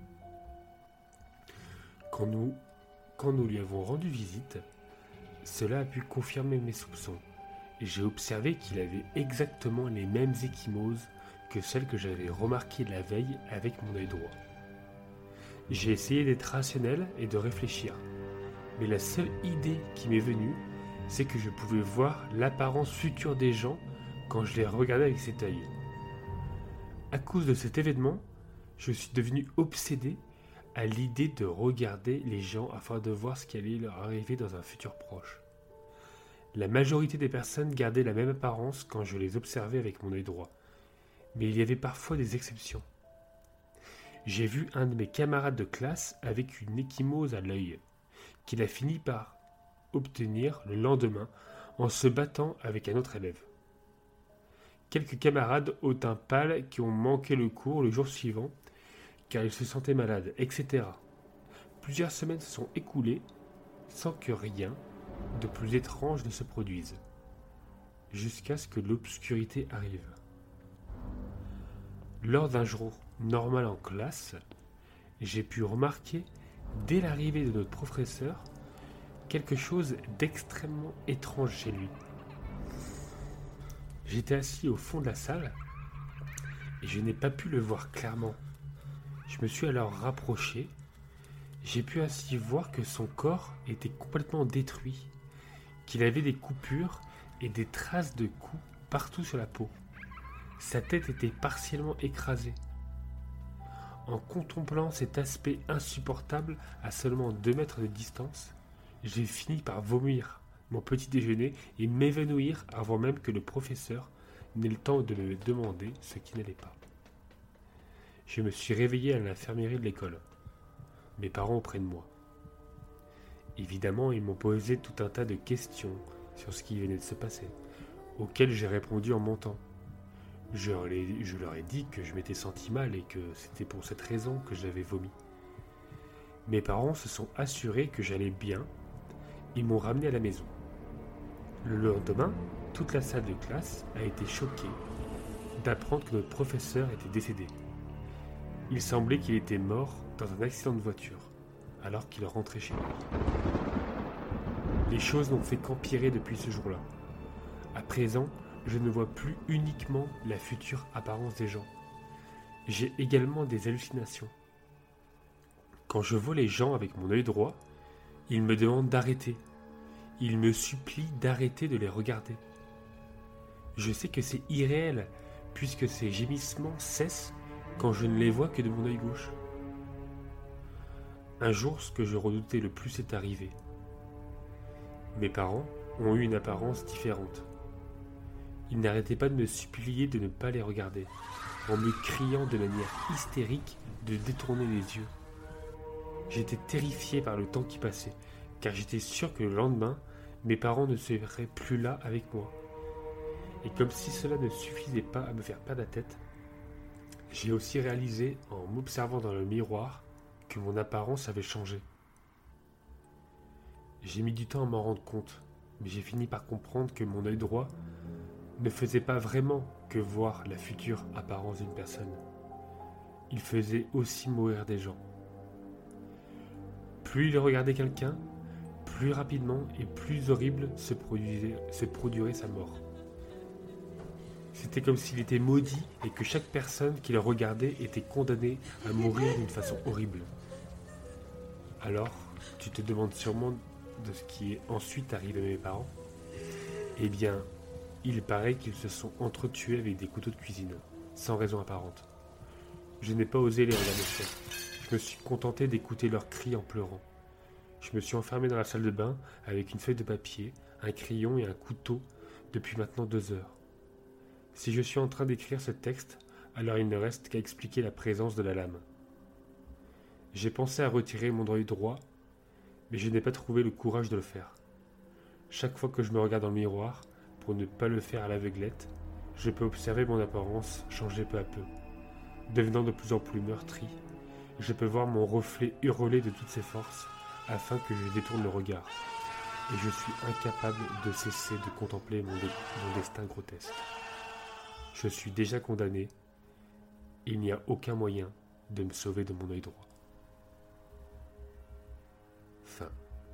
Quand nous lui avons rendu visite, cela a pu confirmer mes soupçons et j'ai observé qu'il avait exactement les mêmes ecchymoses que celles que j'avais remarquées la veille avec mon œil droit. J'ai essayé d'être rationnel et de réfléchir, mais la seule idée qui m'est venue, c'est que je pouvais voir l'apparence future des gens quand je les regardais avec cet œil. À cause de cet événement, je suis devenu obsédé à l'idée de regarder les gens afin de voir ce qui allait leur arriver dans un futur proche. La majorité des personnes gardaient la même apparence quand je les observais avec mon œil droit, mais il y avait parfois des exceptions. J'ai vu un de mes camarades de classe avec une ecchymose à l'œil, qu'il a fini par obtenir le lendemain en se battant avec un autre élève. Quelques camarades au teint pâle qui ont manqué le cours le jour suivant car ils se sentaient malades, etc. Plusieurs semaines se sont écoulées sans que rien de plus étrange ne se produise, jusqu'à ce que l'obscurité arrive. Lors d'un jour normal en classe, j'ai pu remarquer, dès l'arrivée de notre professeur, quelque chose d'extrêmement étrange chez lui. J'étais assis au fond de la salle et je n'ai pas pu le voir clairement. Je me suis alors rapproché. J'ai pu ainsi voir que son corps était complètement détruit, qu'il avait des coupures et des traces de coups partout sur la peau. Sa tête était partiellement écrasée. En contemplant cet aspect insupportable à seulement 2 mètres de distance, j'ai fini par vomir mon petit déjeuner et m'évanouir avant même que le professeur n'ait le temps de me demander ce qui n'allait pas. Je me suis réveillé à l'infirmerie de l'école, mes parents auprès de moi. Évidemment, ils m'ont posé tout un tas de questions sur ce qui venait de se passer, auxquelles j'ai répondu en mentant. Je leur ai dit que je m'étais senti mal et que c'était pour cette raison que j'avais vomi. Mes parents se sont assurés que j'allais bien Ils m'ont ramené à la maison. Le lendemain, toute la salle de classe a été choquée d'apprendre que notre professeur était décédé. Il semblait qu'il était mort dans un accident de voiture, alors qu'il rentrait chez lui. Les choses n'ont fait qu'empirer depuis ce jour-là. À présent, je ne vois plus uniquement la future apparence des gens. J'ai également des hallucinations. Quand je vois les gens avec mon œil droit, ils me demandent d'arrêter. Ils me supplient d'arrêter de les regarder. Je sais que c'est irréel, puisque ces gémissements cessent quand je ne les vois que de mon œil gauche. Un jour, ce que je redoutais le plus est arrivé. Mes parents ont eu une apparence différente. Ils n'arrêtaient pas de me supplier de ne pas les regarder, en me criant de manière hystérique de détourner les yeux. J'étais terrifié par le temps qui passait, car j'étais sûr que le lendemain, mes parents ne seraient plus là avec moi. Et comme si cela ne suffisait pas à me faire perdre la tête, j'ai aussi réalisé, en m'observant dans le miroir, que mon apparence avait changé. J'ai mis du temps à m'en rendre compte, mais j'ai fini par comprendre que mon œil droit ne faisait pas vraiment que voir la future apparence d'une personne. Il faisait aussi mourir des gens. Plus il regardait quelqu'un, plus rapidement et plus horrible se produirait sa mort. C'était comme s'il était maudit et que chaque personne qui le regardait était condamnée à mourir d'une façon horrible. Alors, tu te demandes sûrement de ce qui est ensuite arrivé à mes parents ? Eh bien, il paraît qu'ils se sont entretués avec des couteaux de cuisine, sans raison apparente. Je n'ai pas osé les regarder faire. Je me suis contenté d'écouter leurs cris en pleurant. Je me suis enfermé dans la salle de bain avec une feuille de papier, un crayon et un couteau depuis maintenant 2 heures. Si je suis en train d'écrire ce texte, alors il ne reste qu'à expliquer la présence de la lame. J'ai pensé à retirer mon œil droit, mais je n'ai pas trouvé le courage de le faire. Chaque fois que je me regarde dans le miroir, pour ne pas le faire à l'aveuglette, je peux observer mon apparence changer peu à peu, devenant de plus en plus meurtrie. Je peux voir mon reflet hurler de toutes ses forces afin que je détourne le regard. Et je suis incapable de cesser de contempler mon destin grotesque. Je suis déjà condamné. Il n'y a aucun moyen de me sauver de mon œil droit. Fin.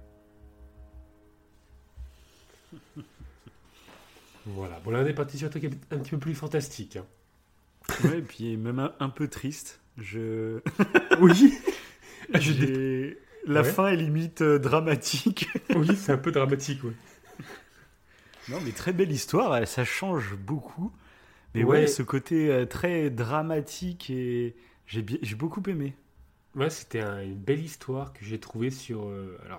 Voilà. Bon, là, on est parti sur un truc un petit peu plus fantastique. Hein. Ouais, et puis même un peu triste. Oui. La Ouais. fin est limite dramatique. Oui, c'est un peu dramatique, ouais. Non, mais très belle histoire. Ça change beaucoup. Mais Ouais. ouais, ce côté très dramatique et j'ai beaucoup aimé. Ouais, c'était une belle histoire que j'ai trouvée sur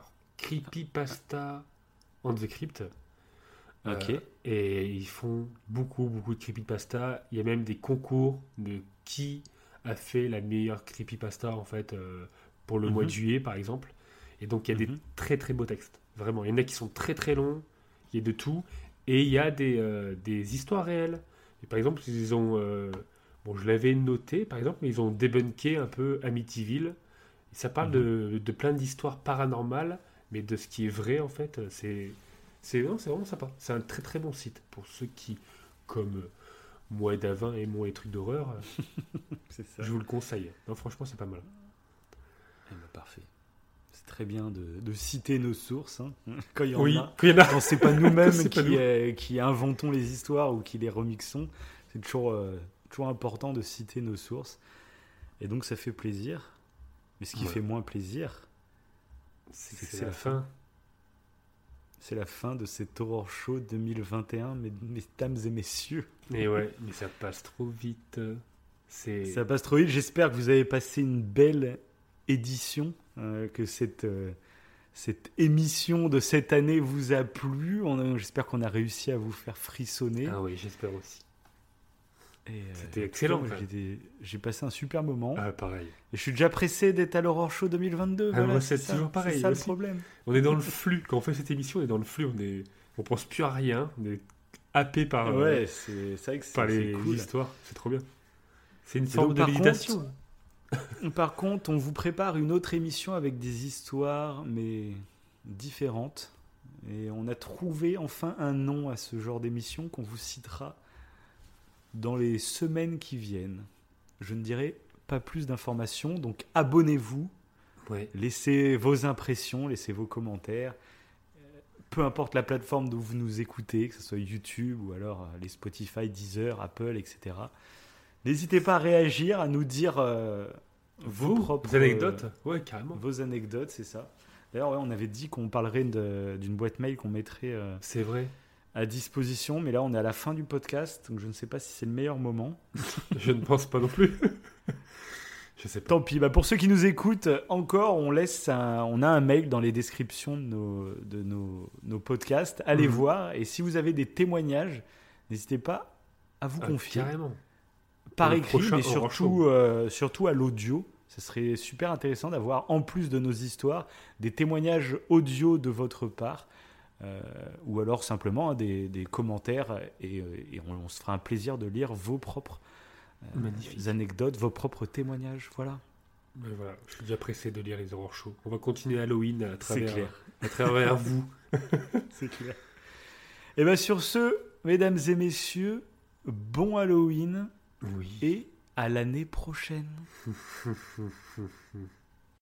Creepypasta on the Crypt. Ok. Et ils font beaucoup de creepypasta. Il y a même des concours de qui a fait la meilleure creepypasta en fait pour le mois de juillet par exemple. Et donc il y a des très très beaux textes. Vraiment, il y en a qui sont très très longs. Il y a de tout. Et il y a des histoires réelles. Et par exemple, ils ont je l'avais noté par exemple, mais ils ont débunké un peu Amityville. Et ça parle de plein d'histoires paranormales, mais de ce qui est vrai en fait. C'est vraiment sympa. C'est un très très bon site pour ceux qui, comme moi et Davin, aiment les trucs d'horreur. C'est ça. Je vous le conseille. Non, franchement, c'est pas mal. Eh ben, parfait. C'est très bien de citer nos sources hein, quand il y en a. quand il y en a. Quand c'est pas nous-mêmes C'est pas qui inventons les histoires ou qui les remixons, c'est toujours important de citer nos sources. Et donc ça fait plaisir. Mais ce qui fait moins plaisir, c'est la fin. C'est la fin de cet Horror Show 2021, mesdames et messieurs. Mais ouais, mais ça passe trop vite. Ça passe trop vite. J'espère que vous avez passé une belle édition, que cette émission de cette année vous a plu. J'espère qu'on a réussi à vous faire frissonner. Ah oui, j'espère aussi. Et, c'était excellent. J'ai passé un super moment. Ah, pareil. Et je suis déjà pressé d'être à l'Horror Show 2022. Ah, moi, c'est toujours pareil. C'est ça le problème. On est dans le flux. Quand on fait cette émission, on est dans le flux. On pense plus à rien. On est happé par, c'est vrai que par les cool. histoires. C'est trop bien. C'est une forme de méditation. Par contre, on vous prépare une autre émission avec des histoires, mais différentes. Et on a trouvé enfin un nom à ce genre d'émission qu'on vous citera dans les semaines qui viennent. Je ne dirai pas plus d'informations, donc abonnez-vous, laissez vos impressions, laissez vos commentaires. Peu importe la plateforme d'où vous nous écoutez, que ce soit YouTube ou alors les Spotify, Deezer, Apple, etc. N'hésitez pas à réagir, à nous dire vos propres anecdotes. Ouais, carrément. Vos anecdotes, c'est ça. D'ailleurs, on avait dit qu'on parlerait d'une boîte mail qu'on mettrait c'est vrai. À disposition, mais là, on est à la fin du podcast, donc je ne sais pas si c'est le meilleur moment. Je ne pense pas non plus. Je sais pas. Tant pis. Pour ceux qui nous écoutent, encore, on a un mail dans les descriptions de nos podcasts. Allez voir. Et si vous avez des témoignages, n'hésitez pas à vous confier. Carrément. Par écrit, mais surtout à l'audio. Ce serait super intéressant d'avoir, en plus de nos histoires, des témoignages audio de votre part. Ou alors simplement des commentaires. Et on se fera un plaisir de lire vos propres anecdotes, vos propres témoignages. Voilà. Mais voilà, je suis déjà pressé de lire les horror shows. On va continuer Halloween à travers vous. C'est clair. Et bien sur ce, mesdames et messieurs, bon Halloween et à l'année prochaine.